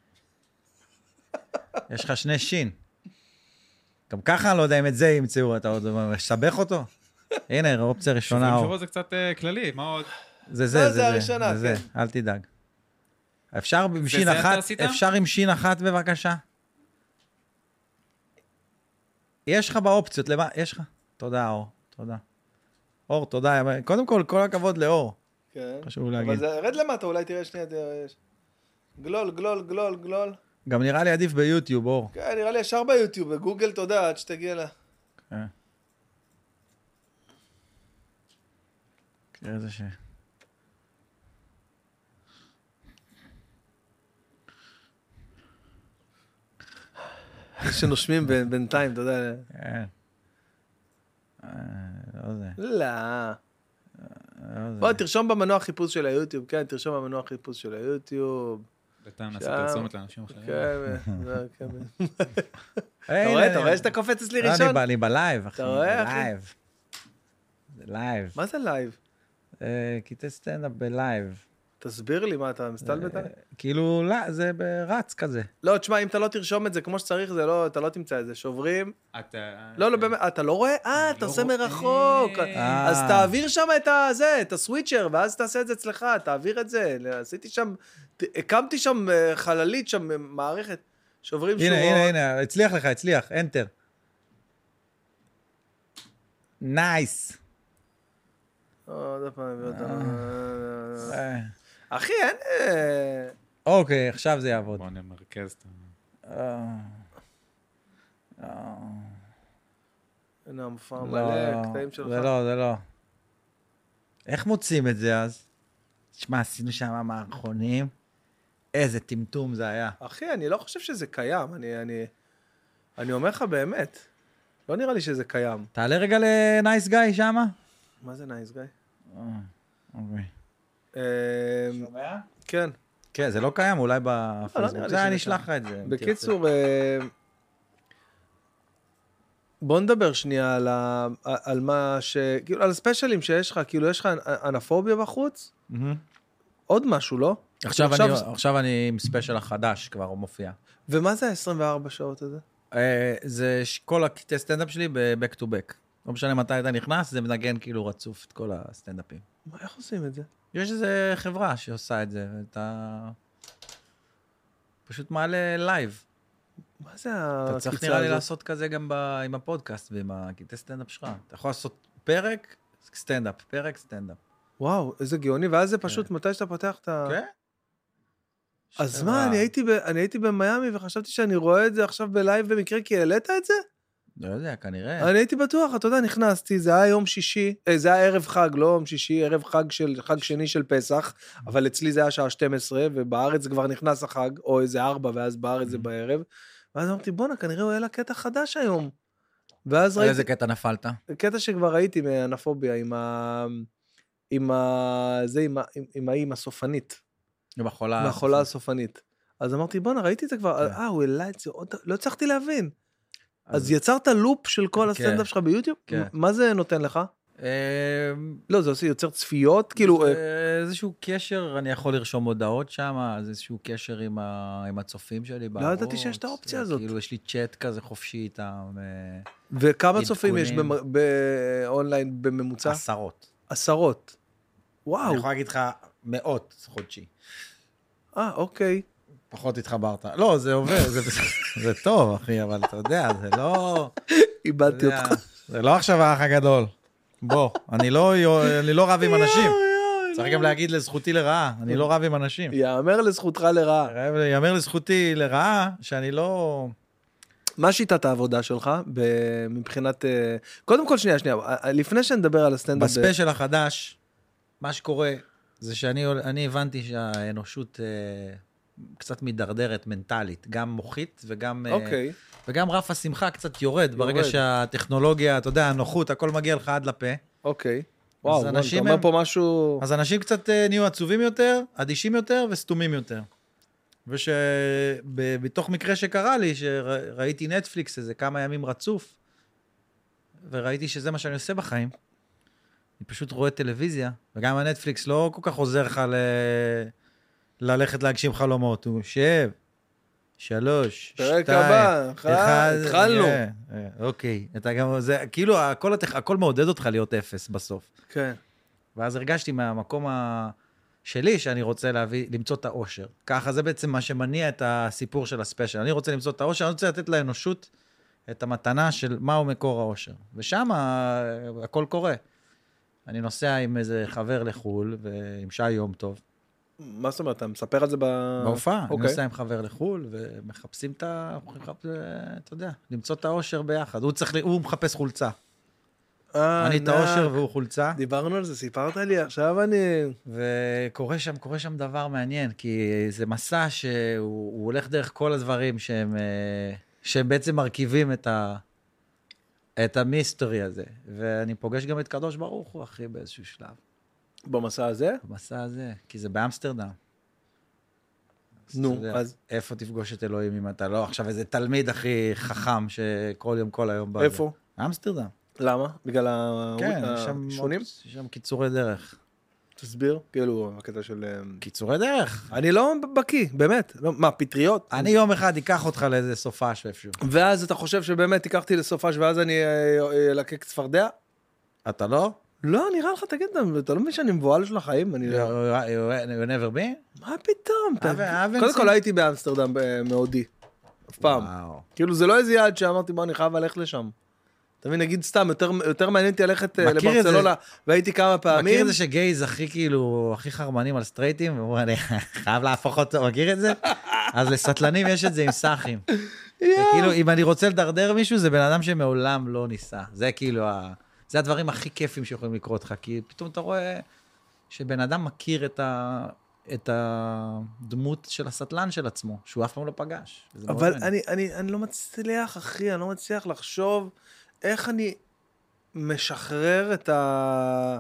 יש לך שני שין. גם ככה אני לא יודע אם את זה ימצאו, אתה עוד משבח אותו? הנה, אופציה ראשונה. שוברים שורות זה קצת כללי, מה עוד? זה זה, זה הראשונה, כן. אל תדאג. אפשר עם שין אחת, אפשר עם שין אחת בבקשה? יש לך באופציות, למה? יש לך? תודה, אור. תודה. אור, תודה. קודם כל, כל הכבוד לאור. כן. חשוב להגיד. אבל זה, רד למטה, אולי תראה שנייה, יש. גלול, גלול, גלול, גלול. גם נראה לי עדיף ביוטיוב, אור. כן, נראה לי ישר ביוטיוב, בגוגל, תודה, עד שתגיע לה. כן. תראה איזה ש... שנושמים בינתיים, אתה יודע. כן. לא זה. לא. בוא, תרשום במנוע חיפוש של היוטיוב, כן, תרשום במנוע חיפוש של היוטיוב. בינתיים נעשה פרסומת לאנשים אחרים. כן, כן. אתה רואה, אתה רואה שאתה קופץ אצלי ראשון? אני בלייב, אחי. אתה רואה, אחי? בלייב. זה לייב. מה זה לייב? קטעי סטנדאפ בלייב. תסביר לי מה, אתה מסתלבט? כאילו, לא, זה ברץ כזה. לא, תשמע, אם אתה לא תרשום את זה כמו שצריך, זה לא, אתה לא תמצא את זה. שוברים. אתה... לא, לא, באמת, אתה לא רואה? אה, אתה עושה מרחוק. אז תעביר שם את הזה, את הסוויצ'ר, ואז תעשה את זה אצלך, תעביר את זה. עשיתי שם, הקמתי שם חללית, שם מערכת. שוברים שורות. הנה, הנה, הנה, הצליח לך, הצליח, אנטר. נייס. עוד פעם, אחי, אין... אוקיי, עכשיו זה יעבוד. בוא נמרכז את ה... הנה, המופע מלא, קטעים שלך. זה לא, זה לא. איך מוצאים את זה אז? תשמע, עשינו שם מערכונים. איזה טמטום זה היה. אחי, אני לא חושב שזה קיים. אני, אני, אני אומר לך באמת. לא נראה לי שזה קיים. תעלה רגע לנייס גיא שמה? מה זה נייס גיא? אוקיי. שומע? כן. כן, זה לא קיים, אולי בפייסבוק. זה אני אשלח לך את זה. בקיצור, בוא נדבר שנייה על, ה, על מה ש... כאילו, על הספיישלים שיש לך, כאילו, יש לך אנפוביה בחוץ? עוד משהו, לא? עכשיו, עכשיו... אני, עכשיו אני עם ספיישל החדש כבר, הוא מופיע. ומה זה ה-עשרים וארבע שעות הזה? זה כל הקטעי סטנדאפ שלי ב-back to back. לא משנה מתי אתה נכנס, זה מנגן כאילו רצוף את כל הסטנדאפים. מה, איך עושים את זה? יש איזו חברה שעושה את זה, ואתה פשוט מעלה לייב. מה זה הקיצה הזאת? אתה צריך נראה לי לעשות כזה גם ב... עם הפודקאסט ועם הקטעי סטנדאפ שלך. אתה יכול לעשות פרק, סטנדאפ, פרק, סטנדאפ. וואו, איזה גאוני, ואז זה פשוט מתי שאתה פותח את ה... כן? אז מה, אני הייתי, ב... אני הייתי במיימי וחשבתי שאני רואה את זה עכשיו בלייב במקרה, כי העלית את זה? לא יודע, כנראה. אני הייתי בטוח, אתה יודע, נכנסתי, זה היה יום שישי, זה היה ערב חג, לא יום שישי, ערב חג של, חג שני של פסח, אבל אצלי זה היה שעה שתים עשרה, ובארץ כבר נכנס החג, או איזה ארבע, ואז בארץ זה בערב, ואז אמרתי, בונה, כנראה הוא העלה קטע חדש היום. ואז ראיתי... איזה קטע נפלת? קטע שכבר ראיתי מאנפוביה, עם ה... עם ה... זה, עם ה... עם ה... עם הסופנית. עם החולה. עם החולה הסופנית. אז אמרתי, בונה, ראיתי את זה כבר, אה, הוא העלה את זה עוד... לא הצלחתי להבין. אז יצרת לופ של כל הסטנדאפ שלך ביוטיוב? מה זה נותן לך? לא, זה עושה יוצר צפיות, כאילו... איזשהו קשר, אני יכול לרשום הודעות שם, אז איזשהו קשר עם הצופים שלי בערוץ. לא ידעתי שיש את האופציה הזאת. כאילו, יש לי צ'אט כזה חופשי איתם. וכמה צופים יש באונליין בממוצע? עשרות. עשרות. וואו. אני יכול להגיד לך מאות חודשי. אה, אוקיי. פחות התחברת. לא, זה עובר, זה טוב, אחי, אבל אתה יודע, זה לא... איבדתי אותך. זה לא עכשיו האח הגדול. בוא, אני לא רב עם אנשים. צריך גם להגיד לזכותי לרעה, אני לא רב עם אנשים. יאמר לזכותך לרעה. יאמר לזכותי לרעה, שאני לא... מה שיטת העבודה שלך, מבחינת... קודם כל, שנייה, שנייה, לפני שנדבר על הסטנדאפ... בספיישל החדש, מה שקורה, זה שאני הבנתי שהאנושות... קצת מדרדרת מנטלית, גם מוחית וגם, אוקיי. וגם רף השמחה קצת יורד, יורד, ברגע שהטכנולוגיה, אתה יודע, הנוחות, הכל מגיע לך עד לפה. אוקיי. וואו, אתה אומר פה משהו... אז אנשים קצת נהיו עצובים יותר, אדישים יותר וסתומים יותר. ושבתוך מקרה שקרה לי, שראיתי נטפליקס איזה כמה ימים רצוף, וראיתי שזה מה שאני עושה בחיים, אני פשוט רואה טלוויזיה, וגם הנטפליקס לא כל כך עוזר לך ל... ללכת להגשים חלומות, הוא שב, שלוש, פרק שתיים, הבא, אחד, התחלנו. אה, אה, אוקיי, אתה גם, זה, כאילו, הכל, הכל מעודד אותך להיות אפס בסוף. כן. ואז הרגשתי מהמקום ה... שלי, שאני רוצה להביא, למצוא את האושר. ככה זה בעצם מה שמניע את הסיפור של הספיישל. אני רוצה למצוא את האושר, אני רוצה לתת לאנושות את המתנה של מהו מקור האושר. ושם הכל קורה. אני נוסע עם איזה חבר לחול, ועם שי יום טוב. מה זאת אומרת? אתה מספר על זה ב... בהופעה. אוקיי. אני נוסע עם חבר לחול, ומחפשים את ה... אתה יודע, למצוא את האושר ביחד. הוא צריך, הוא מחפש חולצה. אה, אני את האושר והוא חולצה. דיברנו על זה, סיפרת לי, עכשיו אני... וקורה שם, קורה שם דבר מעניין, כי זה מסע שהוא הולך דרך כל הדברים שהם, שהם בעצם מרכיבים את ה... את המיסטרי הזה. ואני פוגש גם את קדוש ברוך הוא, אחי, באיזשהו שלב. במסע הזה? במסע הזה, כי זה באמסטרדם. נו, אז... איפה תפגוש את אלוהים אם אתה לא עכשיו איזה תלמיד הכי חכם שכל יום כל היום בא. איפה? אמסטרדם. למה? בגלל השונים? יש שם קיצורי דרך. תסביר, כאילו, הקטע של... קיצורי דרך. אני לא בקיא, באמת. מה, פטריות? אני יום אחד אקח אותך לאיזה סופש ואיפשהו. ואז אתה חושב שבאמת תיקחתי לסופש ואז אני אלקק צפרדע? אתה לא? לא, נראה לך, תגיד, אתה לא מבין שאני מבועל של החיים? אני לא... You never been? מה פתאום? קודם כל הייתי באמסטרדם מאודי. אף פעם. כאילו זה לא איזה יעד שאמרתי, בוא, אני חייב ללכת לשם. אתה מבין, נגיד סתם, יותר מעניינתי ללכת לברצלונה, והייתי כמה פעמים. מכיר את זה שגייז הכי כאילו, הכי חרמנים על סטרייטים, ואומר, אני חייב להפוך אותו, מכיר את זה? אז לסטלנים יש את זה עם סאחים. כאילו, אם אני רוצה לדרדר מישהו, זה בן אדם שמעולם לא ניסה. זה כאילו, זה הדברים הכי כיפים שיכולים לקרות לך, כי פתאום אתה רואה שבן אדם מכיר את ה... את הדמות של הסטלן של עצמו, שהוא אף פעם לא פגש. אבל אני, אני, אני לא מצליח, אחי, אני לא מצליח לחשוב איך אני משחרר את ה...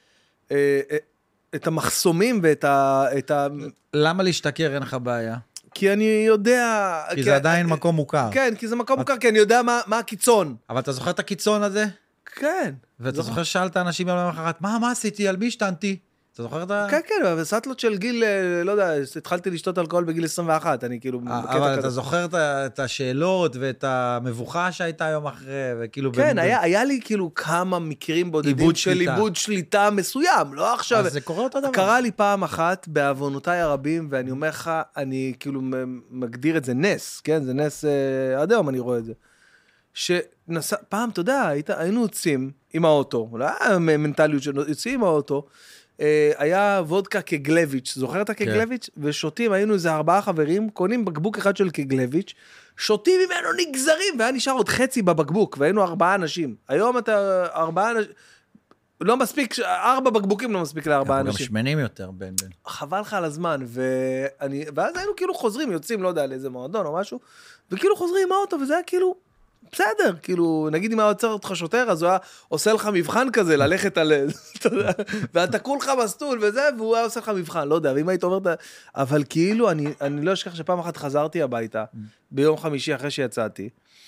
את המחסומים ואת ה... את ה... למה להשתכר אין לך בעיה? כי אני יודע... כי זה עדיין מקום מוכר. כן, כי זה מקום מוכר, כי אני יודע מה, מה הקיצון. אבל אתה זוכר את הקיצון הזה? כן. ואתה זוכר ששאלת אנשים יום למחרת, מה, מה עשיתי? על מי השתנתי? אתה זוכר את ה... כן, כן, בסטלות של גיל, לא יודע, התחלתי לשתות אלכוהול בגיל עשרים ואחת, אני כאילו... אבל אתה זוכר את השאלות ואת המבוכה שהייתה יום אחרי, וכאילו... כן, היה לי כאילו כמה מקרים בודדים של איבוד שליטה מסוים, לא עכשיו... אז זה קורה אותו דבר. קרה לי פעם אחת בעוונותיי הרבים, ואני אומר לך, אני כאילו מגדיר את זה נס, כן? זה נס, עד היום אני רואה את זה. שנסע, פעם, אתה יודע, היינו יוצאים עם האוטו, אולי מנטליות שיוצאים עם האוטו, היה וודקה כגלביץ', זוכר את הכגלביץ'? ושותים, היינו איזה ארבעה חברים, קונים בקבוק אחד של כגלביץ', שותים ממנו נגזרים, והיה נשאר עוד חצי בבקבוק, והיינו ארבעה אנשים. היום אתה ארבעה אנשים, לא מספיק, ארבע בקבוקים לא מספיק לארבעה אנשים. אנחנו גם שמנים יותר בין בין. חבל לך על הזמן, ואני, ואז היינו כאילו חוזרים, יוצאים, לא יודע, לאיזה מועדון או משהו, וכאילו חוזרים עם האוטו, וזה היה כאילו... בסדר, כאילו, נגיד אם היה עוצר אותך שוטר, אז הוא היה עושה לך מבחן כזה, ללכת על... אתה יודע, ואתה כולך מסטול וזה, והוא היה עושה לך מבחן, לא יודע, ואם היית אומרת... אבל כאילו, אני, אני לא אשכח שפעם אחת חזרתי הביתה, ביום חמישי אחרי שיצאתי,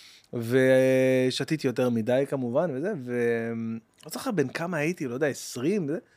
ושתיתי יותר מדי כמובן, וזה, ולא זוכר בין כמה הייתי, לא יודע, עשרים, וזה,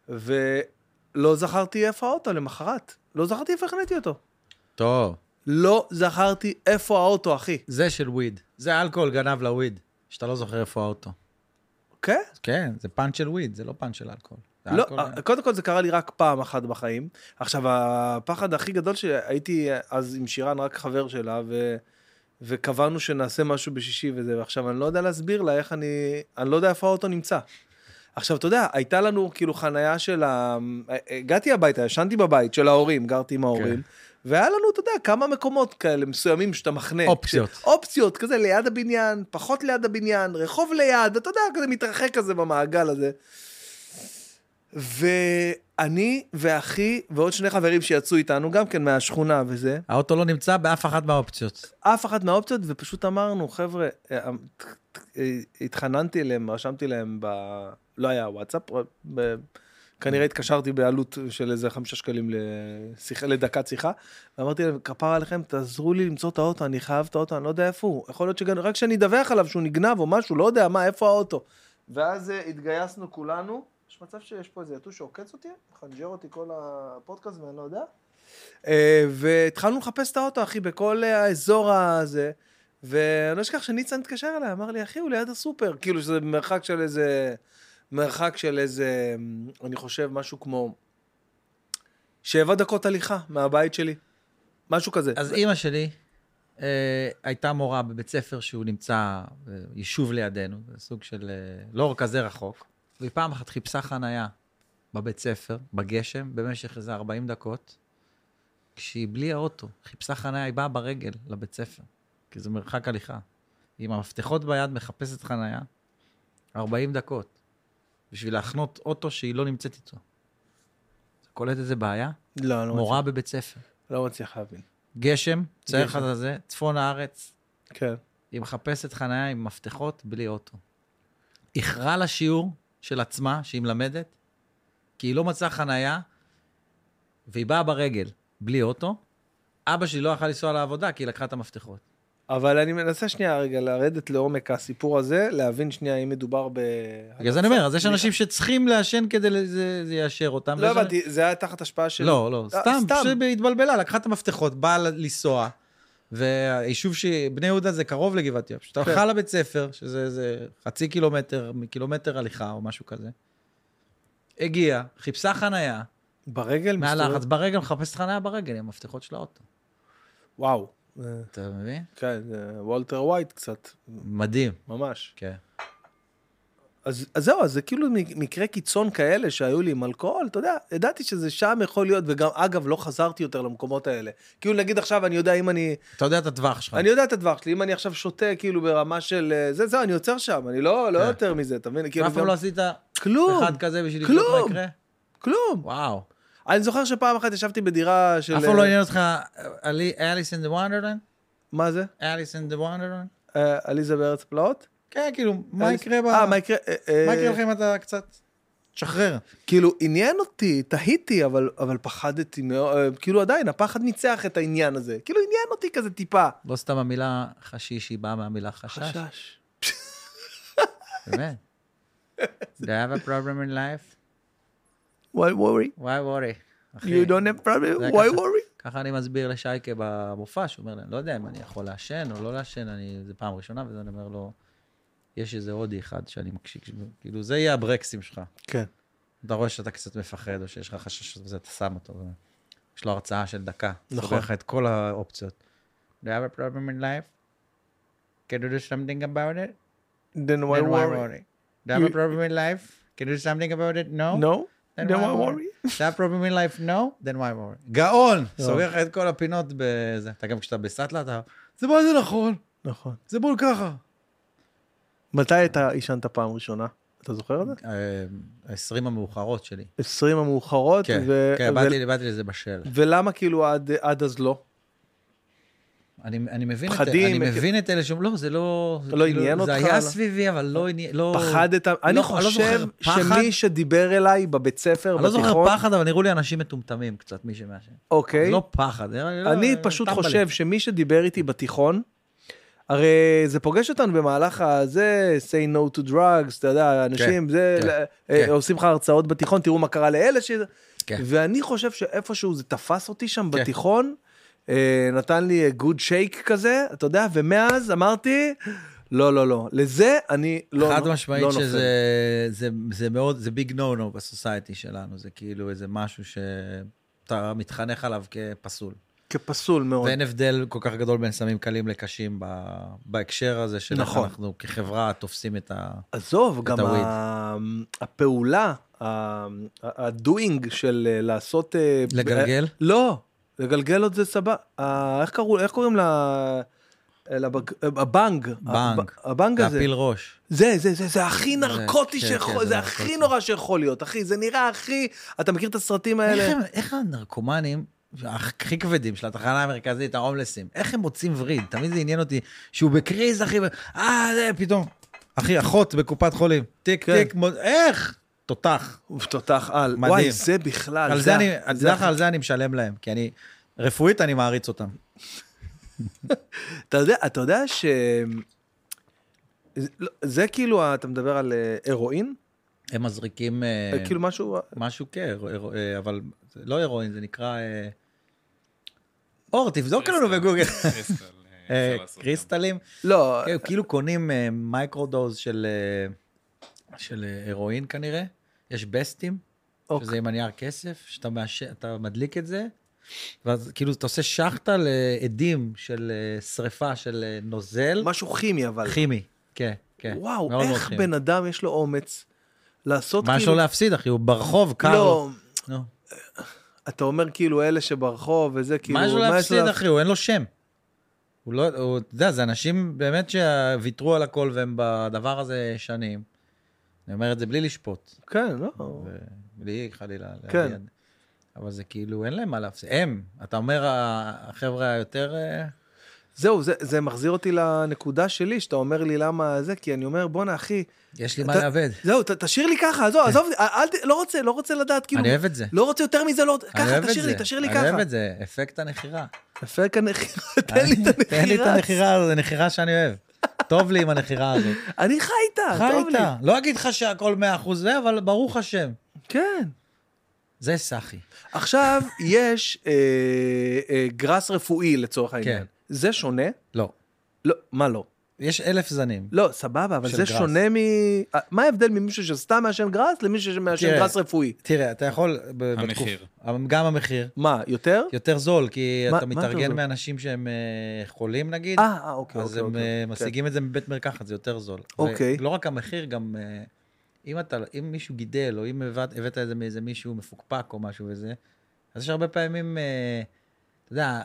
ולא זכרתי איפה האוטו למחרת, לא זכרתי איפה הכנתי אותו. טוב. לא זכרתי איפה האוטו, אחי. זה של וויד. זה אלכוהול גנב לוויד, שאתה לא זוכר איפה האוטו. כן? כן, זה פאנץ' של וויד, זה לא פאנץ' של אלכוהול. לא, קודם כל זה קרה לי רק פעם אחת בחיים. עכשיו, הפחד הכי גדול שהייתי אז עם שירן, רק חבר שלה, ו... וקבענו שנעשה משהו בשישי וזה, ועכשיו אני לא יודע להסביר לה איך אני... אני לא יודע איפה האוטו נמצא. עכשיו, אתה יודע, הייתה לנו כאילו חנייה של ה... הגעתי הביתה, ישנתי בבית של ההורים, גרתי עם ההורים, והיה לנו, אתה יודע, כמה מקומות כאלה מסוימים שאתה מחנה. אופציות. אופציות, כזה ליד הבניין, פחות ליד הבניין, רחוב ליד, אתה יודע, כזה מתרחק כזה במעגל הזה. ואני ואחי ועוד שני חברים שיצאו איתנו, גם כן מהשכונה וזה. האוטו לא נמצא באף אחת מהאופציות. אף אחת מהאופציות, ופשוט אמרנו, חבר'ה, התחננתי אליהם, רשמתי להם ב... לא היה וואטסאפ, ב... כנראה התקשרתי בעלות של איזה חמישה שקלים לשיחה, לדקת שיחה, ואמרתי להם, כפרה עליכם, תעזרו לי למצוא את האוטו, אני חייב את האוטו, אני לא יודע איפה הוא, יכול להיות שרק שאני אדווח עליו שהוא נגנב או משהו, לא יודע מה, איפה האוטו. ואז התגייסנו כולנו, יש מצב שיש פה איזה יתוש שעוקץ אותי, חנג'ר אותי כל הפודקאסט ואני לא יודע, והתחלנו לחפש את האוטו, אחי, בכל האזור הזה, ואני לא אשכח שניצן התקשר אליי, אמר לי, אחי, הוא ליד הסופר, כאילו שזה מרחק של איזה... מרחק של איזה, אני חושב, משהו כמו שבע דקות הליכה מהבית שלי. משהו כזה. אז אמא שלי הייתה מורה בבית ספר שהוא נמצא יישוב לידינו, זה סוג של לא כזה רחוק, והיא פעם אחת חיפשה חנייה בבית ספר, בגשם, במשך איזה ארבעים דקות, כשהיא בלי האוטו, חיפשה חנייה, היא באה ברגל לבית ספר, כי זה מרחק הליכה. עם המפתחות ביד מחפשת חנייה, ארבעים דקות, בשביל להכנות אוטו שהיא לא נמצאת איתו. זה קולט איזה בעיה? לא, לא מורה בבית ספר. לא מצליח להבין. גשם, צריך את זה, צפון הארץ. כן. היא מחפשת חנייה עם מפתחות בלי אוטו. איחרה לשיעור של עצמה, שהיא מלמדת, כי היא לא מצאה חנייה, והיא באה ברגל, בלי אוטו. אבא שלי לא יכול לנסוע לעבודה, כי היא לקחה את המפתחות. אבל אני מנסה שנייה רגע לרדת לעומק הסיפור הזה, להבין שנייה אם מדובר ב... אז אני אומר, אז יש אנשים שצריכים לעשן כדי זה יאשר אותם. לא הבנתי, זה היה תחת השפעה של... לא, לא, סתם, שהתבלבלה, לקחה את המפתחות, באה לנסוע, והיישוב שבני יהודה זה קרוב לגבעתיים, פשוט הלכה לבית ספר, שזה חצי קילומטר, קילומטר הליכה או משהו כזה, הגיעה, חיפשה חנייה, ברגל? מהלחץ, ברגל, מחפשת חנייה ברגל, עם המפתחות של האוטו. וואו. אתה מבין? כן, זה וולטר ווייט קצת. מדהים. ממש. כן. אז, אז זהו, אז זה כאילו מקרה קיצון כאלה שהיו לי עם אלכוהול, אתה יודע, ידעתי שזה שם יכול להיות, וגם אגב לא חזרתי יותר למקומות האלה. כאילו נגיד עכשיו אני יודע אם אני... אתה יודע את הטווח שלך. אני יודע את הטווח שלי, אם אני עכשיו שותה כאילו ברמה של... זה, זה, אני יוצר שם, אני לא, לא יותר מזה, אתה מבין? אף פעם לא עשית כלום, אחד כזה בשביל לבדוק מה יקרה? כלום. וואו. אני זוכר שפעם אחת ישבתי בדירה של... אף פעם לא עניין אותך, אליס אין דה וונדרלנד? מה זה? אליס אין דה וונדרלנד? אליזה בארץ פלאות? כן, כאילו, מה יקרה ב... אה, מה יקרה? מה יקרה לך אם אתה קצת תשחרר? כאילו, עניין אותי, תהיתי, אבל, אבל פחדתי מאוד, כאילו עדיין, הפחד ניצח את העניין הזה. כאילו, עניין אותי כזה טיפה. לא סתם המילה חשיש, היא באה מהמילה חשש. חשש. באמת. Do you have a problem in life? Why worry? Why worry? You don't have problem? Why worry? ככה אני מסביר לשייקה במופע, שהוא אומר להם, לא יודע אם אני יכול לעשן או לא לעשן, זה פעם ראשונה, וזה אני אומר לו, יש איזה הודי אחד שאני מקשיק, כאילו זה יהיה הברקסים שלך. כן. אתה רואה שאתה קצת מפחד, או שיש לך חשש וזה, אתה שם אותו. יש לו הרצאה של דקה. נכון. סוגר לך את כל האופציות. Do you have a problem in life? Can you do something about it? Then why worry? Do you have a problem in life? Can you do something about it? No? No? Then why worry? Do you have a problem in life? No? Then why worry? גאון! סוגר לך את כל הפינות בזה. אתה גם כשאתה בסטלה, אתה... זה מה זה נכון? נכון. זה בול ככה. מתי אתה עישנת פעם ראשונה? אתה זוכר את זה? ה-עשרים המאוחרות שלי. עשרים המאוחרות? כן, כן, באתי לזה בשל. ולמה כאילו עד אז לא? אני, אני מבין פחדים, את, אני מבין את אלה שאומרים, לא, זה לא... לא עניין אותך? זה היה סביבי, אבל לא עניין... לא, פחדת? אני חושב שמי שדיבר אליי בבית ספר, אני לא זוכר פחד, אבל נראו לי אנשים מטומטמים קצת, מי שמאשן. אוקיי. זה לא פחד. אני פשוט חושב שמי שדיבר איתי בתיכון, הרי זה פוגש אותנו במהלך הזה, say no to drugs, אתה יודע, אנשים, זה, עושים לך הרצאות בתיכון, תראו מה קרה לאלה ש... ואני חושב שאיפשהו זה תפס אותי שם בתיכון, נתן לי good shake כזה, אתה יודע, ומאז אמרתי, לא, לא, לא, לזה אני לא נופל. חד משמעית שזה, זה, זה מאוד, זה ביג נו נו בסוסייטי שלנו, זה כאילו איזה משהו שאתה מתחנך עליו כפסול. כפסול מאוד. ואין הבדל כל כך גדול בין סמים קלים לקשים בהקשר הזה, של איך אנחנו כחברה תופסים את ה... עזוב, גם הפעולה, הדוינג של לעשות... לגלגל? לא. לגלגל עוד זה סבא, איך קראו, איך קוראים לה, הבנג, בנג, הבנג הזה, להפיל ראש, זה, זה, זה, זה הכי נרקוטי שיכול, זה הכי נורא שיכול להיות, אחי, זה נראה הכי, אתה מכיר את הסרטים האלה? איך הנרקומנים, הכי כבדים של התחנה המרכזית, ההומלסים, איך הם מוצאים וריד, תמיד זה עניין אותי, שהוא בקריז, אחי, אה, זה פתאום, אחי, אחות בקופת חולים, טיק, טיק, איך? תותח. תותח על. מדהים. וואי, זה בכלל. על זה אני, על זה אני משלם להם, כי אני, רפואית אני מעריץ אותם. אתה יודע, אתה יודע ש... זה כאילו, אתה מדבר על הרואין? הם מזריקים... כאילו משהו... משהו כן, אבל לא הרואין, זה נקרא... אור, תבדוק לנו בגוגל. קריסטלים? לא. כאילו קונים מייקרודוז של... של הרואין כנראה, יש בסטים, שזה עם הנייר כסף, שאתה מדליק את זה, ואז כאילו אתה עושה שחטה לעדים של שריפה של נוזל. משהו כימי אבל. כימי, כן, כן. וואו, איך בן אדם יש לו אומץ לעשות כאילו... מה יש לו להפסיד, אחי? הוא ברחוב, קר. לא. אתה אומר כאילו אלה שברחוב וזה כאילו... מה יש לו להפסיד, אחי? הוא אין לו שם. הוא לא, הוא, אתה יודע, זה אנשים באמת שוויתרו על הכל והם בדבר הזה שנים. אני אומר את זה בלי לשפוט. כן, לא. בלי חלילה. כן. להגיד. אבל זה כאילו, אין להם מה להפסיד. הם, אתה אומר, החבר'ה היותר... זהו, זה, זה מחזיר אותי לנקודה שלי, שאתה אומר לי למה זה, כי אני אומר, בוא'נה, אחי... יש לי מה לעבד. זהו, ת, תשאיר לי ככה, עזוב, עזוב, אל, לא רוצה, לא רוצה לדעת, כאילו... אני אוהב את זה. לא רוצה יותר מזה, לא... ככה, תשאיר לי, תשאיר לי ככה. אני אוהב את זה, אפקט הנחירה. אפקט הנחירה, תן לי את הנחירה. תן לי את הנחירה, זה נחירה שאני אוהב. טוב לי עם הנחירה הזאת. אני חי איתה, טוב לי. חי איתה. לא אגיד לך שהכל מאה אחוז זה, אבל ברוך השם. כן. זה סחי. עכשיו, יש אה, אה, גרס רפואי לצורך העניין. כן. זה שונה? לא. לא, מה לא? יש אלף זנים. לא, סבבה, אבל זה גרס. שונה מ... מה ההבדל ממישהו שסתם מעשן גרס למישהו שמעשן גרס רפואי? תראה, אתה יכול... המחיר. בתקוף, גם המחיר. מה, יותר? יותר זול, כי מה, אתה מה מתארגן מאנשים שהם חולים נגיד. אה, אוקיי. אז אוקיי, הם אוקיי. משיגים את זה מבית מרקחת, זה יותר זול. אוקיי. ולא רק המחיר, גם... אם, אתה, אם מישהו גידל, או אם הבאת, הבאת איזה, איזה מישהו מפוקפק או משהו וזה, אז יש הרבה פעמים, אה, אתה יודע,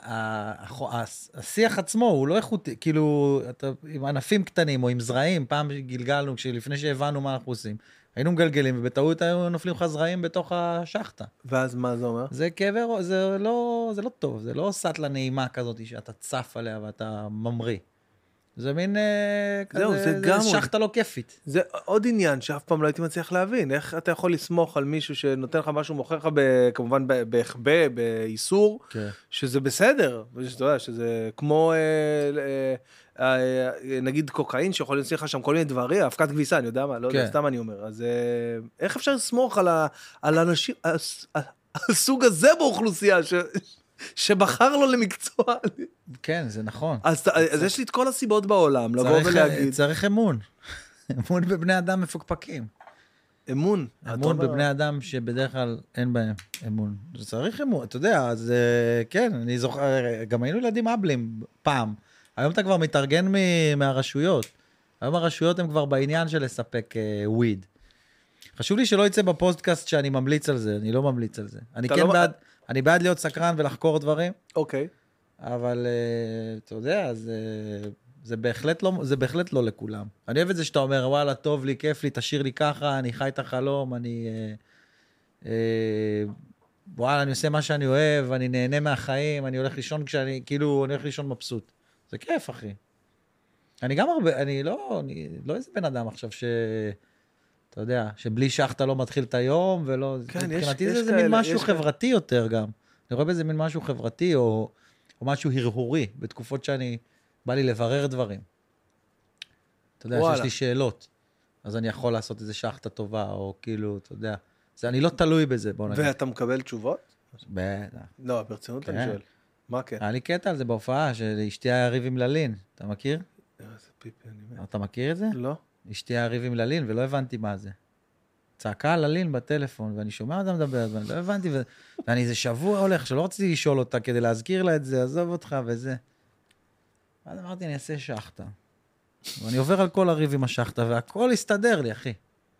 השיח עצמו הוא לא איכותי, כאילו, אתה, עם ענפים קטנים או עם זרעים, פעם גלגלנו, לפני שהבנו מה אנחנו עושים, היינו מגלגלים, ובטעות היו נופלים לך זרעים בתוך השחטה. ואז מה זה אומר? זה כאבי, זה לא, זה לא טוב, זה לא סטלה נעימה כזאת שאתה צף עליה ואתה ממריא. זה מין זהו, כזה, זה, זה גם שחטה לא כיפית. זה עוד עניין שאף פעם לא הייתי מצליח להבין. איך אתה יכול לסמוך על מישהו שנותן לך משהו, מוכר לך ב, כמובן בהחבא, באיסור, כן. שזה בסדר. שאתה יודע, שזה כמו, אה, אה, אה, נגיד קוקאין, שיכול להוציא לך שם כל מיני דברים, הפקת כביסה, אני יודע מה, לא כן. יודע, סתם אני אומר. אז אה, איך אפשר לסמוך על, ה, על אנשים, הסוג הזה באוכלוסייה, ש... שבחר לו למקצוע. כן, זה נכון. אז, אז יש לי את כל הסיבות בעולם, לבוא ולהגיד. צריך אמון. אמון בבני אדם מפוקפקים. אמון. אמון בבני אדם שבדרך כלל אין בהם אמון. צריך אמון, אתה יודע, אז כן, אני זוכר, גם היינו ילדים אבלים פעם. היום אתה כבר מתארגן מהרשויות. היום הרשויות הן כבר בעניין של לספק וויד. חשוב לי שלא יצא בפודקאסט שאני ממליץ על זה, אני לא ממליץ על זה. אני כן בעד... אני בעד להיות סקרן ולחקור דברים. אוקיי. אבל אתה יודע, זה, זה, בהחלט לא, זה בהחלט לא לכולם. אני אוהב את זה שאתה אומר, וואלה, טוב לי, כיף לי, תשאיר לי ככה, אני חי את החלום, אני... אה, אה, וואלה, אני עושה מה שאני אוהב, אני נהנה מהחיים, אני הולך לישון כשאני, כאילו, אני הולך לישון מבסוט. זה כיף, אחי. אני גם הרבה, אני לא, אני לא איזה בן אדם עכשיו ש... אתה יודע, שבלי שחטה לא מתחיל את היום, ולא... כן, מבחינתי יש, זה, יש זה כאלה, מין משהו חברתי כאלה. יותר גם. אני רואה בזה מין משהו חברתי, או, או משהו הרהורי, בתקופות שאני... בא לי לברר דברים. אתה יודע, וואלה. שיש לי שאלות, אז אני יכול לעשות איזה שחטה טובה, או כאילו, אתה יודע... זה, אני לא תלוי בזה, בוא נגיד. ואתה מקבל תשובות? בטח. לא, ברצינות כן. אני שואל. מה כן? היה לי קטע על זה בהופעה, שאשתי היה ריב עם ללין. אתה מכיר? איזה פיפי, אני... אתה מכיר את זה? לא. אשתי היה ריב עם ללין, ולא הבנתי מה זה. צעקה על ללין בטלפון, ואני שומע אותה מדברת, ואני לא הבנתי, ו... ואני איזה שבוע הולך, שלא רציתי לשאול אותה, כדי להזכיר לה את זה, עזוב אותך וזה. ואז אמרתי, אני אעשה שחטה. ואני עובר על כל הריב עם השחטה, והכל הסתדר לי, אחי.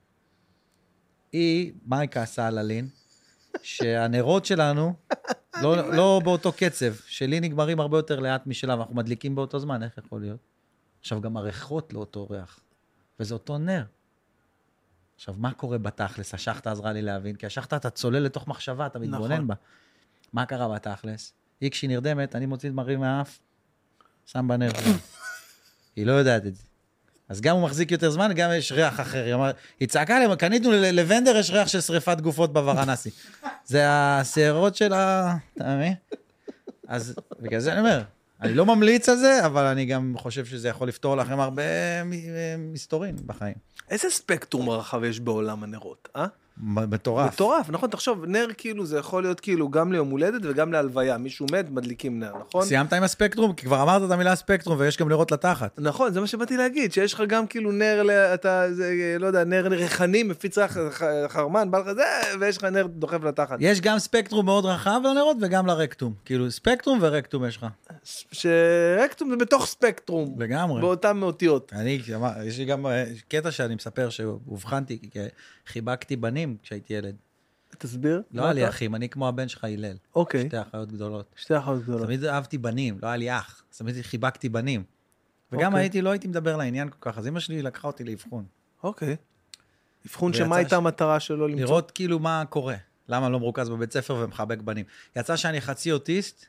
היא, מה היא כעסה על ללין? שהנרות שלנו, לא, לא באותו קצב, שלי נגמרים הרבה יותר לאט משלה, ואנחנו מדליקים באותו זמן, איך יכול להיות? עכשיו, גם הריחות לאותו ריח. וזה אותו נר. עכשיו, מה קורה בתכלס? השחטה עזרה לי להבין, כי השחטה אתה צולל לתוך מחשבה, אתה מתבונן נכון. בה. מה קרה בתכלס? היא כשהיא נרדמת, אני מוציא את מרים מהאף, שם בנר. היא לא יודעת את זה. אז גם הוא מחזיק יותר זמן, גם יש ריח אחר. היא, אומר, היא צעקה להם, קניתנו לוונדר, יש ריח של שריפת גופות בוורנסי. זה השערות של ה... אתה מבין? אז בגלל זה אני אומר, אני לא ממליץ על זה, אבל אני גם חושב שזה יכול לפתור לכם הרבה מסתורין בחיים. איזה ספקטרום רחב יש בעולם הנרות, אה? מטורף. מטורף, נכון, תחשוב, נר כאילו זה יכול להיות כאילו גם ליום הולדת וגם להלוויה, מישהו מת, מדליקים נר, נכון? סיימת עם הספקטרום, כי כבר אמרת את המילה ספקטרום, ויש גם נרות לתחת. נכון, זה מה שבאתי להגיד, שיש לך גם כאילו נר, אתה, זה, לא יודע, נר ריחני, מפיץ ריח חרמן, בא לך זה, ויש לך נר דוחף לתחת. יש גם ספקטרום מאוד רחב לנרות וגם לרקטום, כאילו ספקטרום ורקטום יש לך. שרקטום זה בתוך ספקטרום. לגמרי. באותן מאותיות. אני, יש לי גם קטע שאני מספר שהובחנתי, כי חיבקתי בנים כשהייתי ילד. תסביר. לא היה לי אחים, אני כמו הבן שלך הלל. אוקיי. שתי אחיות גדולות. שתי אחיות גדולות. תמיד אהבתי בנים, לא היה לי אח. תמיד חיבקתי בנים. וגם הייתי, לא הייתי מדבר לעניין כל כך, אז אמא שלי לקחה אותי לאבחון. אוקיי. אבחון שמה הייתה המטרה שלו למצוא? לראות כאילו מה קורה. למה לא מרוכז בבית ספר ומחבק בנים. יצא שאני חצי אוטיסט,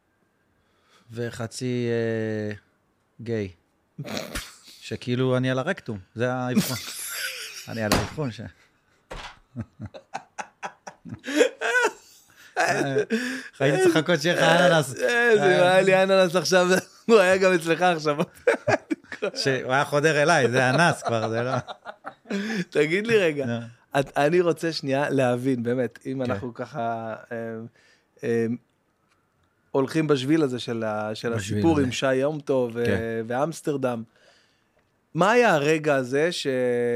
וחצי אה, גיי. שכאילו אני על הרקטום, זה האבחון. אני על האבחון ש... חייתי צריך לחכות שיהיה לך אננס. זה היה לי אננס עכשיו, הוא היה גם אצלך עכשיו. שהוא היה חודר אליי, זה אנס כבר, זה לא... תגיד לי רגע, אני רוצה שנייה להבין, באמת, אם אנחנו ככה הולכים בשביל הזה של הסיפור עם שי יום טוב ואמסטרדם, מה היה הרגע הזה ש...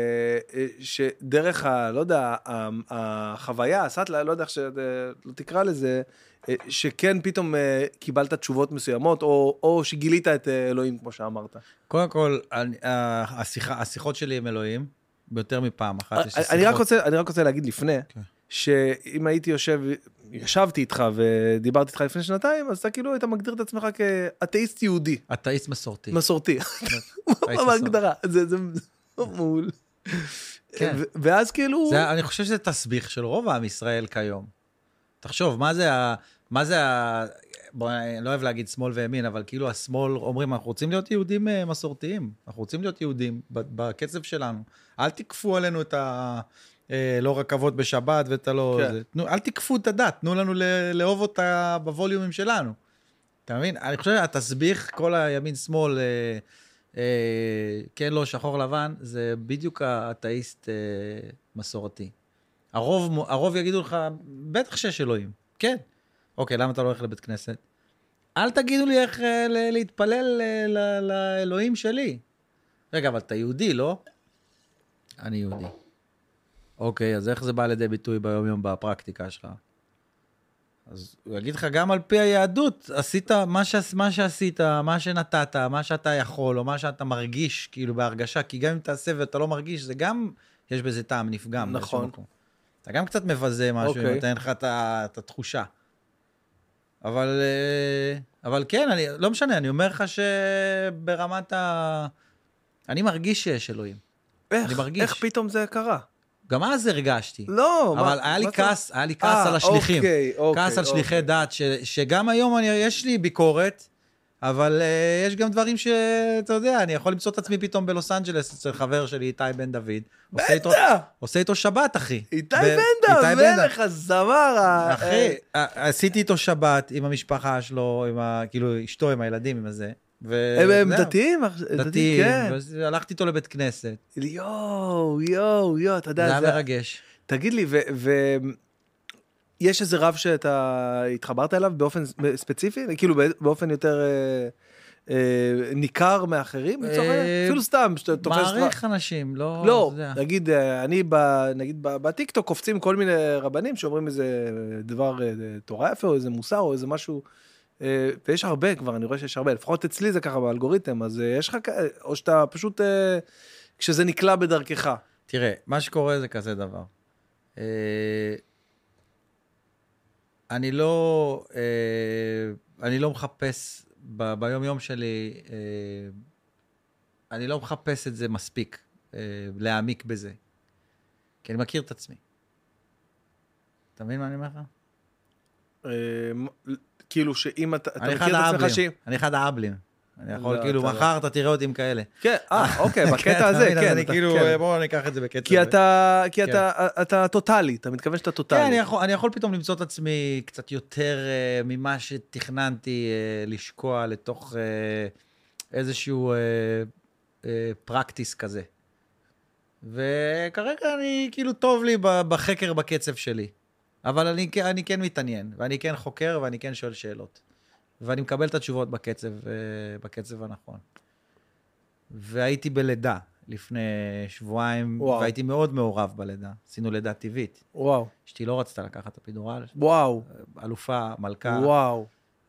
שדרך ה... לא יודע, החוויה, הסטלה, לא יודע איך שלא תקרא לזה, שכן פתאום קיבלת תשובות מסוימות, או, או שגילית את אלוהים, כמו שאמרת? קודם כל, השיחה, השיחות שלי עם אלוהים, ביותר מפעם אחת. אני רק רוצה, אני רק רוצה להגיד לפני, שאם הייתי יושב, ישבתי איתך ודיברתי איתך לפני שנתיים, אז אתה כאילו היית מגדיר את עצמך כאתאיסט יהודי. אתאיסט מסורתי. מסורתי. מה ההגדרה? זה מעול. ואז כאילו... אני חושב שזה תסביך של רוב העם ישראל כיום. תחשוב, מה זה ה... מה זה ה... בוא, אני לא אוהב להגיד שמאל וימין, אבל כאילו השמאל אומרים, אנחנו רוצים להיות יהודים מסורתיים. אנחנו רוצים להיות יהודים בקצב שלנו. אל תקפו עלינו את ה... לא רכבות בשבת ואתה לא... כן. זה, תנו, אל תקפו את הדת, תנו לנו לאהוב אותה בווליומים שלנו. אתה מבין? אני חושב, התסביך, כל הימין שמאל, אה, אה, כן, לא, שחור לבן, זה בדיוק האתאיסט אה, מסורתי. הרוב, הרוב יגידו לך, בטח שיש אלוהים. כן. אוקיי, למה אתה לא הולך לבית כנסת? אל תגידו לי איך אה, להתפלל אה, לאלוהים שלי. רגע, אבל אתה יהודי, לא? אני יהודי. אוקיי, אז איך זה בא לידי ביטוי ביום יום בפרקטיקה שלך? אז הוא יגיד לך, גם על פי היהדות, עשית מה, ש... מה שעשית, מה שנתת, מה שאתה יכול, או מה שאתה מרגיש, כאילו בהרגשה, כי גם אם תעשה ואתה לא מרגיש, זה גם, יש בזה טעם נפגם. נכון. אתה גם קצת מבזה משהו, אוקיי. אם נותן לך את, את התחושה. אבל, אבל כן, אני, לא משנה, אני אומר לך שברמת ה... אני מרגיש שיש אלוהים. איך? אני מרגיש. איך פתאום זה קרה? גם אז הרגשתי. לא, אבל מה, היה לי מה כעס, אתה... היה לי כעס 아, על השליחים. אוקיי, אוקיי, כעס על אוקיי. שליחי דת, ש, שגם היום אני, יש לי ביקורת, אבל uh, יש גם דברים שאתה יודע, אני יכול למצוא את עצמי פתאום בלוס אנג'לס, אצל חבר שלי, איתי בן דוד. עושה איתו, עושה איתו שבת, אחי. איתי בן דוד, מלך הזמר. אחי, עשיתי איתו שבת עם המשפחה שלו, עם ה, כאילו אשתו, עם הילדים, עם הזה. הם, הם דתיים? דתיים, כן. והלכתי איתו לבית כנסת. יואו, יואו, יואו, אתה יודע. זה היה מרגש. תגיד לי, ויש איזה רב שאתה התחברת אליו באופן ספציפי? כאילו באופן יותר ניכר מאחרים? אפילו סתם, שאתה תופס... מעריך אנשים, לא... לא, נגיד, אני, נגיד, בטיקטוק קופצים כל מיני רבנים שאומרים איזה דבר תורה יפה, או איזה מוסר, או איזה משהו... ויש הרבה כבר, אני רואה שיש הרבה, לפחות אצלי זה ככה באלגוריתם, אז יש לך, או שאתה פשוט, כשזה נקלע בדרכך. תראה, מה שקורה זה כזה דבר. אני לא, אני לא מחפש, ביום יום שלי, אני לא מחפש את זה מספיק, להעמיק בזה. כי אני מכיר את עצמי. אתה מבין מה אני אומר לך? כאילו שאם אתה... אני אחד האבלים. אני אחד האבלים. אני יכול, כאילו, מחר אתה תראה אותי עם כאלה. כן, אה, אוקיי, בקטע הזה, כן. אני כאילו, בואו ניקח את זה בקטע. כי אתה, כי אתה טוטלי, אתה מתכוון שאתה טוטלי. כן, אני יכול פתאום למצוא את עצמי קצת יותר ממה שתכננתי לשקוע לתוך איזשהו פרקטיס כזה. וכרגע אני כאילו טוב לי בחקר בקצב שלי. אבל אני, אני כן מתעניין, ואני כן חוקר, ואני כן שואל שאלות. ואני מקבל את התשובות בקצב, בקצב הנכון. והייתי בלידה לפני שבועיים, וואו. והייתי מאוד מעורב בלידה. עשינו לידה טבעית. וואו. אשתי לא רצתה לקחת את הפידורל. וואו. אלופה, מלכה. וואו.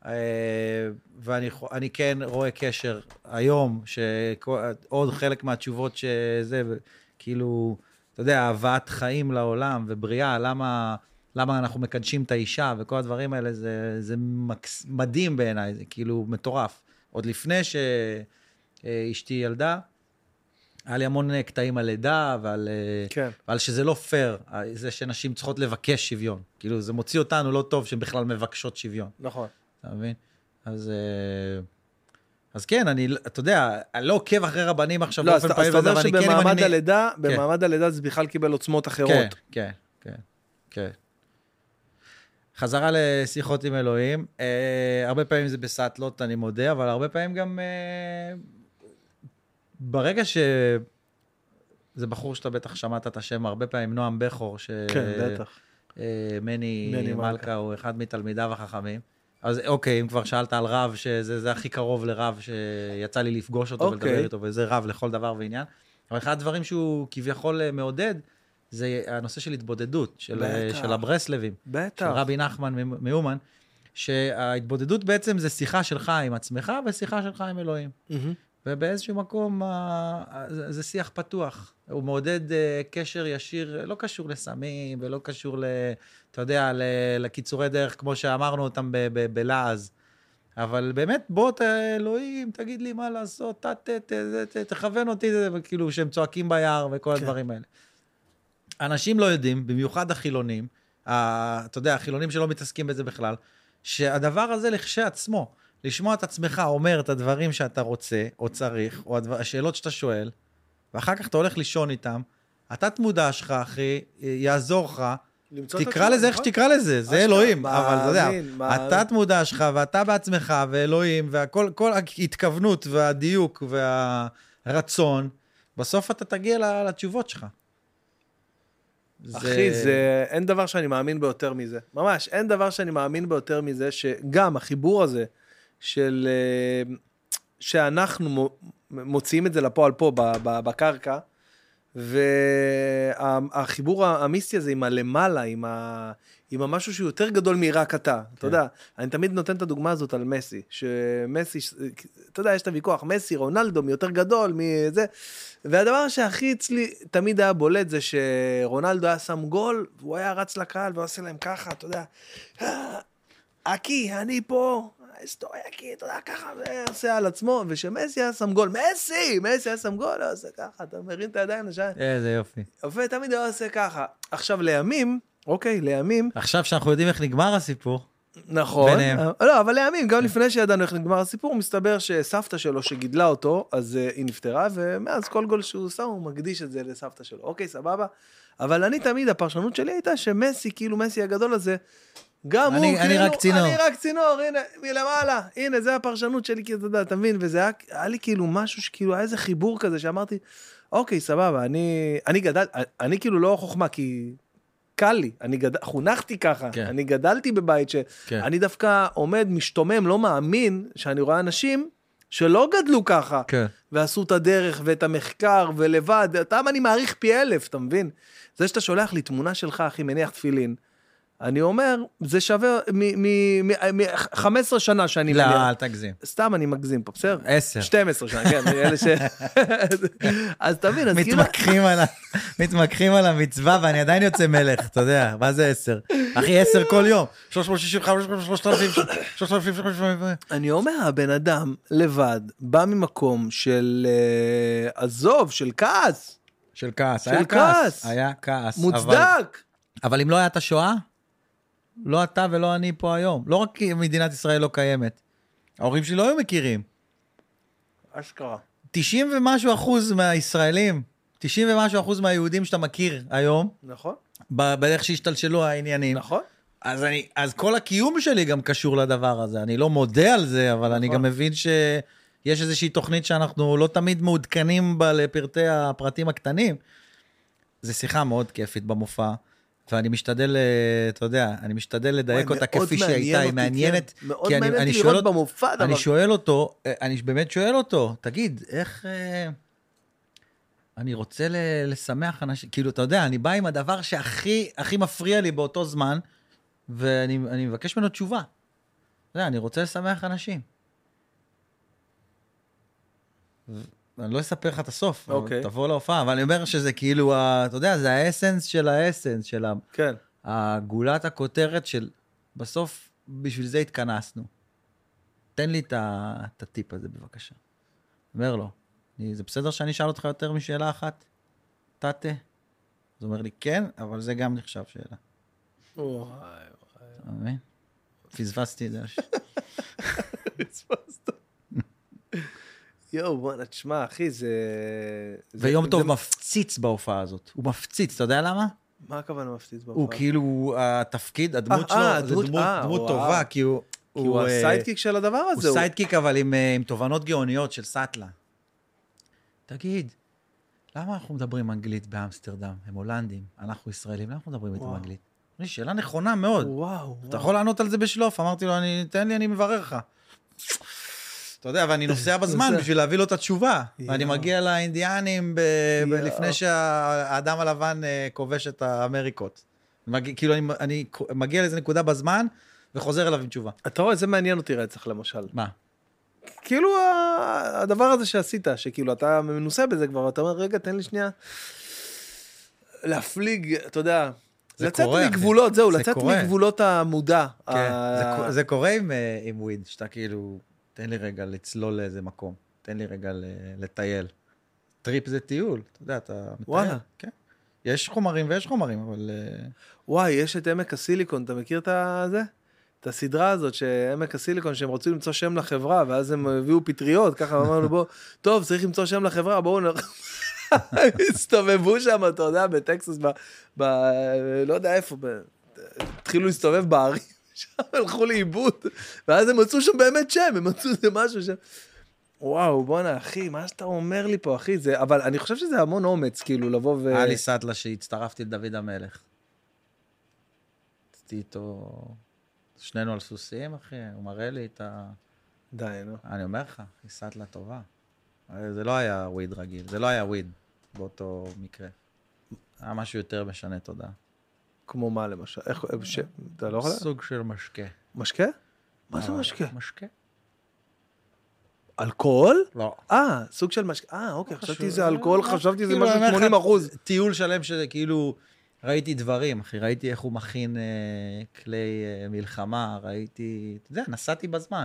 ואני אני כן רואה קשר היום, שעוד חלק מהתשובות שזה, כאילו, אתה יודע, אהבת חיים לעולם ובריאה, למה, למה אנחנו מקדשים את האישה וכל הדברים האלה, זה, זה מקס, מדהים בעיניי, זה כאילו מטורף. עוד לפני שאשתי ילדה, היה לי המון קטעים על לידה, ועל, כן. ועל שזה לא פייר, זה שנשים צריכות לבקש שוויון. כאילו, זה מוציא אותנו לא טוב שהן בכלל מבקשות שוויון. נכון. אתה מבין? אז, אז כן, אני, אתה יודע, אני לא עוקב אחרי רבנים עכשיו לא, באופן פעיל, אבל אני כן... לא, אז אתה אומר שבמעמד הלידה, כן. במעמד הלידה זה בכלל קיבל עוצמות אחרות. כן, כן, כן, כן. חזרה לשיחות עם אלוהים, אה, הרבה פעמים זה בסטלות, אני מודה, אבל הרבה פעמים גם, אה, ברגע ש... זה בחור שאתה בטח שמעת את השם, הרבה פעמים נועם בכור, ש... כן, בטח. אה, מני, מני מלכה, מלכה הוא אחד מתלמידיו החכמים. אז אוקיי, אם כבר שאלת על רב, שזה זה הכי קרוב לרב שיצא לי לפגוש אותו אוקיי. ולדבר איתו, וזה רב לכל דבר ועניין. אבל אחד הדברים שהוא כביכול מעודד, זה הנושא של התבודדות, של, של הברסלבים. בטח. של רבי נחמן מאומן, שההתבודדות בעצם זה שיחה שלך עם עצמך, ושיחה שלך עם אלוהים. Mm-hmm. ובאיזשהו מקום, זה שיח פתוח. הוא מעודד קשר ישיר, לא קשור לסמים, ולא קשור, אתה יודע, לקיצורי דרך, כמו שאמרנו אותם בלעז. אבל באמת, בוא, אלוהים, תגיד לי מה לעשות, תכוון אותי, כאילו, שהם צועקים ביער וכל הדברים האלה. אנשים לא יודעים, במיוחד החילונים, אתה יודע, החילונים שלא מתעסקים בזה בכלל, שהדבר הזה לכשעצמו, לשמוע את עצמך אומר את הדברים שאתה רוצה, או צריך, או השאלות שאתה שואל, ואחר כך אתה הולך לישון איתם, התת מודע שלך, אחי, יעזור לך, תקרא לזה איך שתקרא לזה, זה אלוהים, אבל אתה יודע, התת מודע שלך, ואתה בעצמך, ואלוהים, וכל ההתכוונות, והדיוק, והרצון, בסוף אתה תגיע לתשובות שלך. אחי, זה, אין דבר שאני מאמין ביותר מזה. ממש, אין דבר שאני מאמין ביותר מזה, שגם החיבור הזה, של, שאנחנו מוציאים את זה לפועל פה, בקרקע, והחיבור המיסטי הזה עם הלמעלה, עם, ה, עם המשהו שהוא יותר גדול מרק אתה. אתה יודע, אני תמיד נותן את הדוגמה הזאת על מסי, שמסי, אתה יודע, יש את הוויכוח, מסי, רונלדו, מי יותר גדול, מי זה, והדבר שהכי אצלי תמיד היה בולט, זה שרונלדו היה שם גול, והוא היה רץ לקהל, ועושה להם ככה, אתה יודע, אקי, אני פה, היסטוריה, אקי, אתה יודע, ככה, ועושה על עצמו, ושמסי היה שם גול, מסי, מסי היה שם גול, הוא עושה ככה, אתה מרים את הידיים לשם. איזה יופי. יופי, תמיד הוא עושה ככה. עכשיו, לימים, אוקיי, לימים. עכשיו שאנחנו יודעים איך נגמר הסיפור. נכון. ביניהם. לא, אבל לימים, גם לפני שידענו איך נגמר הסיפור, מסתבר שסבתא שלו שגידלה אותו, אז uh, היא נפטרה, ומאז כל גול שהוא עושה, הוא מקדיש את זה לסבתא שלו. אוקיי, סבבה. אבל אני תמיד, הפרשנות שלי הייתה שמסי, כאילו מסי הגדול הזה, גם אני, הוא, אני כאילו, רק צינור. אני רק צינור, הנה, מלמעלה, הנה, זה הפרשנות שלי, כי אתה יודע, אתה מבין, וזה היה, היה לי כאילו משהו, שכאילו, היה איזה חיבור כזה, שאמרתי, אוקיי, סבבה, אני, אני גדל, אני כאילו לא חוכמה, כי קל לי, אני גדל, חונכתי ככה, כן. אני גדלתי בבית, שאני כן. דווקא עומד, משתומם, לא מאמין, שאני רואה אנשים, שלא גדלו ככה, כן. ועשו את הדרך, ואת המחקר, ולבד, אותם אני מעריך פי אלף, אתה מבין? זה שאתה שולח לי תמונה שלך, אחי, מניח תפילין, אני אומר, זה שווה מ-חמש עשרה שנה שאני מניח. לא, אל תגזים. סתם אני מגזים פה, בסדר? עשר. שתים עשרה שנה, כן. אז תבין, אז כאילו... מתמקחים על המצווה, ואני עדיין יוצא מלך, אתה יודע, מה זה עשר? אחי, עשר כל יום. שלוש מאות שישים וחמש, שלושת אלפים, שלושת אלפים, שלושת אלפים. אני אומר, הבן אדם לבד, בא ממקום של עזוב, של כעס. של כעס, היה כעס. היה כעס. מוצדק. אבל אם לא היה את השואה, לא אתה ולא אני פה היום. לא רק מדינת ישראל לא קיימת. ההורים שלי לא היו מכירים. אשכרה. תשעים ומשהו אחוז מהישראלים, תשעים ומשהו אחוז מהיהודים שאתה מכיר היום, נכון. בדרך שהשתלשלו העניינים. נכון. אז, אני, אז כל הקיום שלי גם קשור לדבר הזה. אני לא מודה על זה, אבל נכון. אני גם מבין שיש איזושהי תוכנית שאנחנו לא תמיד מעודכנים בה לפרטי הפרטים הקטנים. זו שיחה מאוד כיפית במופע, ואני משתדל, אתה יודע, אני משתדל לדייק אותה כפי שהייתה, היא מעניינת. מאוד מעניינת לראות במופע. אני שואל אותו, אני באמת שואל אותו, תגיד, איך... אני רוצה לשמח אנשים, כאילו, אתה יודע, אני בא עם הדבר שהכי, הכי מפריע לי באותו זמן, ואני מבקש ממנו תשובה. אתה יודע, אני רוצה לשמח אנשים. אני לא אספר לך את הסוף, תבוא להופעה, אבל אני אומר שזה כאילו, אתה יודע, זה האסנס של האסנס, של הגולת הכותרת של, בסוף, בשביל זה התכנסנו. תן לי את הטיפ הזה, בבקשה. אומר לו, זה בסדר שאני אשאל אותך יותר משאלה אחת? תתה? אז אומר לי, כן, אבל זה גם נחשב שאלה. וואי, וואי. פספסתי את זה. פספסת. יואו, בוא נשמע, אחי, זה... ויום טוב מפציץ בהופעה הזאת. הוא מפציץ, אתה יודע למה? מה הכוונה מפציץ בהופעה? הוא כאילו, התפקיד, הדמות שלו, זה דמות טובה, כי הוא... כי הוא הסיידקיק של הדבר הזה. הוא סיידקיק, אבל עם תובנות גאוניות של סאטלה. תגיד, למה אנחנו מדברים אנגלית באמסטרדם? הם הולנדים, אנחנו ישראלים, למה אנחנו מדברים איתם אנגלית? שאלה נכונה מאוד. וואו. אתה יכול לענות על זה בשלוף. אמרתי לו, תן לי, אני מברר לך. אתה יודע, ואני נוסע בזמן בשביל להביא לו את התשובה. ואני מגיע לאינדיאנים לפני שהאדם הלבן כובש את האמריקות. כאילו, אני מגיע לאיזו נקודה בזמן, וחוזר אליו עם תשובה. אתה רואה, זה מעניין אותי רצח, למשל. מה? כאילו, הדבר הזה שעשית, שכאילו, אתה מנוסה בזה כבר, אתה אומר, רגע, תן לי שנייה להפליג, אתה יודע, לצאת מגבולות, זהו, לצאת מגבולות המודע. זה קורה עם וויד, שאתה כאילו, תן לי רגע לצלול לאיזה מקום, תן לי רגע לטייל. טריפ זה טיול, אתה יודע, אתה מטייל. יש חומרים ויש חומרים, אבל... וואי, יש את עמק הסיליקון, אתה מכיר את זה? את הסדרה הזאת, שעמק הסיליקון, שהם רוצים למצוא שם לחברה, ואז הם הביאו פטריות, ככה אמרנו, בוא, טוב, צריך למצוא שם לחברה, בואו נ... הסתובבו שם, אתה יודע, בטקסס, ב... לא יודע איפה, התחילו להסתובב בערים, שם הלכו לאיבוד, ואז הם מצאו שם באמת שם, הם מצאו זה משהו שם. וואו, בוא'נה, אחי, מה שאתה אומר לי פה, אחי, זה... אבל אני חושב שזה המון אומץ, כאילו, לבוא ו... היה לי סטלה שהצטרפתי לדוד המלך. עשיתי איתו... שנינו על סוסים, אחי, הוא מראה לי את ה... די, נו. אני אומר לך, היא סטלה טובה. זה לא היה וויד רגיל, זה לא היה וויד באותו מקרה. היה משהו יותר משנה תודה. כמו מה למשל? איך... אתה לא יכול... סוג של משקה. משקה? מה זה משקה? משקה. אלכוהול? לא. אה, סוג של משקה. אה, אוקיי, חשבתי זה אלכוהול, חשבתי זה משהו שמונים אחוז. טיול שלם שזה כאילו... ראיתי דברים, אחי, ראיתי איך הוא מכין אה, כלי אה, מלחמה, ראיתי, אתה יודע, נסעתי בזמן.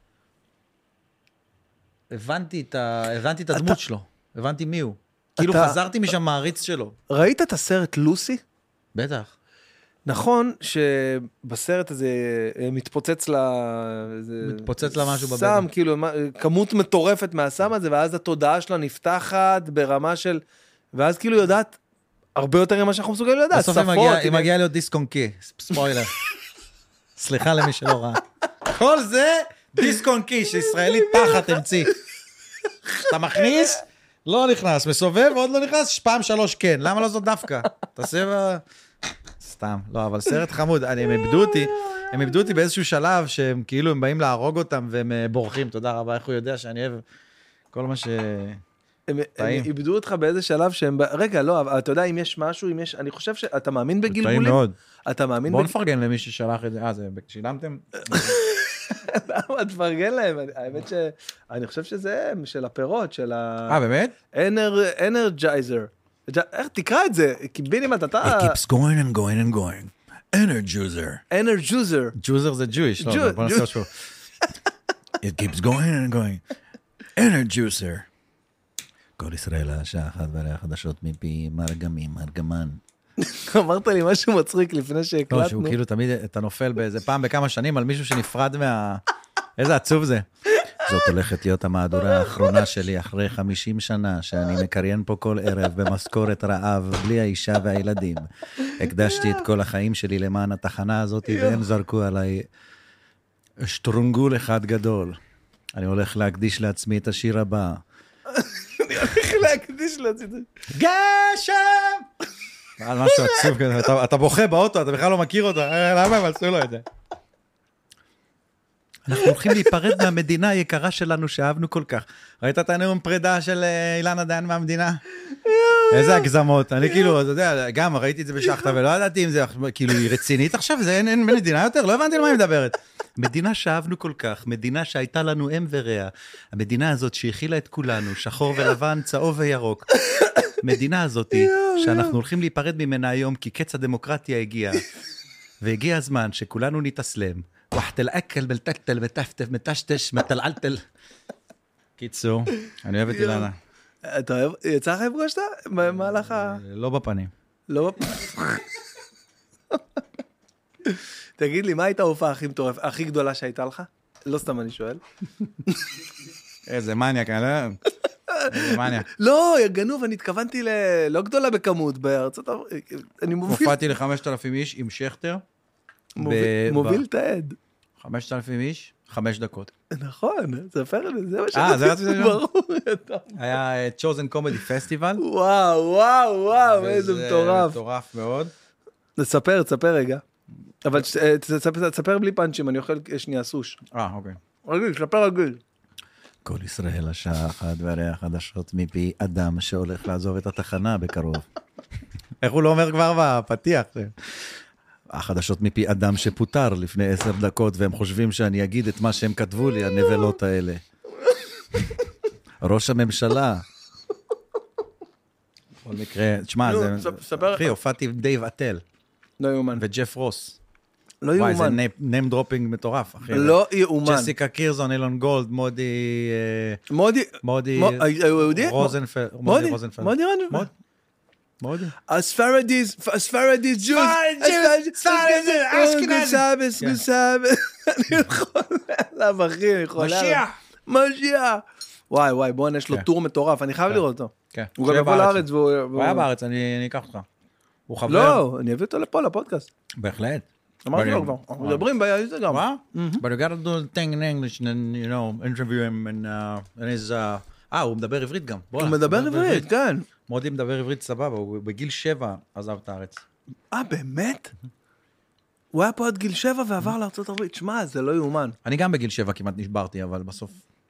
הבנתי את, ה, הבנתי את הדמות אתה, שלו, הבנתי מי הוא. כאילו אתה, חזרתי משם מעריץ שלו. ראית את הסרט לוסי? בטח. נכון שבסרט הזה מתפוצץ לה... מתפוצץ לה משהו בבטן. סם, כאילו, כמות מטורפת מהסם הזה, ואז התודעה שלה נפתחת ברמה של... ואז כאילו יודעת... הרבה יותר ממה שאנחנו מסוגלים לדעת. בסוף היא מגיעה להיות דיסק און קי, ספוילר. סליחה למי שלא ראה. כל זה דיסק און קי, שישראלית פחת המציא. אתה מכניס, לא נכנס, מסובב, עוד לא נכנס, פעם שלוש כן. למה לא זאת דווקא? תעשה ב... סתם, לא, אבל סרט חמוד. הם איבדו אותי, הם איבדו אותי באיזשהו שלב, שהם כאילו, הם באים להרוג אותם, והם בורחים. תודה רבה, איך הוא יודע שאני אוהב כל מה ש... הם איבדו אותך באיזה שלב שהם... רגע, לא, אתה יודע אם יש משהו, אם יש... אני חושב שאתה מאמין בגלגולים? טעים מאוד. אתה מאמין... בוא נפרגן למי ששלח את זה. אה, זה... שילמתם? למה? תפרגן להם. האמת ש... אני חושב שזה של הפירות, של ה... אה, באמת? אנרג'ייזר. איך תקרא את זה? כי בינים אתה... It keeps going and going and going. Energizer. Energizer. Juicer זה Jewish. לא, בוא נעשה שוב. It keeps going and going. Energizer. כל ישראל, השעה אחת ועלי החדשות מפי מרגמים, מרגמן. אמרת לי משהו מצחיק לפני שהקלטנו. לא, שהוא כאילו תמיד, אתה נופל באיזה פעם בכמה שנים על מישהו שנפרד מה... איזה עצוב זה. זאת הולכת להיות המהדורה האחרונה שלי אחרי חמישים שנה, שאני מקריין פה כל ערב במשכורת רעב, בלי האישה והילדים. הקדשתי את כל החיים שלי למען התחנה הזאת, והם זרקו עליי שטרונגול אחד גדול. אני הולך להקדיש לעצמי את השיר הבא. אני הולך להקדיש לעצמי. גשם! על משהו עצוב כזה, אתה, אתה בוכה באוטו, אתה בכלל לא מכיר אותה, למה הם עשו לו את זה? אנחנו הולכים להיפרד מהמדינה היקרה שלנו שאהבנו כל כך. ראית את הנאום פרידה של אילנה דיין מהמדינה? איזה הגזמות, אני כאילו, אתה יודע, גם ראיתי את זה בשחטה ולא ידעתי אם זה כאילו היא רצינית עכשיו, זה אין, אין מדינה יותר, לא הבנתי על מה היא מדברת. מדינה שאהבנו כל כך, מדינה שהייתה לנו אם ורע, המדינה הזאת שהכילה את כולנו, שחור ולבן, צהוב וירוק. מדינה הזאת שאנחנו הולכים להיפרד ממנה היום כי קץ הדמוקרטיה הגיע, והגיע הזמן שכולנו נתאסלם. וחתל אקל, מלטטל, מטפטף, מטשטש, מטלעלטל. קיצור, אני אוהב את אילנה. אתה אוהב, יצא לך לפגוש אותה? במהלך ה... לא בפנים. לא בפנים. תגיד לי, מה הייתה ההופעה הכי מטורפת, הכי גדולה שהייתה לך? לא סתם אני שואל. איזה מניאק, איזה מניאק. לא, גנוב, אני התכוונתי ל... לא גדולה בכמות, בארצות הברית. אני מוביל... הופעתי ל-חמשת אלפים איש עם שכטר. מוביל את העד. חמשת אלפים איש, חמש דקות. נכון, ספר לי, זה מה אה, זה רציתי זה ברור. היה Chosen Comedy Festival. וואו, וואו, וואו, איזה מטורף. וזה מטורף מאוד. תספר, תספר רגע. אבל תספר בלי פאנצ'ים, אני אוכל שנייה סוש. אה, אוקיי. רגיל, תספר רגיל. כל ישראל השעה אחת והרי החדשות מפי אדם שהולך לעזוב את התחנה בקרוב. איך הוא לא אומר כבר בפתיח? החדשות מפי אדם שפוטר לפני עשר דקות, והם חושבים שאני אגיד את מה שהם כתבו לי, הנבלות האלה. ראש הממשלה. בכל מקרה, תשמע, אחי, הופעתי עם דייב אטל. לא יאומן. וג'ף רוס. לא יאומן. וואי, זה name dropping מטורף, אחי. לא יאומן. ג'סיקה קירזון, אילון גולד, מודי... מודי... מודי... מודי? רוזנפלד. מודי רוזנפלד. מודי רוזנפלד. מודי. אספרדיס, אספרדיס ג'וס. אספרדיס, אסקנז. גוסאבס. אני יכול עליו, אחי, אני יכול עליו. משיח. משיח. וואי, וואי, בוא נש לו טור מטורף, אני חייב לראות אותו. הוא גם יבוא לארץ. הוא היה בארץ, אני אקח אותך. הוא חבר. לא, אני אביא אותו לפה, לפודקאסט. בהחלט. אמרתי לו כבר, אנחנו מדברים באינסטגרם. What? But you gotta do the thing in English and then, you know, interview him and, uh, and his, uh, אה, הוא מדבר עברית גם. הוא מדבר עברית, כן. מודי מדבר עברית סבבה, הוא בגיל שבע עזב את הארץ. אה, באמת? הוא היה פה עד גיל שבע ועבר לארצות הברית. שמע, זה לא יאומן. אני גם בגיל שבע כמעט נשברתי, אבל בסוף...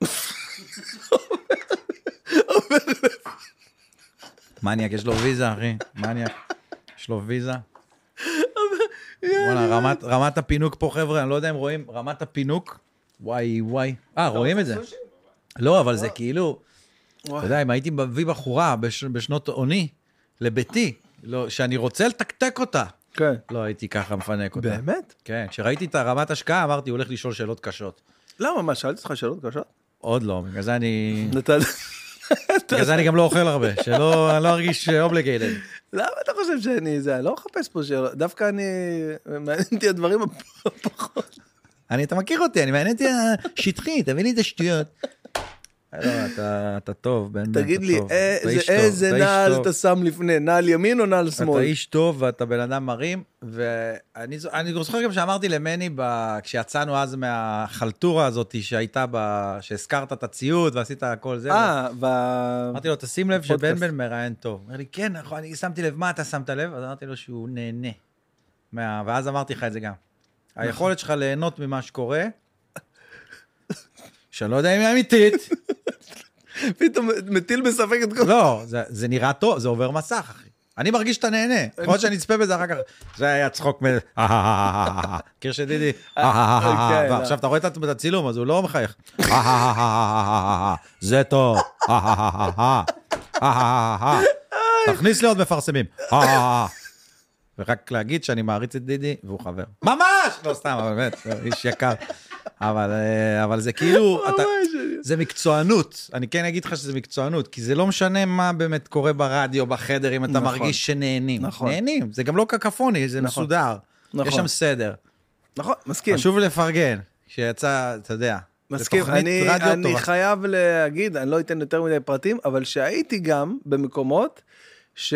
מניאק, יש לו ויזה, אחי. מניאק, יש לו ויזה. וואלה, רמת, רמת הפינוק פה, חבר'ה, אני לא יודע אם רואים, רמת הפינוק, וואי, וואי. אה, רואים את זה? לא, אבל זה כאילו, אתה יודע, אם הייתי מביא בחורה בשנות עוני, לביתי, שאני רוצה לתקתק אותה, לא הייתי ככה מפנק אותה. באמת? כן, כשראיתי את הרמת השקעה, אמרתי, הוא הולך לשאול שאלות קשות. למה, מה, שאלתי אותך שאלות קשות? עוד לא, בגלל זה אני... בגלל זה אני גם לא אוכל הרבה, שלא, אני לא ארגיש אובליגייטד. למה אתה חושב שאני זה? אני לא מחפש פה שאלות, דווקא אני, מעניינתי הדברים הפחות. אני, אתה מכיר אותי, אני מעניינתי שטחי, תביא לי את השטויות. לא, אתה טוב, בן בן, תגיד לי, איזה נעל אתה שם לפני, נעל ימין או נעל שמאל? אתה איש טוב ואתה בן אדם מרים, ואני זוכר גם שאמרתי למני, כשיצאנו אז מהחלטורה הזאת שהייתה, שהזכרת את הציוד ועשית הכל זה, אמרתי לו, תשים לב שבן בן מראיין טוב. אמר לי, כן, אני שמתי לב, מה אתה שמת לב? אז אמרתי לו שהוא נהנה. ואז אמרתי לך את זה גם. היכולת שלך ליהנות ממה שקורה, שאני לא יודע אם היא אמיתית. פתאום מטיל בספק את כל... לא, זה נראה טוב, זה עובר מסך, אחי. אני מרגיש שאתה נהנה. יכול שאני אצפה בזה אחר כך. זה היה צחוק מ... קיר שדידי. ועכשיו אתה רואה את הצילום, אז הוא לא מחייך. זה טוב. תכניס לי עוד מפרסמים. ורק להגיד שאני מעריץ את דידי, והוא חבר. ממש! לא סתם, אבל באמת, איש יקר. אבל, אבל זה כאילו, אתה, זה מקצוענות. אני כן אגיד לך שזה מקצוענות, כי זה לא משנה מה באמת קורה ברדיו, בחדר, אם אתה נכון. מרגיש שנהנים. נכון. נהנים, זה גם לא קקפוני, זה נכון. מסודר. נכון. יש שם סדר. נכון, מסכים. חשוב לפרגן, כשיצא, אתה יודע. מסכים, אני, אני חייב להגיד, אני לא אתן יותר מדי פרטים, אבל שהייתי גם במקומות, ש...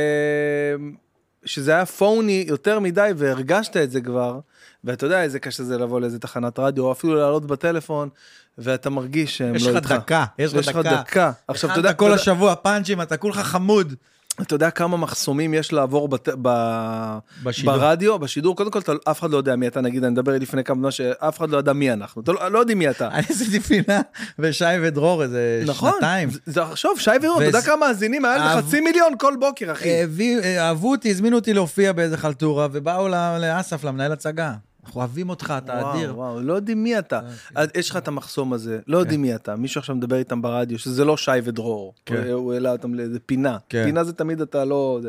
שזה היה פוני יותר מדי, והרגשת את זה כבר, ואתה יודע איזה קשה זה לבוא לאיזה תחנת רדיו, או אפילו לעלות בטלפון, ואתה מרגיש שהם לא איתך. יש לך דקה, יש לך דקה. דקה. עכשיו, אתה יודע, כל השבוע פאנצ'ים, אתה כולך חמוד, אתה יודע כמה מחסומים יש לעבור בת... ב... בשידור. ברדיו, בשידור, קודם כל אתה... אף אחד לא יודע מי אתה, נגיד, אני מדבר לפני כמה זמן שאף אחד לא יודע מי אנחנו, אתה לא, לא יודעים מי אתה. אני עשיתי פינה ושי ודרור איזה נכון, שנתיים. זה עכשיו, שי ודרור, אתה יודע כמה מאזינים, היה אהב... חצי מיליון כל בוקר, אחי. אהבו אותי, הזמינו אותי להופיע באיזה חלטורה, ובאו לאסף, למנהל הצגה. אנחנו אוהבים אותך, אתה אדיר. וואו, וואו, לא יודעים מי אתה. יש לך את המחסום הזה, לא יודעים מי אתה. מישהו עכשיו מדבר איתם ברדיו, שזה לא שי ודרור. הוא העלה אותם לאיזה פינה. פינה זה תמיד אתה לא...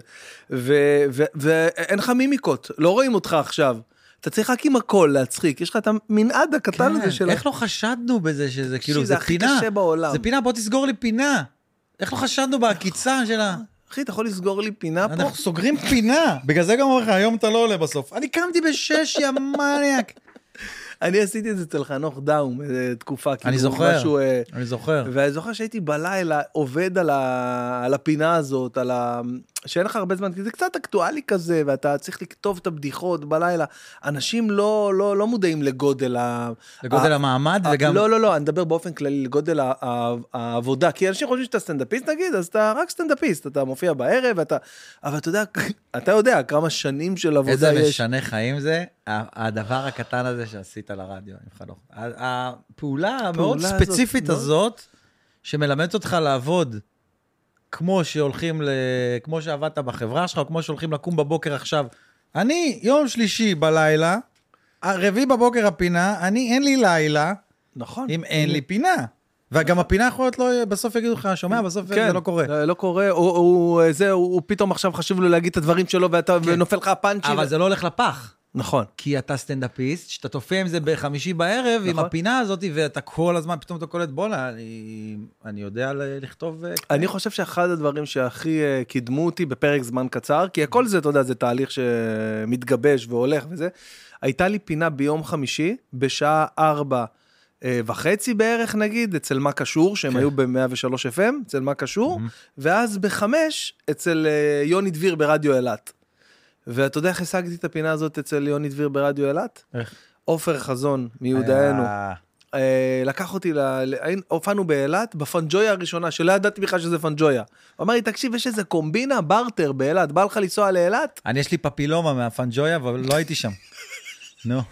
ואין לך מימיקות, לא רואים אותך עכשיו. אתה צריך רק עם הכל להצחיק, יש לך את המנעד הקטן הזה שלך. איך לא חשדנו בזה שזה כאילו, זה פינה. הכי קשה בעולם. זה פינה, בוא תסגור לי פינה. איך לא חשדנו בעקיצה שלה? אחי, אתה יכול לסגור לי פינה פה? אנחנו סוגרים פינה. בגלל זה גם אומר לך, היום אתה לא עולה בסוף. אני קמתי בשש, יא מניאק. אני עשיתי את זה אצל חנוך דאום, תקופה. אני זוכר, אני זוכר. ואני זוכר שהייתי בלילה עובד על הפינה הזאת, על ה... שאין לך הרבה זמן, כי זה קצת אקטואלי כזה, ואתה צריך לכתוב את הבדיחות בלילה. אנשים לא, לא, לא מודעים לגודל ה... לגודל המעמד וגם... לא, לא, לא, אני מדבר באופן כללי לגודל העבודה, כי אנשים חושבים שאתה סטנדאפיסט נגיד, אז אתה רק סטנדאפיסט, אתה מופיע בערב, ואתה... אבל אתה יודע, אתה יודע כמה שנים של עבודה יש. איזה משנה חיים זה, הדבר הקטן הזה שעשית לרדיו, עם חנוך. הפעולה המאוד ספציפית הזאת, שמלמדת אותך לעבוד, כמו שהולכים, ל... כמו שעבדת בחברה שלך, או כמו שהולכים לקום בבוקר עכשיו. אני, יום שלישי בלילה, הרביעי בבוקר הפינה, אני, אין לי לילה, נכון. אם אין לי פינה. וגם הפינה יכולת לא, בסוף יגידו לך, שומע, בסוף כן, זה לא קורה. לא, לא קורה, הוא, הוא, זה, הוא, הוא פתאום עכשיו חשוב לו להגיד את הדברים שלו, ואתה, כן. ונופל לך הפאנצ'י. אבל ו... זה לא הולך לפח. נכון. כי אתה סטנדאפיסט, שאתה תופיע עם זה בחמישי בערב, נכון. עם הפינה הזאת, ואתה כל הזמן, פתאום אתה קולט, בונה, אני, אני יודע לכתוב... אני חושב שאחד הדברים שהכי קידמו אותי בפרק זמן קצר, כי הכל זה, אתה יודע, זה תהליך שמתגבש והולך וזה, הייתה לי פינה ביום חמישי, בשעה ארבע וחצי בערך נגיד, אצל מה קשור, שהם היו ב-מאה ושלוש אף אם, אצל מה קשור, ואז בחמש, אצל יוני דביר ברדיו אלת. ואתה יודע איך השגתי את הפינה הזאת אצל יוני דביר ברדיו אלת? איך? עופר חזון, מיודענו. לקח אותי, הופענו באלת, בפנג'ויה הראשונה, שלא ידעתי בכלל שזה פנג'ויה. הוא אמר לי, תקשיב, יש איזה קומבינה, בארטר באלת, בא לך לנסוע לאלת? אני יש לי פפילומה מהפנג'ויה, אבל לא הייתי שם. נו.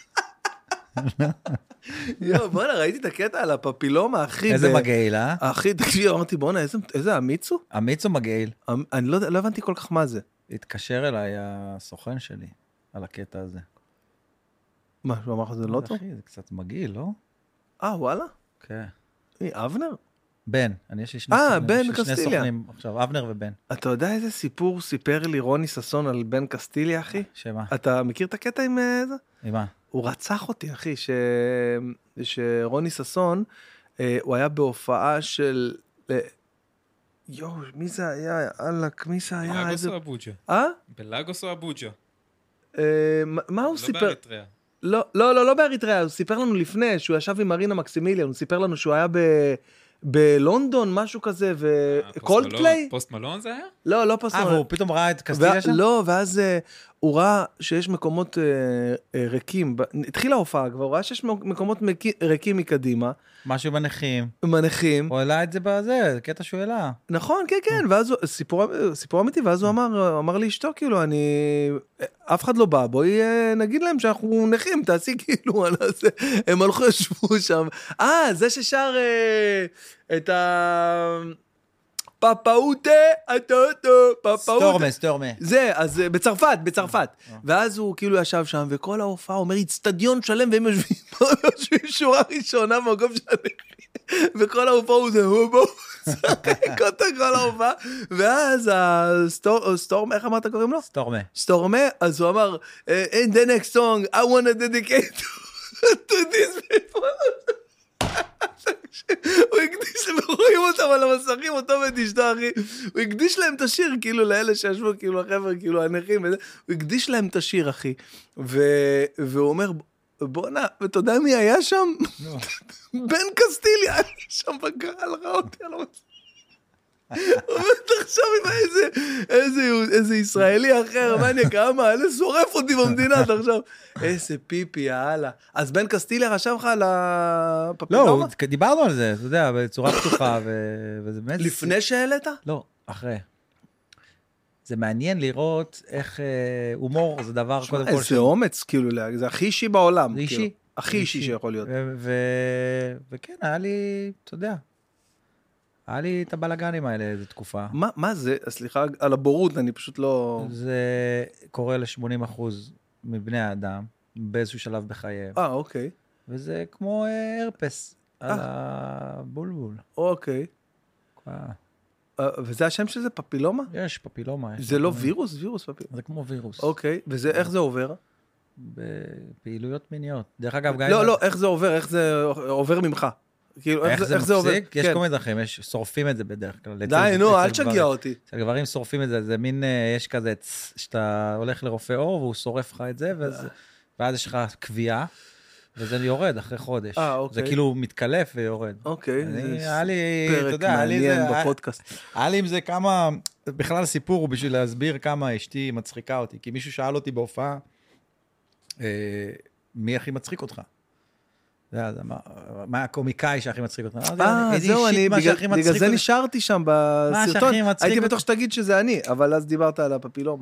בוא'נה, ראיתי את הקטע על הפפילומה, אחי. איזה מגעיל, אה? אחי, תקשיב, אמרתי, בוא'נה, איזה אמיץ הוא? אמיץ או מגעיל? אני לא הבנתי כל כך מה זה. התקשר אליי הסוכן שלי, על הקטע הזה. מה, הוא אמר לך זה לא טוב? אחי, זה קצת מגעיל, לא? אה, וואלה? כן. מי, אבנר? בן, אני יש לי שני סוכנים. אה, בן קסטיליה. שני סוכנים, עכשיו, אבנר ובן. אתה יודע איזה סיפור סיפר לי רוני ססון על בן קסטיליה, אחי? שמה? אתה מכיר את הקטע עם זה? עם מה? הוא רצח אותי, אחי, ש... שרוני ססון, הוא היה בהופעה של... יואו, מי זה היה? אלק, מי זה היה? בלאגוס או אבוג'ה? אה? בלאגוס או אבוג'ה? מה הוא סיפר? לא באריתריאה. לא, לא, לא, לא באריתריאה, הוא סיפר לנו לפני, שהוא ישב עם מרינה מקסימיליאן, הוא סיפר לנו שהוא היה ב... בלונדון, משהו כזה, וקולדפליי? פוסט מלון זה היה? לא, לא פוסט מלון. אה, והוא פתאום ראה את קסטיליה שם? לא, ואז הוא ראה שיש מקומות ריקים, התחילה ההופעה כבר, הוא ראה שיש מקומות ריקים מקדימה. משהו בנכים. בנכים. הוא העלה את זה בזה, זה קטע שהוא העלה. נכון, כן, כן, ואז סיפור אמיתי, ואז הוא אמר לאשתו, כאילו, אני, אף אחד לא בא, בואי נגיד להם שאנחנו נכים, תעשי כאילו, הם הלכו ישבו שם. אה, זה ששר את ה... פאפאוטה, הטוטו, פאפאוטה. סטורמה, סטורמה. זה, אז בצרפת, בצרפת. ואז הוא כאילו ישב שם, וכל ההופעה אומר, אצטדיון שלם, והם יושבים שורה ראשונה במקום שאני... וכל ההופעה הוא זה, הוא בואו, צחק אותה כל ההופעה. ואז הסטורמה, איך אמרת קוראים לו? סטורמה. סטורמה, אז הוא אמר, in the next song, I want to dedicate to this people. הוא הקדיש להם, רואים אותם על המסכים, אותו ואת אשתו, אחי, הוא הקדיש להם את השיר, כאילו, לאלה שישבו, כאילו, החבר'ה, כאילו, הנכים, הוא הקדיש להם את השיר, אחי, והוא אומר, בוא נע, ואתה יודע מי היה שם? בן קסטיליה, היה שם בקהל, ראה אותי על המסכים. הוא אומר, תחשוב עם איזה ישראלי אחר, מה אני כמה, אלה שורף אותי במדינה, תחשוב. איזה פיפי, יאללה. אז בן קסטיליה רשם לך על הפפילומה? לא, דיברנו על זה, אתה יודע, בצורה פתוחה, וזה באמת... לפני שהעלית? לא, אחרי. זה מעניין לראות איך הומור זה דבר קודם כל... איזה אומץ, כאילו, זה הכי אישי בעולם. זה אישי. הכי אישי שיכול להיות. וכן, היה לי, אתה יודע, היה לי את הבלגנים האלה איזו תקופה. מה זה? סליחה, על הבורות, אני פשוט לא... זה קורה ל-שמונים אחוז מבני האדם, באיזשהו שלב בחייהם. אה, אוקיי. וזה כמו הרפס על הבולבול. אוקיי. וזה השם של זה? פפילומה? יש, פפילומה. זה לא וירוס? וירוס פפילומה. זה כמו וירוס. אוקיי, ואיך זה עובר? בפעילויות מיניות. דרך אגב, גם... לא, לא, איך זה עובר? איך זה עובר ממך? איך זה מפסיק? יש כל מיני דרכים, שורפים את זה בדרך כלל. די, נו, אל תשגיע אותי. הגברים שורפים את זה, זה מין, יש כזה, שאתה הולך לרופא אור, והוא שורף לך את זה, ואז יש לך קביעה, וזה יורד אחרי חודש. זה כאילו מתקלף ויורד. אוקיי. היה לי, פרק מעניין בפודקאסט. היה לי עם זה כמה, בכלל הסיפור הוא בשביל להסביר כמה אשתי מצחיקה אותי, כי מישהו שאל אותי בהופעה, מי הכי מצחיק אותך? מה הקומיקאי שהכי מצחיק אותך? אה, זהו, בגלל זה נשארתי שם בסרטון. הייתי בטוח שתגיד שזה אני, אבל אז דיברת על הפפילומה.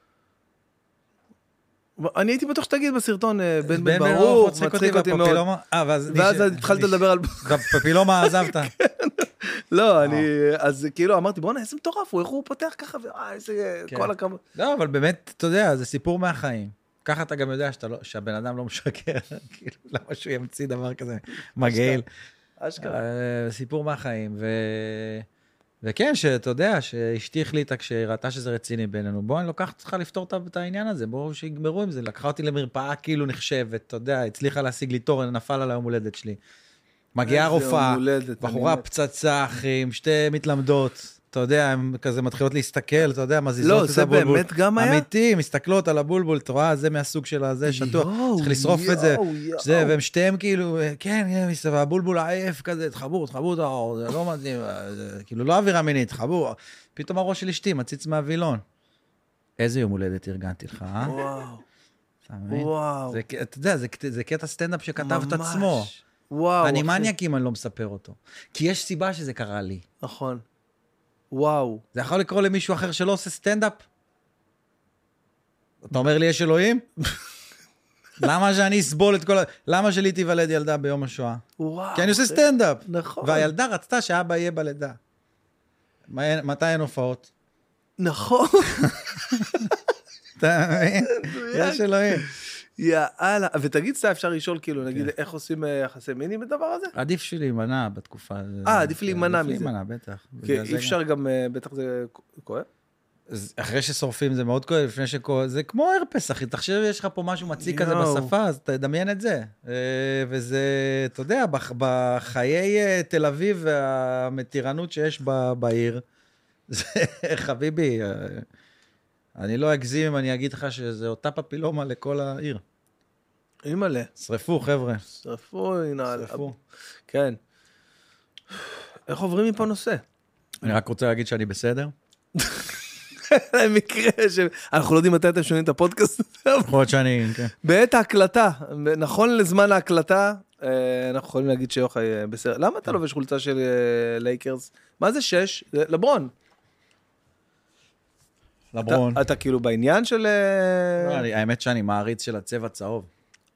אני הייתי בטוח שתגיד בסרטון, בן בן ברוך, מצחיק אותי מאוד. ואז התחלת לדבר על... בפפילומה עזבת. לא, אני... אז כאילו אמרתי, בוא'נה, איזה מטורף, איך הוא פותח ככה, ואיזה... כל הכבוד. לא, אבל באמת, אתה יודע, זה סיפור מהחיים. ככה אתה גם יודע שהבן אדם לא משקר, כאילו, למה שהוא ימציא דבר כזה מגעיל. אשכרה. סיפור מהחיים, וכן, שאתה יודע, שאשתי החליטה כשראתה שזה רציני בינינו, בוא, אני לוקחת אותך לפתור את העניין הזה, בואו שיגמרו עם זה, לקחה אותי למרפאה כאילו נחשבת, אתה יודע, הצליחה להשיג לי תור, נפל על היום הולדת שלי. מגיעה רופאה, בחורה פצצה, אחים, שתי מתלמדות, אתה יודע, הן כזה מתחילות להסתכל, אתה יודע, מזיזות את הבולבול. לא, זה באמת גם היה? אמיתי, מסתכלות על הבולבול, אתה רואה, זה מהסוג שלה, זה שטוח, צריך לשרוף את זה, והם שתיהם כאילו, כן, הבולבול העייף כזה, תחבור, תחבור, זה לא מדהים, כאילו לא אווירה מינית, תחבור, פתאום הראש של אשתי, מציץ מהווילון. איזה יום הולדת ארגנתי לך, אה? וואו. וואו. אתה יודע, זה קטע סטנדאפ שכתב את עצמו. וואו. אני מניאק אם אני לא מספר אותו. כי יש סיבה שזה קרה לי. נכון. וואו. זה יכול לקרוא למישהו אחר שלא עושה סטנדאפ? אתה אומר לי יש אלוהים? למה שאני אסבול את כל ה... למה שלי תיוולד ילדה ביום השואה? וואו. כי אני עושה סטנדאפ. נכון. והילדה רצתה שאבא יהיה בלידה. מתי אין הופעות? נכון. אתה מבין? יש אלוהים. יאללה, ותגיד סתם, אפשר לשאול כאילו, נגיד, איך עושים יחסי מינים בדבר הזה? עדיף שלי להימנע בתקופה. אה, עדיף להימנע מזה. עדיף להימנע, בטח. כי אי אפשר גם, בטח זה כואב? אחרי ששורפים זה מאוד כואב, לפני שכואב, זה כמו הרפס, אחי, תחשב, יש לך פה משהו מציק כזה בשפה, אז תדמיין את זה. וזה, אתה יודע, בחיי תל אביב והמתירנות שיש בעיר, זה חביבי, אני לא אגזים אם אני אגיד לך שזה אותה פפילומה לכל העיר. אימאלה. שרפו, חבר'ה. שרפו, הנה. שרפו. כן. איך עוברים מפה נושא? אני רק רוצה להגיד שאני בסדר. מקרה ש... אנחנו לא יודעים מתי אתם שומעים את הפודקאסט. יכול להיות שאני, כן. בעת ההקלטה, נכון לזמן ההקלטה, אנחנו יכולים להגיד שיוחאי בסדר. למה אתה לובש חולצה של לייקרס? מה זה שש? לברון. לברון. אתה כאילו בעניין של... האמת שאני מעריץ של הצבע צהוב.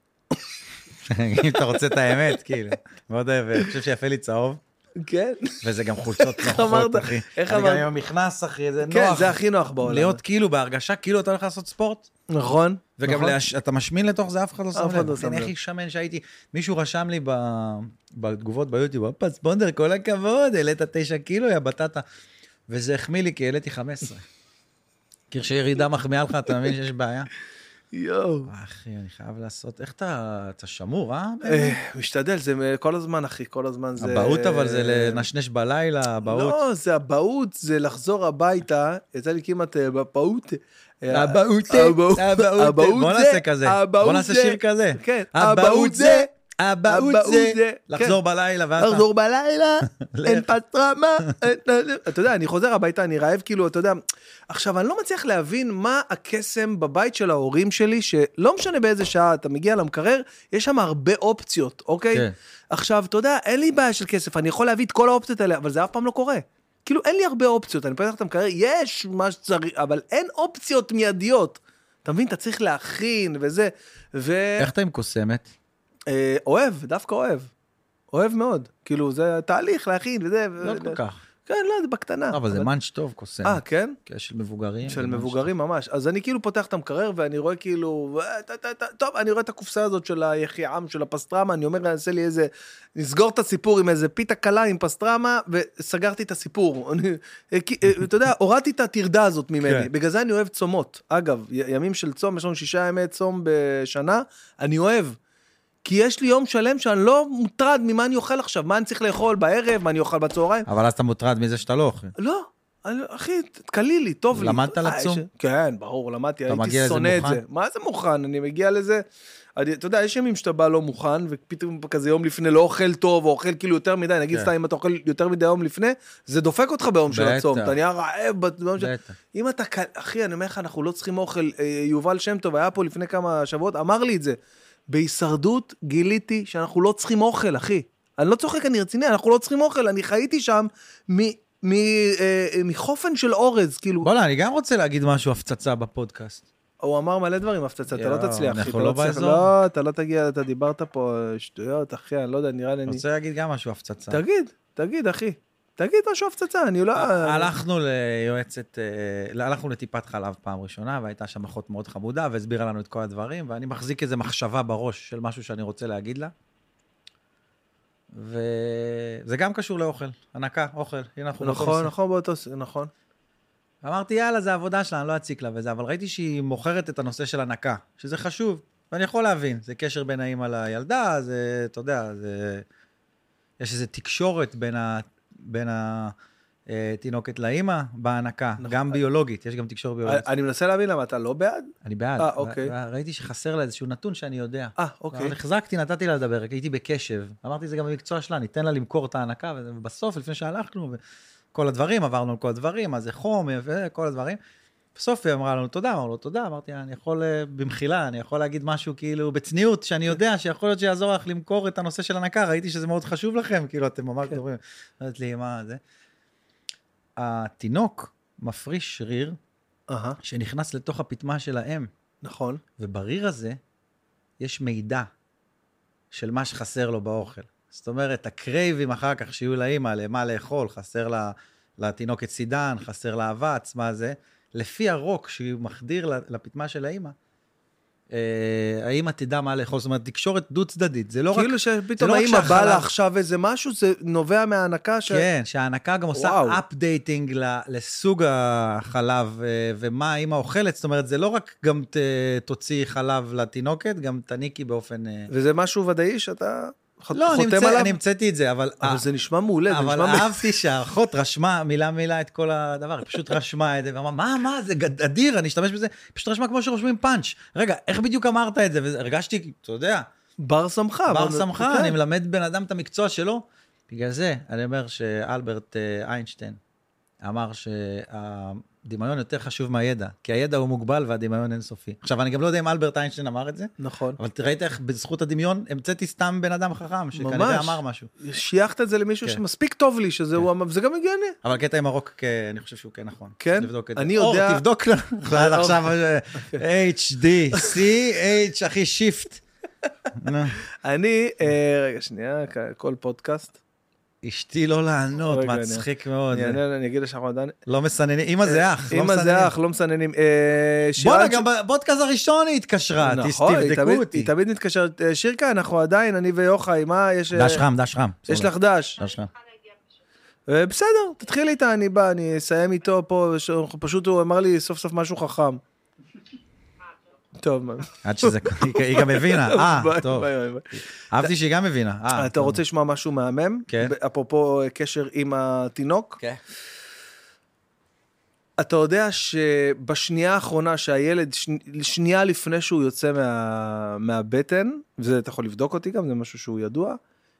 אם אתה רוצה את האמת, כאילו. מאוד אוהב, אני חושב שיפה לי צהוב. כן. וזה גם חולצות נוחות, אחי. איך אמרת? אני גם עם המכנס, אחי, זה נוח. כן, זה הכי נוח בעולם. להיות כאילו בהרגשה, כאילו אתה הולך לעשות ספורט. נכון. וגם אתה משמין לתוך זה, אף אחד לא שם לב. אני הכי שמן שהייתי. מישהו רשם לי בתגובות ביוטיוב, אופה, ספונדר, כל הכבוד, העלית תשע קילו, יא בטטה. וזה החמיא לי, כי העליתי חמש עשרה. כי כשירידה מחמיאה לך, אתה מבין שיש בעיה? יואו. אחי, אני חייב לעשות, איך אתה, אתה שמור, אה? משתדל, זה כל הזמן, אחי, כל הזמן זה... הבאות, אבל זה לנשנש בלילה, הבאות. לא, זה הבאות, זה לחזור הביתה, יצא לי כמעט בפאות. הבאות, הבאות, בוא נעשה כזה, בוא נעשה שיר כזה. כן, הבאות זה... הבאות זה לחזור בלילה, לחזור בלילה, אין פטרמה, אתה יודע, אני חוזר הביתה, אני רעב, כאילו, אתה יודע, עכשיו, אני לא מצליח להבין מה הקסם בבית של ההורים שלי, שלא משנה באיזה שעה אתה מגיע למקרר, יש שם הרבה אופציות, אוקיי? עכשיו, אתה יודע, אין לי בעיה של כסף, אני יכול להביא את כל האופציות האלה, אבל זה אף פעם לא קורה. כאילו אין לי הרבה אופציות, אני פותח את המקרר, יש מה שצריך, אבל אין אופציות מיידיות. אתה מבין, אתה צריך להכין וזה, ו... איך אתה עם קוסמת? אה, אוהב, דווקא אוהב. אוהב מאוד. כאילו, זה תהליך להכין וזה. לא כל כך. כן, לא, זה בקטנה. אבל זה מאנץ' טוב, קוסמת. אה, כן? של מבוגרים. של מבוגרים ממש. אז אני כאילו פותח את המקרר, ואני רואה כאילו, טוב, אני רואה את הקופסה הזאת של היחיעם, של הפסטרמה, אני אומר, אני אעשה לי איזה, נסגור את הסיפור עם איזה פיתה קלה עם פסטרמה, וסגרתי את הסיפור. אתה יודע, הורדתי את התרדה הזאת ממני. בגלל זה אני אוהב צומות. אגב, ימים של צום, יש לנו שישה ימי צום בשנה, אני אוהב. כי יש לי יום שלם שאני לא מוטרד ממה אני אוכל עכשיו, מה אני צריך לאכול בערב, מה אני אוכל בצהריים. אבל אז אתה מוטרד מזה שאתה לא אוכל. לא, אני, אחי, תקלי לי, טוב לי. למדת לצום? כן, ברור, למדתי, הייתי שונא את זה. מה זה מוכן? אני מגיע לזה, אני, אתה יודע, יש ימים שאתה בא לא מוכן, ופתאום כזה יום לפני לא אוכל טוב, או אוכל כאילו יותר מדי, נגיד סתם אם אתה אוכל יותר מדי יום לפני, זה דופק אותך ביום של הצום, אתה נהיה רעב ביום של... אם אתה, אחי, אני אומר לך, אנחנו לא צריכים אוכל, יובל שם טוב, היה פה לפני כמה שבועות, אמר לי את זה. בהישרדות גיליתי שאנחנו לא צריכים אוכל, אחי. אני לא צוחק, אני רציני, אנחנו לא צריכים אוכל, אני חייתי שם מחופן של אורז, כאילו... בוא'לה, אני גם רוצה להגיד משהו הפצצה בפודקאסט. הוא אמר מלא דברים הפצצה, אתה לא תצליח. אנחנו לא באזור? לא, אתה לא תגיע, אתה דיברת פה שטויות, אחי, אני לא יודע, נראה לי... אני רוצה להגיד גם משהו הפצצה. תגיד, תגיד, אחי. תגיד משהו הפצצה, אני לא... הלכנו ליועצת, הלכנו לטיפת חלב פעם ראשונה, והייתה שם אחות מאוד חמודה, והסבירה לנו את כל הדברים, ואני מחזיק איזו מחשבה בראש של משהו שאני רוצה להגיד לה. וזה גם קשור לאוכל, הנקה, אוכל. נכון, נכון באותו, נכון. אמרתי, יאללה, זה העבודה שלה, אני לא אציק לה וזה, אבל ראיתי שהיא מוכרת את הנושא של הנקה, שזה חשוב, ואני יכול להבין, זה קשר בין האמא לילדה, זה, אתה יודע, זה... יש איזו תקשורת בין ה... בין התינוקת לאמא בהנקה, גם ביולוגית, יש גם תקשורת ביולוגית. אני מנסה להבין למה, אתה לא בעד? אני בעד. אה, אוקיי. ראיתי שחסר לה איזשהו נתון שאני יודע. אה, אוקיי. אבל החזקתי, נתתי לה לדבר, הייתי בקשב. אמרתי, זה גם במקצוע שלה, ניתן לה למכור את ההנקה, ובסוף, לפני שהלכנו, וכל הדברים, עברנו על כל הדברים, אז זה חום, וכל הדברים. בסוף היא אמרה לנו תודה, אמר לו תודה, אמרתי, אני יכול במחילה, אני יכול להגיד משהו כאילו בצניעות, שאני יודע שיכול להיות שיעזור לך למכור את הנושא של הנקה, ראיתי שזה מאוד חשוב לכם, כאילו אתם ממש דברים, אומרת לי, מה זה? התינוק מפריש שריר, שנכנס לתוך הפתמה של האם. נכון. ובריר הזה, יש מידע של מה שחסר לו באוכל. זאת אומרת, הקרייבים אחר כך שיהיו לאמא, למה לאכול, חסר לה, לתינוקת סידן, חסר לה אבץ, מה זה? לפי הרוק שהוא מחדיר לפתמה של האמא, האמא תדע מה לאכול, זאת אומרת, תקשורת דו צדדית, זה לא רק... כאילו שפתאום האמא באה לה עכשיו איזה משהו, זה נובע מההנקה ש... כן, שההנקה גם עושה אפדייטינג לסוג החלב, ומה האמא אוכלת, זאת אומרת, זה לא רק גם תוציא חלב לתינוקת, גם תניקי באופן... וזה משהו ודאי שאתה... לא, אני המצאתי את זה, אבל... אבל זה נשמע מעולה. אבל אהבתי שהאחות רשמה מילה מילה את כל הדבר, היא פשוט רשמה את זה, ואמרה, מה, מה, זה אדיר, אני אשתמש בזה, פשוט רשמה כמו שרושמים פאנץ'. רגע, איך בדיוק אמרת את זה? והרגשתי, אתה יודע... בר שמחה. בר שמחה, אני מלמד בן אדם את המקצוע שלו. בגלל זה, אני אומר שאלברט איינשטיין אמר שהדמיון יותר חשוב מהידע, כי הידע הוא מוגבל והדמיון אינסופי. עכשיו, אני גם לא יודע אם אלברט איינשטיין אמר את זה. נכון. אבל ראית איך בזכות הדמיון, המצאתי סתם בן אדם חכם, שכנראה אמר משהו. שייכת את זה למישהו שמספיק טוב לי, שזה הוא אמר, וזה גם הגיוני. אבל קטע עם הרוק, אני חושב שהוא כן נכון. כן? אני יודע... אור, תבדוק לנו. עכשיו, H D, C, H, אחי, שיפט. אני, רגע, שנייה, כל פודקאסט. אשתי לא לענות, מצחיק מאוד. אני אגיד לשם עדיין. לא מסננים, אמא זה אח. אמא זה אח, לא מסננים. בוא'נה, גם בפודקאסט הראשון היא התקשרה, תבדקו אותי. היא תמיד מתקשרת. שירקה, אנחנו עדיין, אני ויוחאי, מה יש... דש רם, דש רם. יש לך דש. דש רם. בסדר, תתחיל איתה, אני בא, אני אסיים איתו פה, פשוט הוא אמר לי סוף סוף משהו חכם. טוב, עד שזה, היא גם הבינה, אה, טוב. אהבתי שהיא גם הבינה. אתה רוצה לשמוע משהו מהמם? כן. אפרופו קשר עם התינוק? כן. אתה יודע שבשנייה האחרונה שהילד, שנייה לפני שהוא יוצא מהבטן, וזה אתה יכול לבדוק אותי גם, זה משהו שהוא ידוע,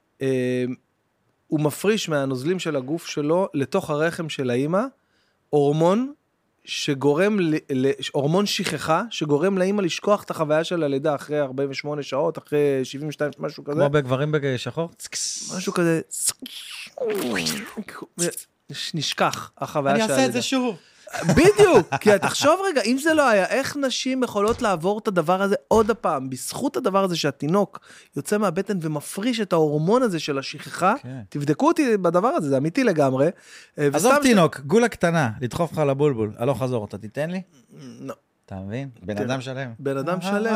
הוא מפריש מהנוזלים של הגוף שלו לתוך הרחם של האמא, הורמון, שגורם, הורמון שכחה, שגורם לאמא לשכוח את החוויה של הלידה אחרי ארבעים ושמונה שעות, אחרי שבעים ושתיים, משהו כזה. כמו בגברים בשחור? משהו כזה. נשכח, החוויה אני של אעשה את זה שוב. בדיוק, כי תחשוב רגע, אם זה לא היה, איך נשים יכולות לעבור את הדבר הזה עוד הפעם, בזכות הדבר הזה שהתינוק יוצא מהבטן ומפריש את ההורמון הזה של השכחה, תבדקו אותי בדבר הזה, זה אמיתי לגמרי. עזוב תינוק, גולה קטנה, לדחוף לך לבולבול, הלוך חזור, אתה תיתן לי? לא. אתה מבין? בן אדם שלם. בן אדם שלם.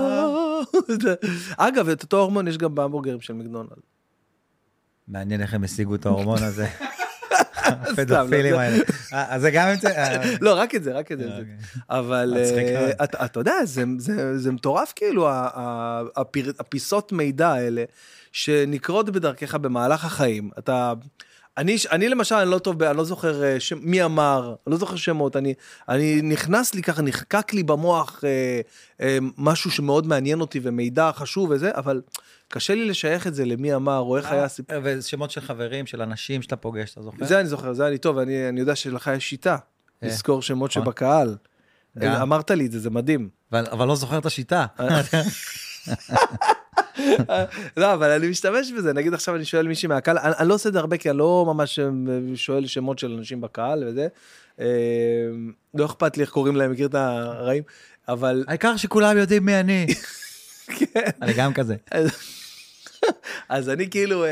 אגב, את אותו הורמון יש גם בהמבורגרים של מקדונלד. מעניין איך הם השיגו את ההורמון הזה. הפדופילים האלה. אז זה גם אמצע... לא, רק את זה, רק את זה. אבל אתה יודע, זה מטורף כאילו, הפיסות מידע האלה, שנקרות בדרכך במהלך החיים. אתה... אני, אני למשל, אני לא טוב, אני לא זוכר ש... מי אמר, אני לא זוכר שמות, אני, אני נכנס לי ככה, נחקק לי במוח אה, אה, משהו שמאוד מעניין אותי ומידע חשוב וזה, אבל קשה לי לשייך את זה למי אמר או איך היה סיפור. ושמות של חברים, של אנשים שאתה פוגש, אתה זוכר? זה אני זוכר, זה אני טוב, אני, אני יודע שלך יש שיטה, לזכור שמות שבקהל. אמרת לי את זה, זה מדהים. אבל, אבל לא זוכר את השיטה. לא, אבל אני משתמש בזה, נגיד עכשיו אני שואל מישהי מהקהל, אני, אני לא עושה את זה הרבה, כי אני לא ממש שואל שמות של אנשים בקהל וזה, לא אכפת לי איך קוראים להם, מכיר את הרעים, אבל... העיקר שכולם יודעים מי אני. כן. אני גם כזה. אז אני כאילו,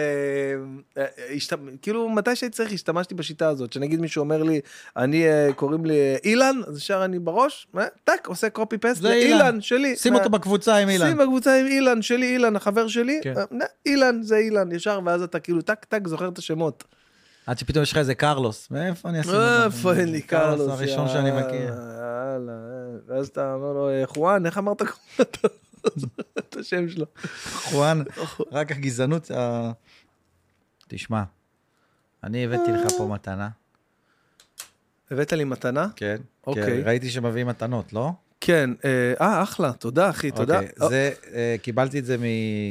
כאילו מתי שהייתי צריך, השתמשתי בשיטה הזאת, שנגיד מישהו אומר לי, אני קוראים לי אילן, אז ישר אני בראש, טק, עושה קופי פסט, זה אילן שלי. שים אותו בקבוצה עם אילן. שים בקבוצה עם אילן שלי, אילן, החבר שלי, אילן, זה אילן, ישר, ואז אתה כאילו טק, טק, זוכר את השמות. עד שפתאום יש לך איזה קרלוס, מאיפה אני אשים אותו? איפה אין לי קרלוס? קרלוס הראשון שאני מכיר. ואז אתה אומר לו, חואן, איך אמרת את השם שלו? חואן, רק הגזענות. תשמע, אני הבאתי לך פה מתנה. הבאת לי מתנה? כן. אוקיי. ראיתי שמביאים מתנות, לא? כן. אה, אחלה, תודה אחי, תודה. זה, קיבלתי את זה מ...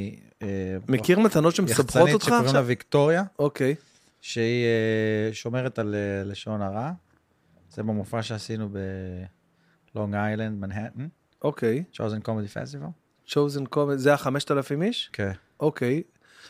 מכיר מתנות שמסבכות אותך עכשיו? שקוראים לה ויקטוריה. אוקיי. שהיא שומרת על לשון הרע. זה במופע שעשינו בלונג איילנד, מנהטן. אוקיי. Chosen Comedy Festival. Chosen Comedy, זה החמשת אלפים איש? כן. אוקיי.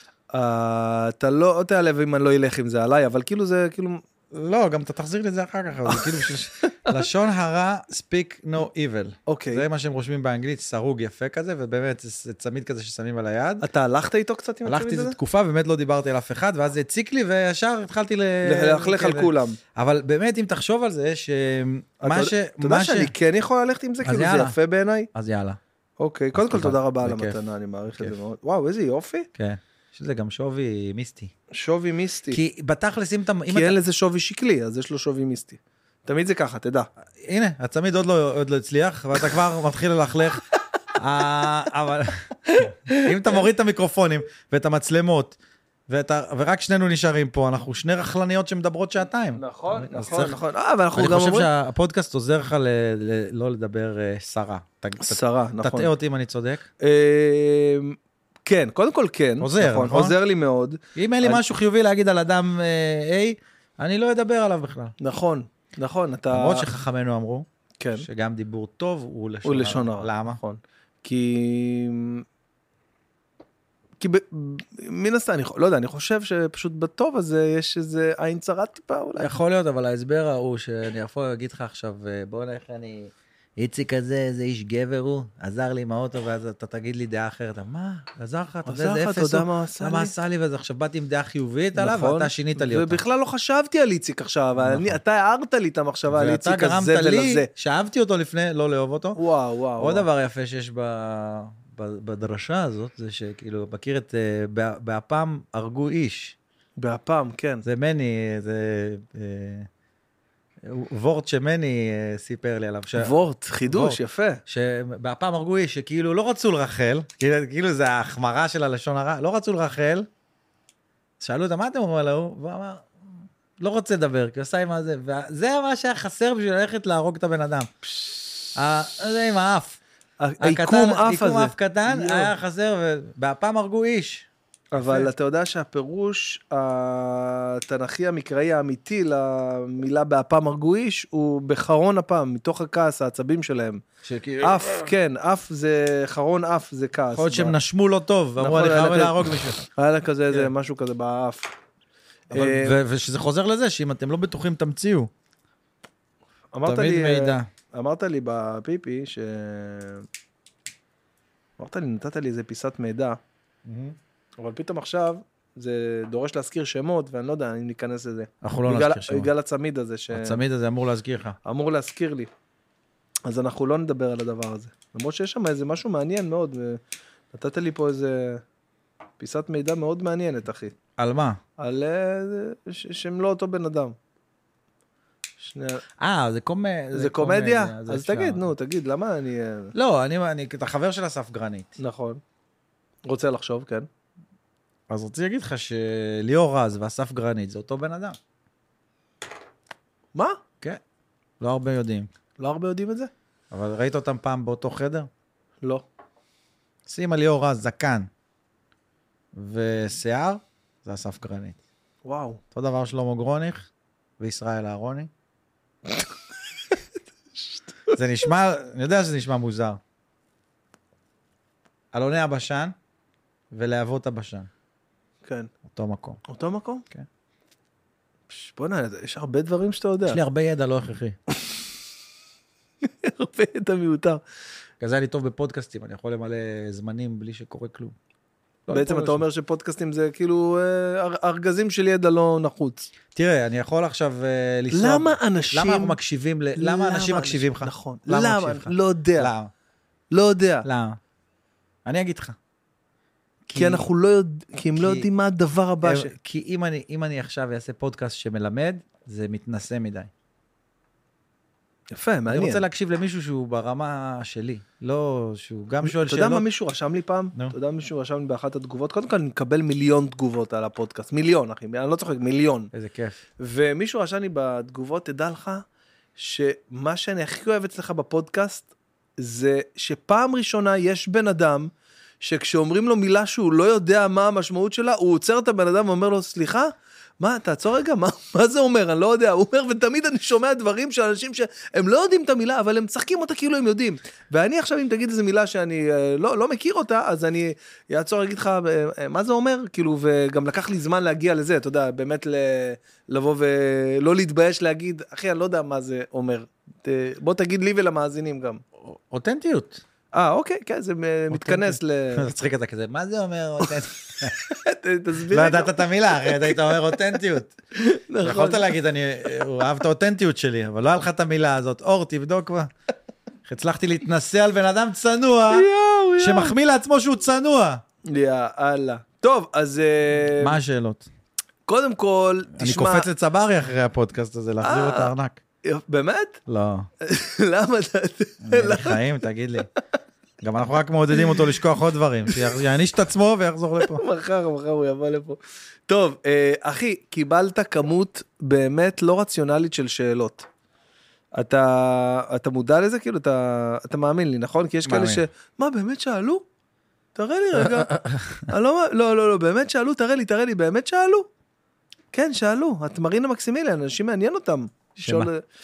אתה לא תעלב אם אני לא אלך עם זה עליי, אבל כאילו זה כאילו... לא, גם אתה תחזיר לי את זה אחר כך, זה כאילו לשון הרע, speak no evil. אוקיי. זה מה שהם רושמים באנגלית, סרוג יפה כזה, ובאמת זה צמיד כזה ששמים על היד. אתה הלכת איתו קצת עם הצמיד הזה? הלכתי איזו תקופה, באמת לא דיברתי על אף אחד, ואז זה הציק לי, וישר התחלתי ל... להלך על כולם. אבל באמת, אם תחשוב על זה, שמה ש... אתה יודע שאני כן יכול ללכת עם זה, כאילו זה יפה בעיניי? אז יאללה. אוקיי, קודם כל תודה רבה על המתנה, אני מעריך את זה מאוד. וואו, איזה יופי. כן. יש לזה גם שווי מיסטי. שווי מיסטי. כי בתכלס אם אתה... כי אין לזה שווי שקלי, אז יש לו שווי מיסטי. תמיד זה ככה, תדע. הנה, הצמיד עוד לא, עוד לא הצליח, ואתה כבר מתחיל ללכלך. אבל אם אתה מוריד את המיקרופונים ואת המצלמות, ואתה, ורק שנינו נשארים פה, אנחנו שני רכלניות שמדברות שעתיים. נכון, נכון, נכון. אה, אבל אנחנו אני גם חושב אומרים... שהפודקאסט עוזר לך לא לדבר שרה. שרה, נכון. תטעה אותי אם אני צודק. כן, קודם כל כן. עוזר, נכון? עוזר לי מאוד. אם אין לי משהו חיובי להגיד על אדם A, אני לא אדבר עליו בכלל. נכון, נכון. למרות שחכמנו אמרו, כן. שגם דיבור טוב הוא לשון הרע. הוא לשון הרע. למה? נכון. כי... כי מן הסתם, אני לא יודע, אני חושב שפשוט בטוב הזה יש איזה עין צרת טיפה אולי. יכול להיות, אבל ההסבר הוא שאני יכול להגיד לך עכשיו, בוא נלך אני... איציק הזה, איזה איש גבר הוא, עזר לי עם האוטו, ואז אתה תגיד לי דעה אחרת, מה? עזר לך, אתה יודע, זה אפס הוא, למה עשה לי, ואז עכשיו באתי עם דעה חיובית עליו, ואתה שינית לי אותה. ובכלל לא חשבתי על איציק עכשיו, אבל אתה הערת לי את המחשבה על איציק הזה ולזה. ואתה גרמת לי, שאהבתי אותו לפני, לא לאהוב אותו. וואו, וואו. עוד דבר יפה שיש בדרשה הזאת, זה שכאילו, מכיר את, בהפעם הרגו איש. בהפעם, כן. זה מני, זה... וורט שמני סיפר לי עליו. וורט, חידוש, יפה. שבהפעם הרגו איש שכאילו לא רצו לרחל, כאילו זה ההחמרה של הלשון הרע, לא רצו לרחל, שאלו אותה, מה אתם אומרים עליו? והוא אמר, לא רוצה לדבר, כי עושה עם הזה, וזה מה שהיה חסר בשביל ללכת להרוג את הבן אדם. זה עם האף. העיקום אף הזה. עיקום אף קטן, היה חסר, ובהפעם הרגו איש. אבל אתה יודע שהפירוש התנ"כי המקראי האמיתי למילה בהפעם הרגו איש, הוא בחרון הפעם, מתוך הכעס, העצבים שלהם. אף, כן, אף זה, חרון אף זה כעס. יכול להיות שהם נשמו לא טוב, ואמרו, אני חייב להרוג בשביל. היה לה כזה, משהו כזה באף. ושזה חוזר לזה, שאם אתם לא בטוחים, תמציאו. אמרת לי, אמרת לי בפיפי, ש... אמרת לי, נתת לי איזה פיסת מידע, אבל פתאום עכשיו, זה דורש להזכיר שמות, ואני לא יודע אם ניכנס לזה. אנחנו לא נזכיר שמות. בגלל הצמיד הזה. ש... הצמיד הזה אמור להזכיר לך. אמור להזכיר לי. אז אנחנו לא נדבר על הדבר הזה. למרות שיש שם איזה משהו מעניין מאוד, ונתת לי פה איזה פיסת מידע מאוד מעניינת, אחי. על מה? על ש... שהם לא אותו בן אדם. שני... אה, זה, קומ... זה, זה קומדיה? קומדיה? אז אפשר. תגיד, נו, תגיד, למה אני... לא, אני, אני, אתה חבר של אסף גרנית. נכון. רוצה לחשוב, כן. אז רציתי להגיד לך שליאור רז ואסף גרנית זה אותו בן אדם. מה? כן. לא הרבה יודעים. לא הרבה יודעים את זה? אבל ראית אותם פעם באותו חדר? לא. שימה ליאור רז, זקן ושיער, זה אסף גרנית. וואו. אותו דבר שלמה גרוניך וישראל אהרוני. זה נשמע, אני יודע שזה נשמע מוזר. אלוני הבשן ולהבות הבשן. כן. אותו מקום. אותו מקום? כן. בוא נע, יש הרבה דברים שאתה יודע. יש לי הרבה ידע לא הכרחי. הרבה ידע מיותר. כזה היה לי טוב בפודקאסטים, אני יכול למלא זמנים בלי שקורה כלום. בעצם אתה אומר שפודקאסטים זה כאילו ארגזים של ידע לא נחוץ. תראה, אני יכול עכשיו לנסוע... למה אנשים... למה אנחנו מקשיבים... למה אנשים מקשיבים לך? נכון. למה? לא יודע. למה? לא יודע. למה? אני אגיד לך. כי אנחנו לא יודעים, כי הם לא יודעים מה הדבר הבא ש... כי אם אני, אם אני עכשיו אעשה פודקאסט שמלמד, זה מתנסה מדי. יפה, מעניין. אני רוצה להקשיב למישהו שהוא ברמה שלי, לא שהוא גם שואל שאלות. אתה יודע מה מישהו רשם לי פעם? אתה יודע מה מישהו רשם לי באחת התגובות? קודם כל אני מקבל מיליון תגובות על הפודקאסט, מיליון אחי, אני לא צוחק, מיליון. איזה כיף. ומישהו רשם לי בתגובות, תדע לך, שמה שאני הכי אוהב אצלך בפודקאסט, זה שפעם ראשונה יש בן אדם, שכשאומרים לו מילה שהוא לא יודע מה המשמעות שלה, הוא עוצר את הבן אדם ואומר לו, סליחה, מה, תעצור רגע, מה, מה זה אומר? אני לא יודע. הוא אומר, ותמיד אני שומע דברים של אנשים שהם לא יודעים את המילה, אבל הם צחקים אותה כאילו הם יודעים. ואני עכשיו, אם תגיד איזו מילה שאני לא, לא מכיר אותה, אז אני אעצור, אגיד לך, מה זה אומר? כאילו, וגם לקח לי זמן להגיע לזה, אתה יודע, באמת לבוא ולא להתבייש להגיד, אחי, אני לא יודע מה זה אומר. בוא תגיד לי ולמאזינים גם. אותנטיות. אה, אוקיי, כן, זה מתכנס ל... זה צריך את זה כזה, מה זה אומר אותנטיות? תסביר. לא ידעת את המילה, אחרת היית אומר אותנטיות. יכולת להגיד, הוא אהב את האותנטיות שלי, אבל לא היה לך את המילה הזאת. אור, תבדוק כבר. הצלחתי להתנסה על בן אדם צנוע, שמחמיא לעצמו שהוא צנוע. יאללה. טוב, אז... מה השאלות? קודם כל, תשמע... אני קופץ לצברי אחרי הפודקאסט הזה, להחזיר את הארנק. באמת? לא. למה אתה... חיים, תגיד לי. גם אנחנו רק מעודדים אותו לשכוח עוד דברים, שיעניש את עצמו ויחזור לפה. מחר, מחר הוא יבוא לפה. טוב, אחי, קיבלת כמות באמת לא רציונלית של שאלות. אתה, אתה מודע לזה? כאילו, אתה, אתה מאמין לי, נכון? כי יש כאלה ש... מה, באמת שאלו? תראה לי רגע. לא, לא, לא, באמת שאלו, תראה לי, תראה לי, באמת שאלו? כן, שאלו. את מרינה מקסימיליאן, אנשים מעניין אותם. שמה?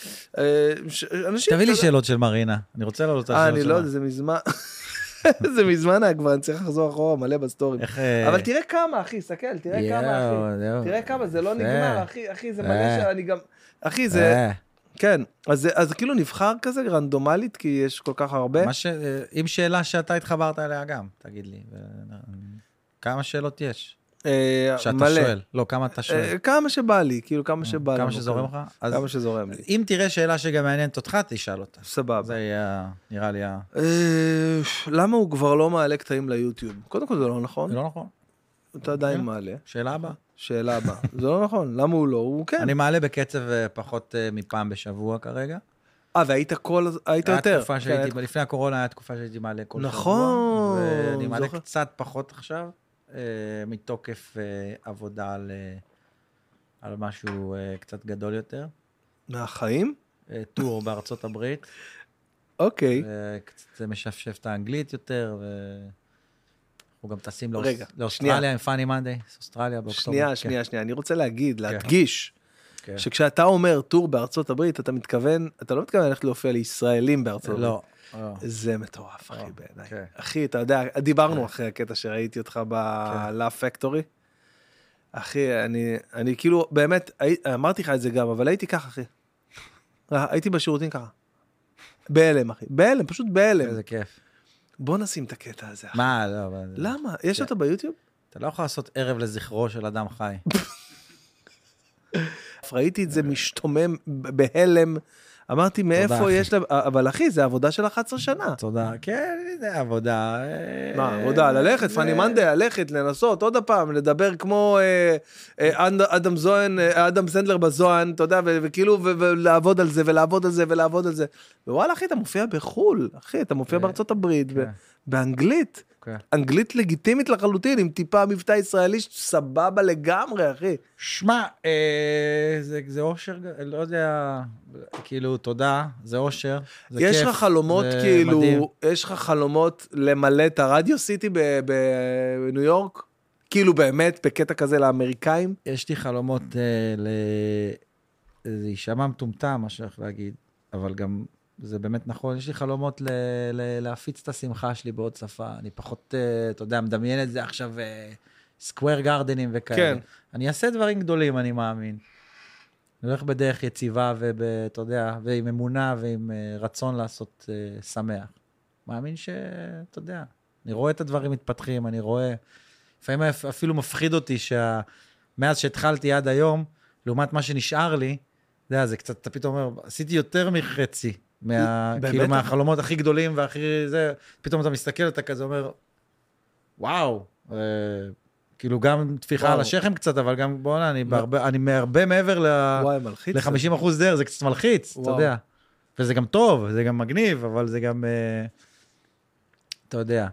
תביא לי שאלות של מרינה, אני רוצה לעלות את השאלות שלה. אני לא יודע, זה מזמן, זה מזמן היה כבר, אני צריך לחזור אחורה מלא בסטורים. אבל תראה כמה, אחי, סתכל, תראה כמה, אחי. תראה כמה, זה לא נגמר, אחי, אחי, זה מלא שאני גם, אחי, זה, כן, אז כאילו נבחר כזה רנדומלית, כי יש כל כך הרבה. עם שאלה שאתה התחברת אליה גם, תגיד לי, כמה שאלות יש? שאתה שואל, לא, כמה אתה שואל. כמה שבא לי, כאילו כמה שבא לי. כמה שזורם לך? כמה שזורם לי. אם תראה שאלה שגם מעניינת אותך, תשאל אותה. סבבה. זה יהיה, נראה לי... למה הוא כבר לא מעלה קטעים ליוטיוב? קודם כל זה לא נכון. זה לא נכון. אתה עדיין מעלה. שאלה הבאה. שאלה הבאה. זה לא נכון. למה הוא לא? הוא כן. אני מעלה בקצב פחות מפעם בשבוע כרגע. אה, והיית כל... היית יותר. לפני הקורונה היה תקופה שהייתי מעלה כל שבוע. נכון. ואני מעלה קצת פחות עכשיו. מתוקף עבודה על, על משהו קצת גדול יותר. מהחיים? טור בארצות הברית. אוקיי. קצת משפשף את האנגלית יותר, ואנחנו גם טסים לאוסטרליה עם פאני מנדי, אוסטרליה באוקטובר. שנייה, שנייה, שנייה. אני רוצה להגיד, להדגיש, שכשאתה אומר טור בארצות הברית, אתה מתכוון, אתה לא מתכוון ללכת להופיע לישראלים בארצות הברית. לא. זה מטורף, אחי, בעיניי. אחי, אתה יודע, דיברנו אחרי הקטע שראיתי אותך בלאב פקטורי. אחי, אני, אני כאילו, באמת, הי, אמרתי לך את זה גם, אבל הייתי ככה, אחי. הייתי בשירותים ככה. בהלם, אחי. בהלם, פשוט בהלם. איזה כיף. בוא נשים את הקטע הזה, אחי. מה, לא, אבל... למה? יש אותו ביוטיוב? אתה לא יכול לעשות ערב לזכרו של אדם חי. ראיתי את זה משתומם בהלם. אמרתי, מאיפה יש לה... אבל אחי, זה עבודה של אחת עשרה שנה. תודה. כן, זה עבודה. מה, עבודה, ללכת, פאני מנדה, ללכת, לנסות, עוד הפעם, לדבר כמו אדם זוהן, אדם סנדלר בזוהן, אתה יודע, וכאילו, ולעבוד על זה, ולעבוד על זה, ולעבוד על זה. ווואלה, אחי, אתה מופיע בחול, אחי, אתה מופיע בארצות הברית, באנגלית. אנגלית לגיטימית לחלוטין, עם טיפה מבטא ישראלי, סבבה לגמרי, אחי. שמע, זה אושר, לא יודע, כאילו, תודה, זה אושר, זה כיף. יש לך חלומות, כאילו, יש לך חלומות למלא את הרדיו סיטי בניו יורק? כאילו, באמת, בקטע כזה לאמריקאים? יש לי חלומות, זה יישמע מטומטם, מה שאני יכול להגיד, אבל גם... זה באמת נכון, יש לי חלומות ל- ל- להפיץ את השמחה שלי בעוד שפה, אני פחות, אתה יודע, מדמיין את זה עכשיו, סקוואר גרדנים וכאלה. כן. אני אעשה דברים גדולים, אני מאמין. אני הולך בדרך יציבה, ואתה יודע, ועם אמונה ועם רצון לעשות שמח. מאמין שאתה יודע, אני רואה את הדברים מתפתחים, אני רואה, לפעמים אפילו מפחיד אותי, שמאז שהתחלתי עד היום, לעומת מה שנשאר לי, אתה יודע, זה קצת, אתה פתאום אומר, עשיתי יותר מחצי. מה, כאילו מהחלומות הכי גדולים והכי זה, פתאום אתה מסתכל, אתה כזה אומר, וואו, אה, כאילו גם תפיחה וואו. על השכם קצת, אבל גם בואו, אני, בהרבה, אני מהרבה מעבר ל-חמישים אחוז דרך, זה קצת מלחיץ, וואו. אתה יודע. וזה גם טוב, זה גם מגניב, אבל זה גם, אה, אתה יודע.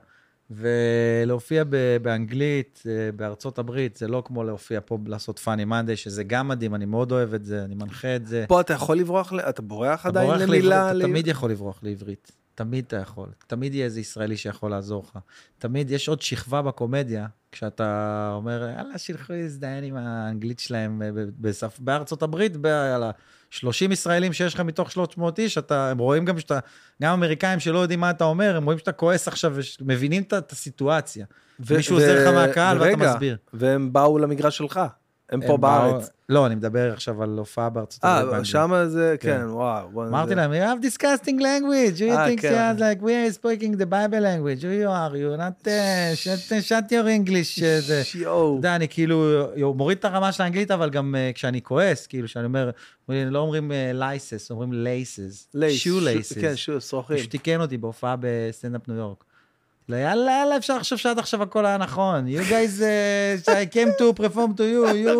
ולהופיע באנגלית, בארצות הברית, זה לא כמו להופיע פה לעשות פאני מנדי, שזה גם מדהים, אני מאוד אוהב את זה, אני מנחה את זה. פה אתה יכול לברוח, אתה בורח עדיין למילה? אתה תמיד יכול לברוח לעברית, תמיד אתה יכול, תמיד יהיה איזה ישראלי שיכול לעזור לך, תמיד יש עוד שכבה בקומדיה, כשאתה אומר, יאללה, שילכו להזדיין עם האנגלית שלהם בארצות הברית, יאללה, שלושים ישראלים שיש לך מתוך שלוש מאות איש, אתה, הם רואים גם שאתה, גם אמריקאים שלא יודעים מה אתה אומר, הם רואים שאתה כועס עכשיו, מבינים את, את הסיטואציה. ו- מישהו ו- עוזר לך מהקהל ו- ואתה מסביר. והם באו למגרש שלך, הם, הם פה בארץ. באו, לא, אני מדבר עכשיו על הופעה בארצות הברית. אה, שמה זה, כן, כן וואו. אמרתי זה... להם, you have disgusting language, you 아, think כן. you like, we are speaking the Bible language, who you are, you not, uh, shut, shut your English. אתה יודע, אני כאילו, מוריד את הרמה של האנגלית, אבל גם uh, כשאני כועס, כאילו, שאני אומר, לא אומרים לייסס, אומרים לייסס, שו לייסס. כן, שו, שרוכים. שתיקן אותי בהופעה בסטנדאפ ניו יורק. יאללה, יאללה, אפשר לחשוב שעד עכשיו הכל היה נכון. You guys, uh, I came to perform to you, you...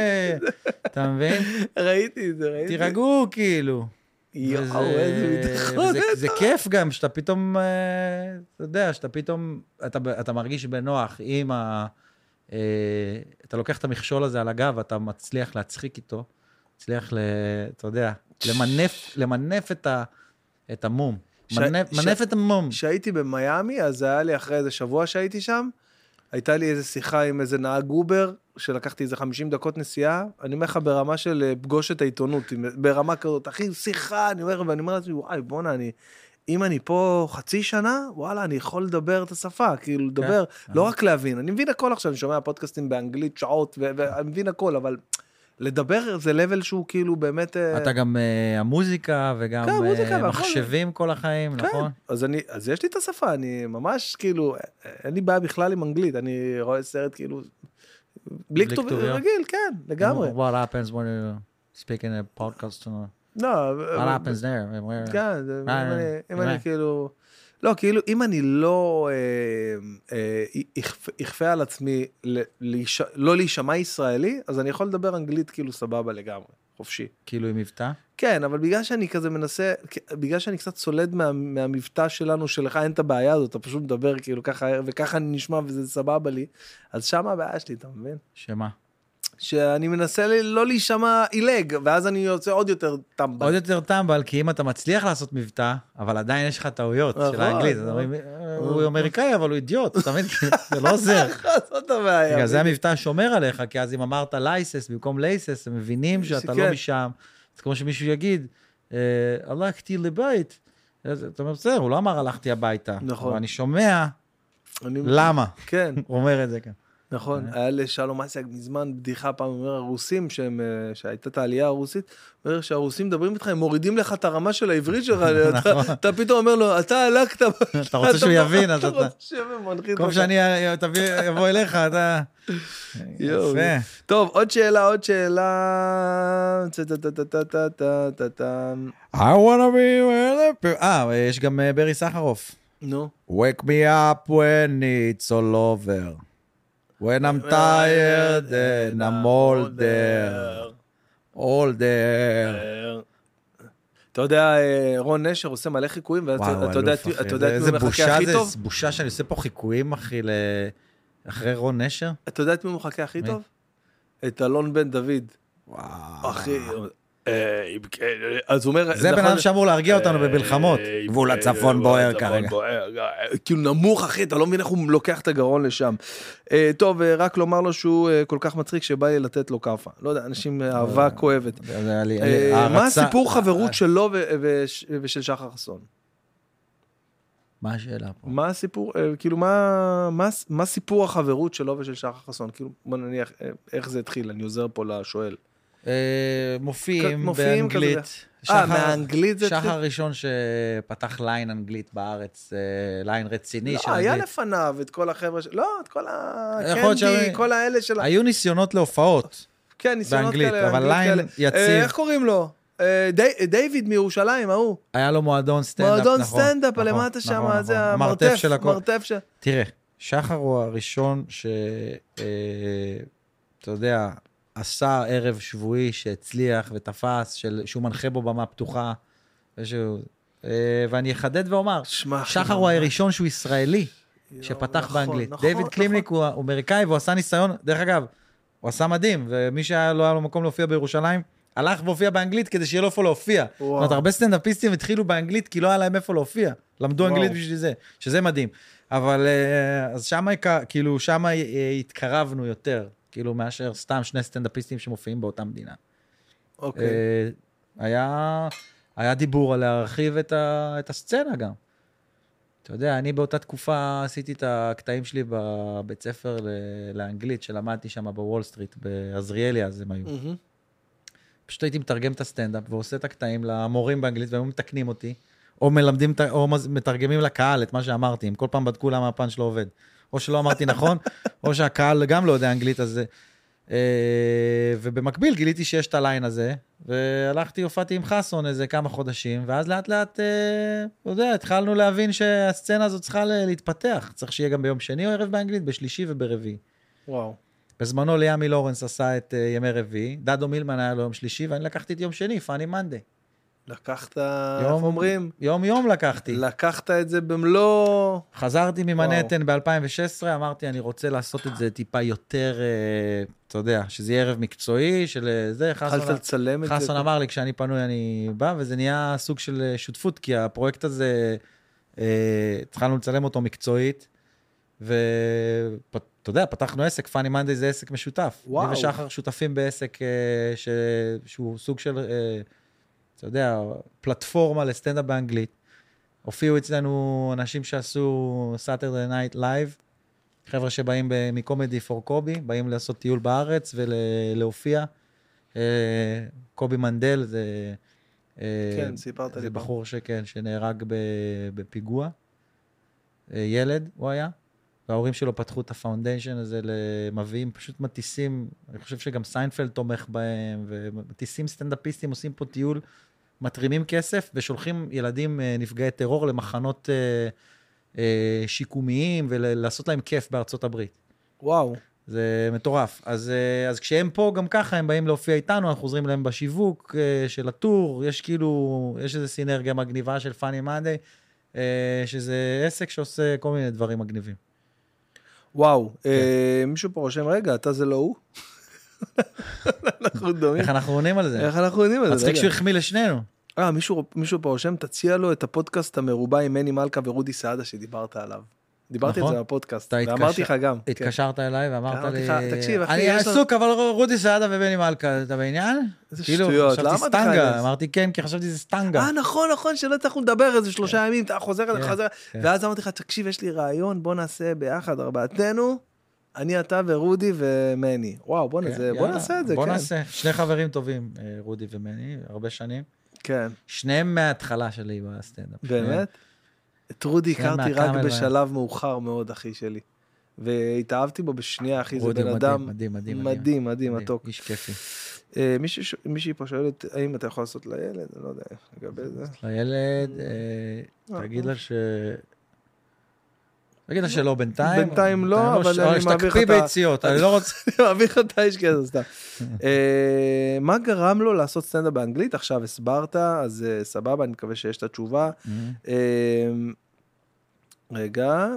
אתה מבין? ראיתי את זה, ראיתי. תירגעו, כאילו. יואו, איזה מתחון. זה כיף גם, שאתה פתאום, אתה יודע, שאתה פתאום, אתה מרגיש בנוח עם ה... אתה לוקח את המכשול הזה על הגב, ואתה מצליח להצחיק איתו, מצליח, אתה יודע, למנף את המום. מנף את המום. כשהייתי במיימי, אז היה לי אחרי איזה שבוע שהייתי שם, הייתה לי איזה שיחה עם איזה נהג אובר, שלקחתי איזה חמישים דקות נסיעה, אני אומר לך ברמה של פגוש את העיתונות, ברמה כזאת, אחי, שיחה, אני אומר, ואני אומר לעצמי, וואי, בוא'נה, אני, אם אני פה חצי שנה, וואלה, אני יכול לדבר את השפה, כאילו, לדבר, לא רק להבין, אני מבין הכל עכשיו, אני שומע פודקאסטים באנגלית, שעות, ואני מבין הכל, אבל... לדבר זה לבל שהוא כאילו באמת... אתה גם המוזיקה וגם מחשבים כל החיים, נכון? אז יש לי את השפה, אני ממש כאילו, אין לי בעיה בכלל עם אנגלית, אני רואה סרט כאילו, בלי כתוב רגיל, כן, לגמרי. What happens when you speak in a podcast? לא. What happens there? כן, אם אני כאילו... לא, כאילו, אם אני לא אכפה על עצמי לא להישמע ישראלי, אז אני יכול לדבר אנגלית כאילו סבבה לגמרי, חופשי. כאילו עם מבטא? כן, אבל בגלל שאני כזה מנסה, בגלל שאני קצת סולד מהמבטא שלנו, שלך אין את הבעיה הזאת, אתה פשוט מדבר כאילו ככה, וככה אני נשמע וזה סבבה לי, אז שמה הבעיה שלי, אתה מבין? שמה? שאני מנסה לא להישמע אילג, ואז אני יוצא עוד יותר טמבל. עוד יותר טמבל, כי אם אתה מצליח לעשות מבטא, אבל עדיין יש לך טעויות של האנגלית. הוא אמריקאי, אבל הוא אידיוט, אתה מבין? זה לא עוזר. זאת הבעיה. זה המבטא שומר עליך, כי אז אם אמרת לייסס במקום לייסס, הם מבינים שאתה לא משם. זה כמו שמישהו יגיד, הלכתי לבית. אתה אומר, בסדר, הוא לא אמר הלכתי הביתה. נכון. אבל אני שומע למה. כן. הוא אומר את זה כאן. נכון, היה לשלום אייזק מזמן בדיחה פעם, אומר הרוסים, שהייתה את העלייה הרוסית, אומר שהרוסים מדברים איתך, הם מורידים לך את הרמה של העברית שלך, אתה פתאום אומר לו, אתה הלקת, אתה רוצה שהוא יבין, אז אתה... קום שאני אבוא אליך, אתה... יפה. טוב, עוד שאלה, עוד שאלה... I wanna be... אה, יש גם ברי סחרוף. נו. Wake me up when it's all over. When I'm tired and I'm all there. all there. אתה יודע, רון נשר עושה מלא חיקויים, ואתה יודע את מי הוא מחכה הכי טוב? זה בושה שאני עושה פה חיקויים, אחי, אחרי רון נשר. אתה יודע את מי הוא מחכה הכי טוב? את אלון בן דוד. וואו. אחי... אז הוא אומר... זה בן אדם שאמור להרגיע אותנו במלחמות. גבול הצפון בוער כרגע. כאילו נמוך, אחי, אתה לא מבין איך הוא לוקח את הגרון לשם. טוב, רק לומר לו שהוא כל כך מצחיק שבא לי לתת לו קרפה. לא יודע, אנשים אהבה כואבת. מה הסיפור חברות שלו ושל שחר חסון? מה השאלה פה? מה הסיפור, כאילו, מה סיפור החברות שלו ושל שחר חסון? כאילו, בוא נניח, איך זה התחיל? אני עוזר פה לשואל. מופיעים באנגלית. אה, מהאנגלית זה... שחר ראשון שפתח ליין אנגלית בארץ, ליין רציני של אנגלית. לא, היה לפניו את כל החבר'ה, לא, את כל הקנדי, כל האלה של... היו ניסיונות להופעות. כן, ניסיונות כאלה. באנגלית, אבל ליין יציב. איך קוראים לו? דיוויד מירושלים, ההוא. היה לו מועדון סטנדאפ, נכון. מועדון סטנדאפ, למטה שם, זה המרתף של הכל. תראה, שחר הוא הראשון ש... אתה יודע... עשה ערב שבועי שהצליח ותפס, של, שהוא מנחה בו במה פתוחה, ושהוא, ואני אחדד ואומר, שחר הוא הראשון שהוא ישראלי, שפתח נכון, באנגלית. נכון, דיוויד נכון. קלימניק הוא אמריקאי, והוא עשה ניסיון, דרך אגב, הוא עשה מדהים, ומי שהיה לא היה לו מקום להופיע בירושלים, הלך והופיע באנגלית כדי שיהיה לו איפה להופיע. זאת אומרת, הרבה סטנדאפיסטים התחילו באנגלית, כי לא היה להם איפה להופיע. למדו וואו. אנגלית בשביל זה, שזה מדהים. אבל אז שמה, כאילו, שמה התקרבנו יותר. כאילו מאשר סתם שני סטנדאפיסטים שמופיעים באותה מדינה. אוקיי. היה, היה דיבור על להרחיב את, ה, את הסצנה גם. אתה יודע, אני באותה תקופה עשיתי את הקטעים שלי בבית ספר לאנגלית, שלמדתי שם בוול סטריט, בעזריאלי, אז הם היו. פשוט הייתי מתרגם את הסטנדאפ, ועושה את הקטעים למורים באנגלית, והם מתקנים אותי, או מלמדים, או מתרגמים לקהל את מה שאמרתי, הם כל פעם בדקו למה הפן שלו עובד. או שלא אמרתי נכון, או שהקהל גם לא יודע אנגלית, אז... ובמקביל גיליתי שיש את הליין הזה, והלכתי, הופעתי עם חסון איזה כמה חודשים, ואז לאט לאט, אתה יודע, התחלנו להבין שהסצנה הזאת צריכה להתפתח, צריך שיהיה גם ביום שני או ערב באנגלית, בשלישי וברביעי. וואו. בזמנו ליאמי לורנס עשה את ימי רביעי, דדו מילמן היה לו יום שלישי, ואני לקחתי את יום שני, פאני מנדי. לקחת, איך אומרים? יום יום לקחתי. לקחת את זה במלוא... חזרתי ממנהטן ב-אלפיים ושש עשרה, אמרתי, אני רוצה לעשות את זה טיפה יותר, אתה יודע, שזה יהיה ערב מקצועי, של זה, חסון אמר לי, כשאני פנוי אני בא, וזה נהיה סוג של שותפות, כי הפרויקט הזה, התחלנו לצלם אותו מקצועית, ואתה יודע, פתחנו עסק, פאני מנדי זה עסק משותף. וואו. אני ושחר שותפים בעסק שהוא סוג של... אתה יודע, פלטפורמה לסטנדאפ באנגלית. הופיעו אצלנו אנשים שעשו Saturday Night Live, חבר'ה שבאים מקומדי פור קובי, באים לעשות טיול בארץ ולהופיע. קובי מנדל זה... כן, סיפרת לי. זה בחור שכן, שנהרג בפיגוע. ילד הוא היה, וההורים שלו פתחו את הפאונדיישן הזה למביאים, פשוט מטיסים, אני חושב שגם סיינפלד תומך בהם, ומטיסים סטנדאפיסטים, עושים פה טיול, מתרימים כסף, ושולחים ילדים נפגעי טרור למחנות שיקומיים, ולעשות להם כיף בארצות הברית. וואו. זה מטורף. אז, אז כשהם פה גם ככה, הם באים להופיע איתנו, אנחנו חוזרים להם בשיווק של הטור, יש כאילו, יש איזו סינרגיה מגניבה של פאני מנדי, שזה עסק שעושה כל מיני דברים מגניבים. וואו, מישהו פה רושם, רגע, אתה זה לא הוא? אנחנו דומים. איך אנחנו עונים על זה? איך אנחנו עונים על זה? מצחיק שהוא החמיא לשנינו. אה, מישהו פה רושם, תציע לו את הפודקאסט המרובע עם מני מלכה ורודי סעדה שדיברת עליו. דיברתי את זה בפודקאסט, ואמרתי לך גם. התקשרת אליי ואמרת לי... תקשיב, אחי, אני עסוק, אבל רודי סעדה ובני מלכה, אתה בעניין? איזה שטויות, למה אתה סטנגה, אמרתי כן, כי חשבתי זה סטנגה. אה, נכון, נכון, שלא צריך לדבר איזה שלושה ימים, אתה חוזר, חוזר, ואז אמרתי לך, תקשיב, יש לי רעיון, בוא נעשה ביחד ארבעתנו, אני, אתה ורודי ומני. וואו, בוא נעשה, בוא נעשה את זה, כן. בוא נעשה. שני חברים טובים, רודי ומני, הרבה שנים. כן. שניהם מההתחלה שלי בסטנדאפ. באמת? את רודי הכרתי רק בשלב מאוחר מאוד, אחי שלי. והתאהבתי בו בשנייה, אחי, זה בן אדם מדהים, מדהים, מדהים, מדהים, מתוק. איש כיפי. מישהי פה שואלת, האם אתה יכול לעשות לילד? אני לא יודע, לגבי זה. לילד, תגיד לה ש... תגיד לה שלא בינתיים. בינתיים לא, אבל אני מעביר לך את ה... שתקפיא ביציות, אני לא רוצה... אני מעביר לך את האיש כזה, סתם. מה גרם לו לעשות סטנדאפ באנגלית? עכשיו הסברת, אז סבבה, אני מקווה שיש את התשובה. רגע,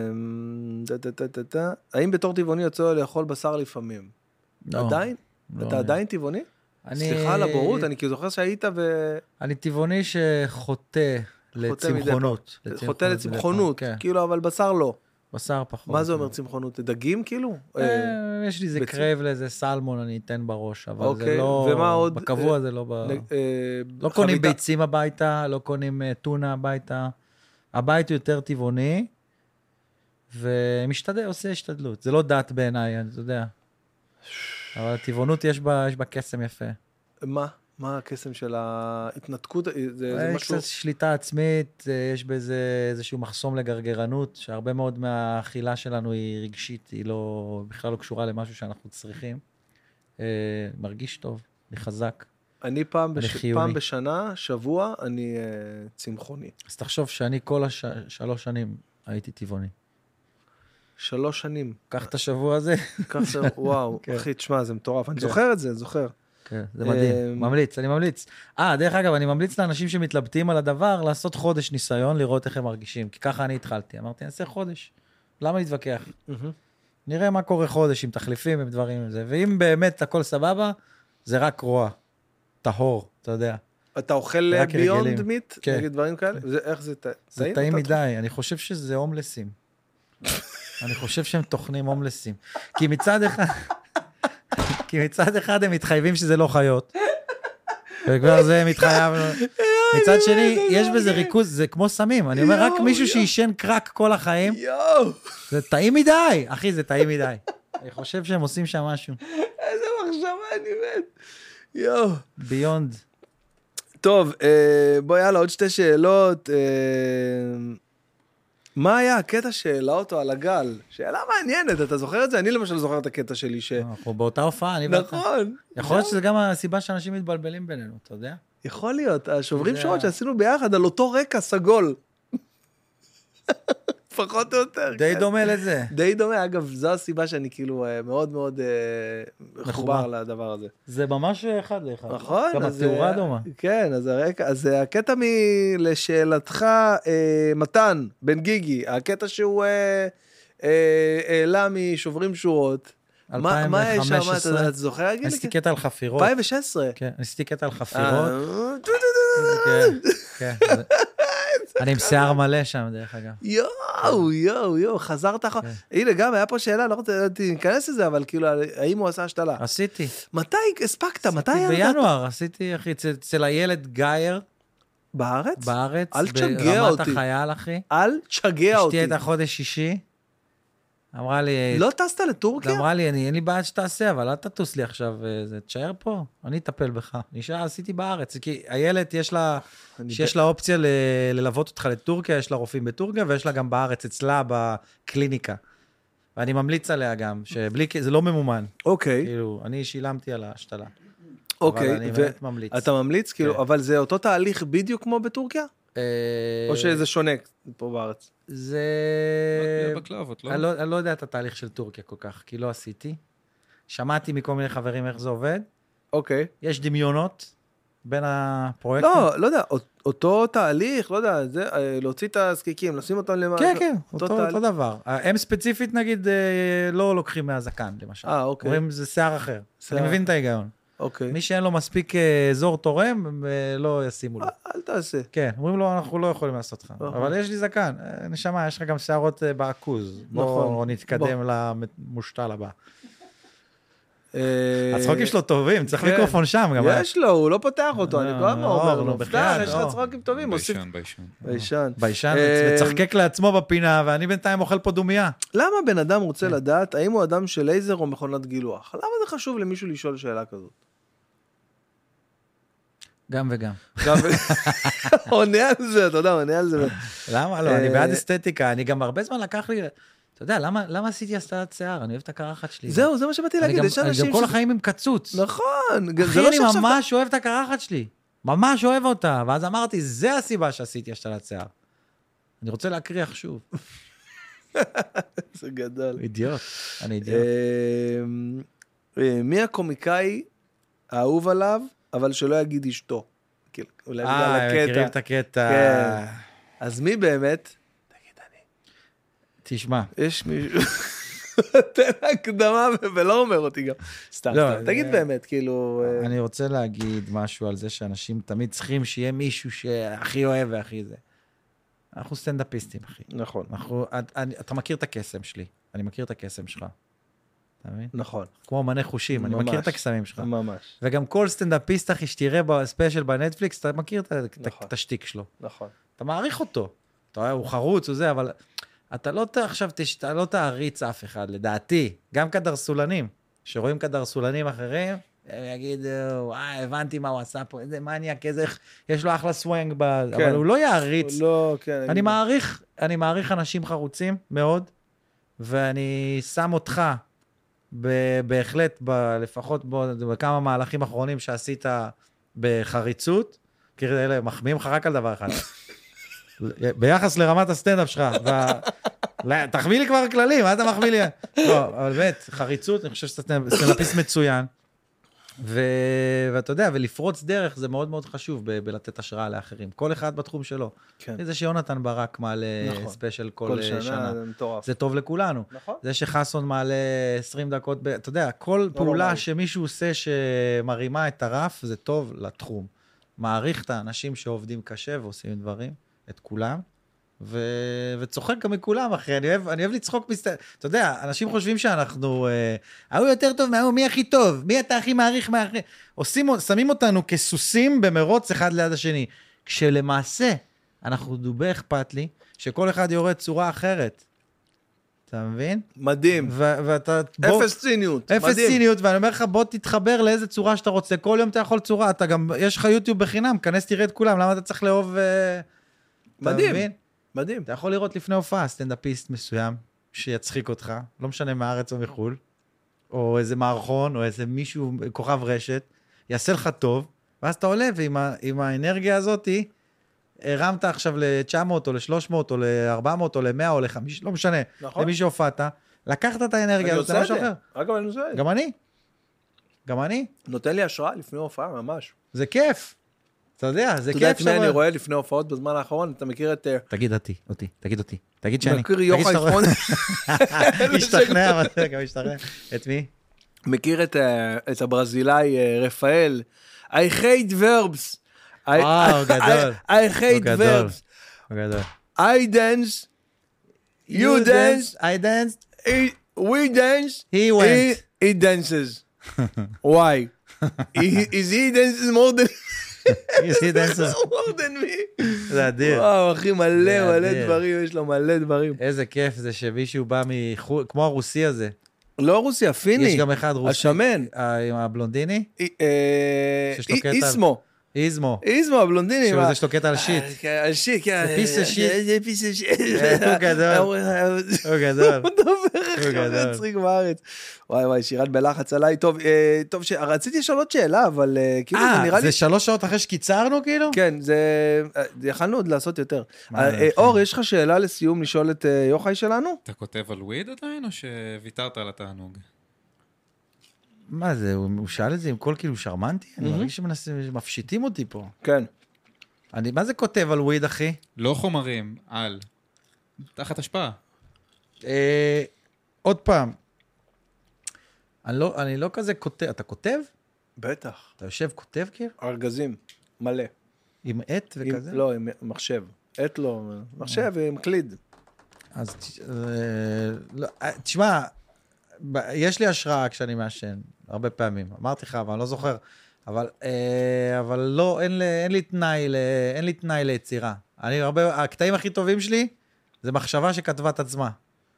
האם בתור טבעוני יוצא לו לאכול בשר לפעמים? עדיין? אתה עדיין טבעוני? סליחה על הבורות, אני כאילו זוכר שהיית ו... אני טבעוני שחוטא לצמחונות. חוטא לצמחונות, כאילו, אבל בשר לא. בשר פחות. מה זה אומר צמחונות? דגים כאילו? יש לי איזה קרב לאיזה סלמון, אני אתן בראש, אבל זה לא... בקבוע זה לא... לא קונים ביצים הביתה, לא קונים טונה הביתה. הבית הוא יותר טבעוני, ומשתדל, עושה השתדלות. זה לא דת בעיניי, אתה יודע. אבל הטבעונות יש בה, יש בה קסם יפה. מה? מה הקסם של ההתנתקות? זה, זה משהו... קצת שליטה עצמית, יש באיזה איזשהו מחסום לגרגרנות, שהרבה מאוד מהאכילה שלנו היא רגשית, היא לא, בכלל לא קשורה למשהו שאנחנו צריכים. מרגיש טוב, אני חזק. אני פעם, בש... פעם בשנה, שבוע, אני uh, צמחוני. אז תחשוב שאני כל השלוש הש... שנים הייתי טבעוני. שלוש שנים. קח את השבוע הזה. קח את השבוע, וואו, אחי, תשמע, זה מטורף. אני זוכר את זה, זוכר. כן, זה מדהים. ממליץ, אני ממליץ. אה, דרך אגב, אני ממליץ לאנשים שמתלבטים על הדבר, לעשות חודש ניסיון, לראות איך הם מרגישים. כי ככה אני התחלתי. אמרתי, אני אעשה חודש. למה להתווכח? נראה מה קורה חודש עם תחליפים, עם דברים עם זה. ואם באמת הכל סבבה, זה רק רוע. טהור, אתה יודע. אתה אוכל ביונד מיט? נגיד דברים כאלה? איך זה? זה טעים מדי. אני חושב שזה הומלסים. אני חושב שהם תוכנים הומלסים. כי מצד אחד... כי מצד אחד הם מתחייבים שזה לא חיות. וכבר זה מתחייב... מצד שני, יש בזה ריכוז, זה כמו סמים. אני אומר, רק מישהו שישן קרק כל החיים, זה טעים מדי. אחי, זה טעים מדי. אני חושב שהם עושים שם משהו. איזה מחשבה, אני מת. יואו. ביונד. טוב, בוא יאללה, עוד שתי שאלות. מה היה הקטע שהעלה אותו על הגל? שאלה מעניינת, אתה זוכר את זה? אני למשל זוכר את הקטע שלי ש... אנחנו באותה הופעה, אני... נכון. יכול להיות שזה גם הסיבה שאנשים מתבלבלים בינינו, אתה יודע? יכול להיות, השוברים שורות שעשינו ביחד על אותו רקע סגול. פחות או יותר. די דומה לזה. די דומה, אגב, זו הסיבה שאני כאילו מאוד מאוד מחובר לדבר הזה. זה ממש אחד לאחד. נכון. גם התאורה דומה. כן, אז הרקע, אז הקטע לשאלתך, מתן, בן גיגי, הקטע שהוא העלה משוברים שורות, מה יש שם, אתה זוכר? עשיתי קטע על חפירות. אלפיים ושש עשרה. כן, עשיתי קטע על חפירות. כן, כן. אני עם שיער מלא שם, דרך אגב. יואו, יואו, יואו, חזרת אחר. הנה, גם היה פה שאלה, לא רוצה להיכנס לזה, אבל כאילו, האם הוא עשה השתלה? עשיתי. מתי הספקת? מתי היה? בינואר, עשיתי, אחי, אצל הילד גייר. בארץ? בארץ. אל תשגע אותי. ברמת החייל, אחי. אל תשגע אותי. אשתי הייתה חודש שישי. אמרה לי... לא טסת לטורקיה? אמרה לי, אין לי בעד שתעשה, אבל אל תטוס לי עכשיו, תשאר פה, אני אטפל בך. נשאר, עשיתי בארץ, כי הילד יש לה, שיש לה אופציה ללוות אותך לטורקיה, יש לה רופאים בטורקיה, ויש לה גם בארץ אצלה בקליניקה. ואני ממליץ עליה גם, שבלי, זה לא ממומן. אוקיי. כאילו, אני שילמתי על ההשתלה. אוקיי. אבל אני באמת ממליץ. אתה ממליץ, כאילו, אבל זה אותו תהליך בדיוק כמו בטורקיה? או שזה שונה פה בארץ? זה... בקלבות, לא? אני לא, אני לא יודע את התהליך של טורקיה כל כך, כי לא עשיתי. שמעתי מכל מיני חברים איך זה עובד. אוקיי. יש דמיונות בין הפרויקטים. לא, לא יודע, אותו תהליך, לא יודע, זה, להוציא את הזקיקים, לשים אותם למעלה. כן, כן, אותו, אותו, אותו דבר. הם ספציפית, נגיד, לא לוקחים מהזקן, למשל. אה, אוקיי. אומרים, זה שיער אחר. שיער. אני מבין את ההיגיון. אוקיי. מי שאין לו מספיק אזור תורם, לא ישימו לו. אל תעשה. כן, אומרים לו, אנחנו לא יכולים לעשות לך. אבל יש לי זקן. נשמה, יש לך גם שערות בעכוז. בואו נתקדם למושתל הבא. הצחוקים שלו טובים, צריך מיקרופון שם גם. יש לו, הוא לא פותח אותו, אני כל הזמן אומר לו, פתח, יש לך צחוקים טובים. ביישן, ביישן. ביישן. ביישן, מצחקק לעצמו בפינה, ואני בינתיים אוכל פה דומיה. למה בן אדם רוצה לדעת, האם הוא אדם של לייזר או מכונת גילוח? למה זה חשוב למישהו לשאול שאלה כזאת? גם וגם. עונה על זה, אתה יודע, עונה על זה. למה? לא, אני בעד אסתטיקה, אני גם הרבה זמן לקח לי... אתה יודע, למה, למה עשיתי הסתרת שיער? אני אוהב את הקרחת שלי. זהו, זה מה שבאתי להגיד. אני גם כל החיים עם קצוץ. נכון. אחי, אני ממש אוהב את הקרחת שלי. ממש אוהב אותה. ואז אמרתי, זה הסיבה שעשיתי הסתרת שיער. אני רוצה להקריח שוב. זה גדול. אידיוט. אני אידיוט. מי הקומיקאי האהוב עליו, אבל שלא יגיד אשתו? אה, מכירים את הקטע. אז מי באמת? תשמע. יש מישהו, תן הקדמה ולא אומר אותי גם. סתם, סתם. תגיד באמת, כאילו... אני רוצה להגיד משהו על זה שאנשים תמיד צריכים שיהיה מישהו שהכי אוהב והכי זה. אנחנו סטנדאפיסטים, אחי. נכון. אתה מכיר את הקסם שלי, אני מכיר את הקסם שלך. אתה מבין? נכון. כמו מנה חושים, אני מכיר את הקסמים שלך. ממש. וגם כל סטנדאפיסט, אחי, שתראה בספיישל בנטפליקס, אתה מכיר את השטיק שלו. נכון. אתה מעריך אותו. אתה רואה, הוא חרוץ, הוא זה, אבל... אתה לא עכשיו, אתה לא תעריץ אף אחד, לדעתי, גם כדרסולנים, שרואים כדרסולנים אחרים, הם יגידו, וואי, הבנתי מה הוא עשה פה, איזה מניאק, איזה, יש לו אחלה סוואנג, כן. אבל הוא לא יעריץ. לא, כן, אני מעריך, אני מעריך אנשים חרוצים מאוד, ואני שם אותך, בהחלט, ב, לפחות בכמה מהלכים אחרונים שעשית בחריצות, כי אלה מחמיאים לך רק על דבר אחד. ביחס לרמת הסטנדאפ שלך, תחמיא לי כבר כללים, מה אתה מחמיא לי? לא, אבל באמת, חריצות, אני חושב שאתה סטנדאפיסט מצוין, ואתה יודע, ולפרוץ דרך זה מאוד מאוד חשוב בלתת השראה לאחרים, כל אחד בתחום שלו. זה שיונתן ברק מעלה ספיישל כל שנה, זה טוב לכולנו. זה שחסון מעלה עשרים דקות, אתה יודע, כל פעולה שמישהו עושה שמרימה את הרף, זה טוב לתחום. מעריך את האנשים שעובדים קשה ועושים דברים. את כולם, ו... וצוחק גם מכולם, אחי, אני אוהב, אני אוהב לצחוק, מסת... אתה יודע, אנשים חושבים שאנחנו, אה, הוא יותר טוב, מה, מי הכי טוב, מי אתה הכי מעריך, מה הכי... עושים, שמים אותנו כסוסים במרוץ אחד ליד השני, כשלמעשה, אנחנו דובה אכפת לי, שכל אחד יורד צורה אחרת, אתה מבין? מדהים. ו- ואתה... בוא... אפס ציניות, אפס מדהים. ציניות, ואני אומר לך, בוא תתחבר לאיזה צורה שאתה רוצה, כל יום אתה יכול צורה, אתה גם, יש לך יוטיוב בחינם, כנס תראה את כולם, למה אתה צריך לאהוב... מדהים, מדהים. אתה יכול לראות לפני הופעה סטנדאפיסט מסוים שיצחיק אותך, לא משנה מארץ או מחול, או איזה מערכון, או איזה מישהו, כוכב רשת, יעשה לך טוב, ואז אתה עולה, ועם האנרגיה הזאת, הרמת עכשיו ל-תשע מאות, או ל-שלוש מאות, או ל-ארבע מאות, או ל-מאה, או ל-חמישים, לא משנה, למי שהופעת, לקחת את האנרגיה הזאת, זה משהו אחר. אגב, אני עושה את זה. גם אני. גם אני. נותן לי השראה לפני הופעה, ממש. זה כיף. אתה יודע, זה כיף. אתה יודע את מי אני רואה לפני הופעות בזמן האחרון, אתה מכיר את... תגיד אותי, אותי, תגיד אותי, תגיד שאני. מכיר יוחאי פרון. משתכנע, גם משתכנע. את מי? מכיר את הברזילאי רפאל. I hate verbs. אה, הוא גדול. I hate verbs. הוא גדול. I dance. You dance. I danced. We dance. He went. He dances. Why? Is he dances more than... זה אדיר. וואו, אחי, מלא מלא דברים, יש לו מלא דברים. איזה כיף זה שמישהו בא מחול, כמו הרוסי הזה. לא רוסי, הפיני. יש גם אחד רוסי. השמן. עם הבלונדיני? איסמו. איזמו. איזמו, הבלונדיני. שהוא זה שלו קטע על שיט. על שיט, כן. זה פיס שיט. זה פיס שיט. הוא גדול. הוא גדול. הוא דובר אחד מצחיק בארץ. וואי וואי, שירת בלחץ עליי. טוב, טוב, רציתי לשאול עוד שאלה, אבל כאילו זה נראה לי... זה שלוש שעות אחרי שקיצרנו כאילו? כן, זה... יכלנו עוד לעשות יותר. אור, יש לך שאלה לסיום לשאול את יוחאי שלנו? אתה כותב על וויד עדיין, או שוויתרת על התענוג? מה זה, הוא שאל את זה עם כל כאילו שרמנטי? אני מרגיש שמפשיטים אותי פה. כן. אני, מה זה כותב על וויד, אחי? לא חומרים, על. תחת השפעה. עוד פעם. אני לא, אני לא כזה כותב. אתה כותב? בטח. אתה יושב כותב כאילו? ארגזים, מלא. עם עט וכזה? לא, עם מחשב. עט לא, מחשב עם קליד. אז, תשמע, יש לי השראה כשאני מעשן, הרבה פעמים. אמרתי לך, אבל אני לא זוכר. אבל, אבל לא, אין לי, אין לי תנאי, אין לי תנאי ליצירה. אני הרבה, הקטעים הכי טובים שלי, זה מחשבה שכתבה את עצמה.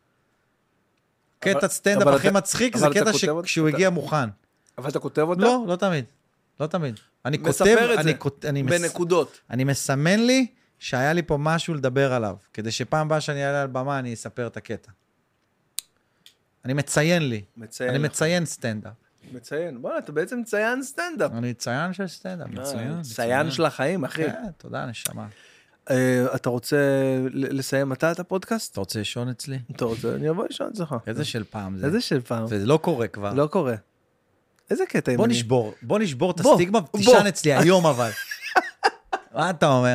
קטע סטנדאפ הכי מצחיק, זה קטע שהוא הגיע מוכן. אבל אתה כותב אותה? לא, לא תמיד. לא תמיד. אני כותב, מספר את אני, זה, אני בנקודות. אני מסמן לי שהיה לי פה משהו לדבר עליו, כדי שפעם הבאה שאני אעלה על במה, אני אספר את הקטע. אני מציין לי. מציין אני לך. מציין סטנדאפ. מציין. בוא'נה, אתה בעצם ציין סטנדאפ. אני ציין של סטנדאפ. מצוין. ציין של החיים, אחי. כן, תודה, נשמה. אתה רוצה לסיים מתי את הפודקאסט? אתה רוצה לישון אצלי? אתה רוצה, אני אבוא לישון אצלך. איזה של פעם זה? איזה של פעם? זה לא קורה כבר. לא קורה. איזה קטע? בוא נשבור, בוא נשבור את הסטיגמה, תישן אצלי היום אבל. מה אתה אומר?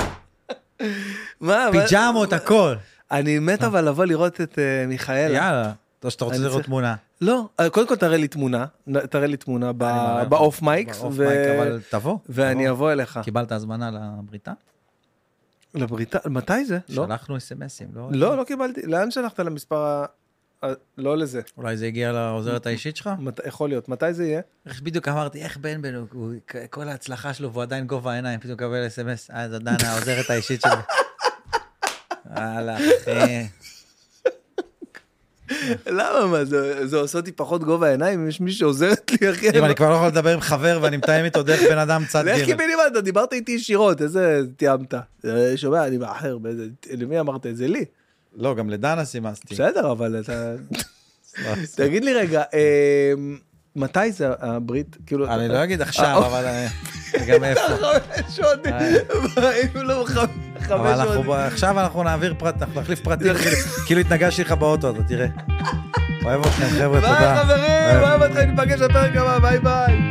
פיג'מות, הכל. אני מת אבל לבוא לראות את מיכאלה. יאללה, או שאתה רוצה לראות תמונה. לא, קודם כל תראה לי תמונה, תראה לי תמונה באוף מייקס. באוף מייק, אבל תבוא. ואני אבוא אליך. קיבלת הזמנה לבריטה? לבריטה? מתי זה? שלחנו אס-אמסים, לא? לא, לא קיבלתי. לאן שלחת למספר ה... לא לזה. אולי זה הגיע לעוזרת האישית שלך? יכול להיות. מתי זה יהיה? בדיוק אמרתי, איך בן בן, כל ההצלחה שלו, והוא עדיין גובה העיניים, פתאום קבל אס-אמס, אז עדיין העוזרת האישית שלי. הלאה, אחי. למה, מה, זה עושה אותי פחות גובה העיניים, אם יש מי שעוזרת לי, אחי. אם אני כבר לא יכול לדבר עם חבר, ואני מתאם איתו דרך בן אדם צד ג'. לך קיבילים, אתה דיברת איתי ישירות, איזה תיאמת. שומע, אני מאחר, למי אמרת את זה? לי. לא, גם לדנה סימסתי. בסדר, אבל אתה... תגיד לי רגע, מתי זה הברית? אני לא אגיד עכשיו, אבל גם איפה. חמש עוד, אם לא חמש עוד. עכשיו אנחנו נעביר פרט, אנחנו נחליף פרטים, כאילו התנגשתי לך באוטו, אתה תראה. אוהב אתכם, חבר'ה, תודה. ביי חברים, אוהב אתכם, נפגש בפרק הבא, ביי ביי.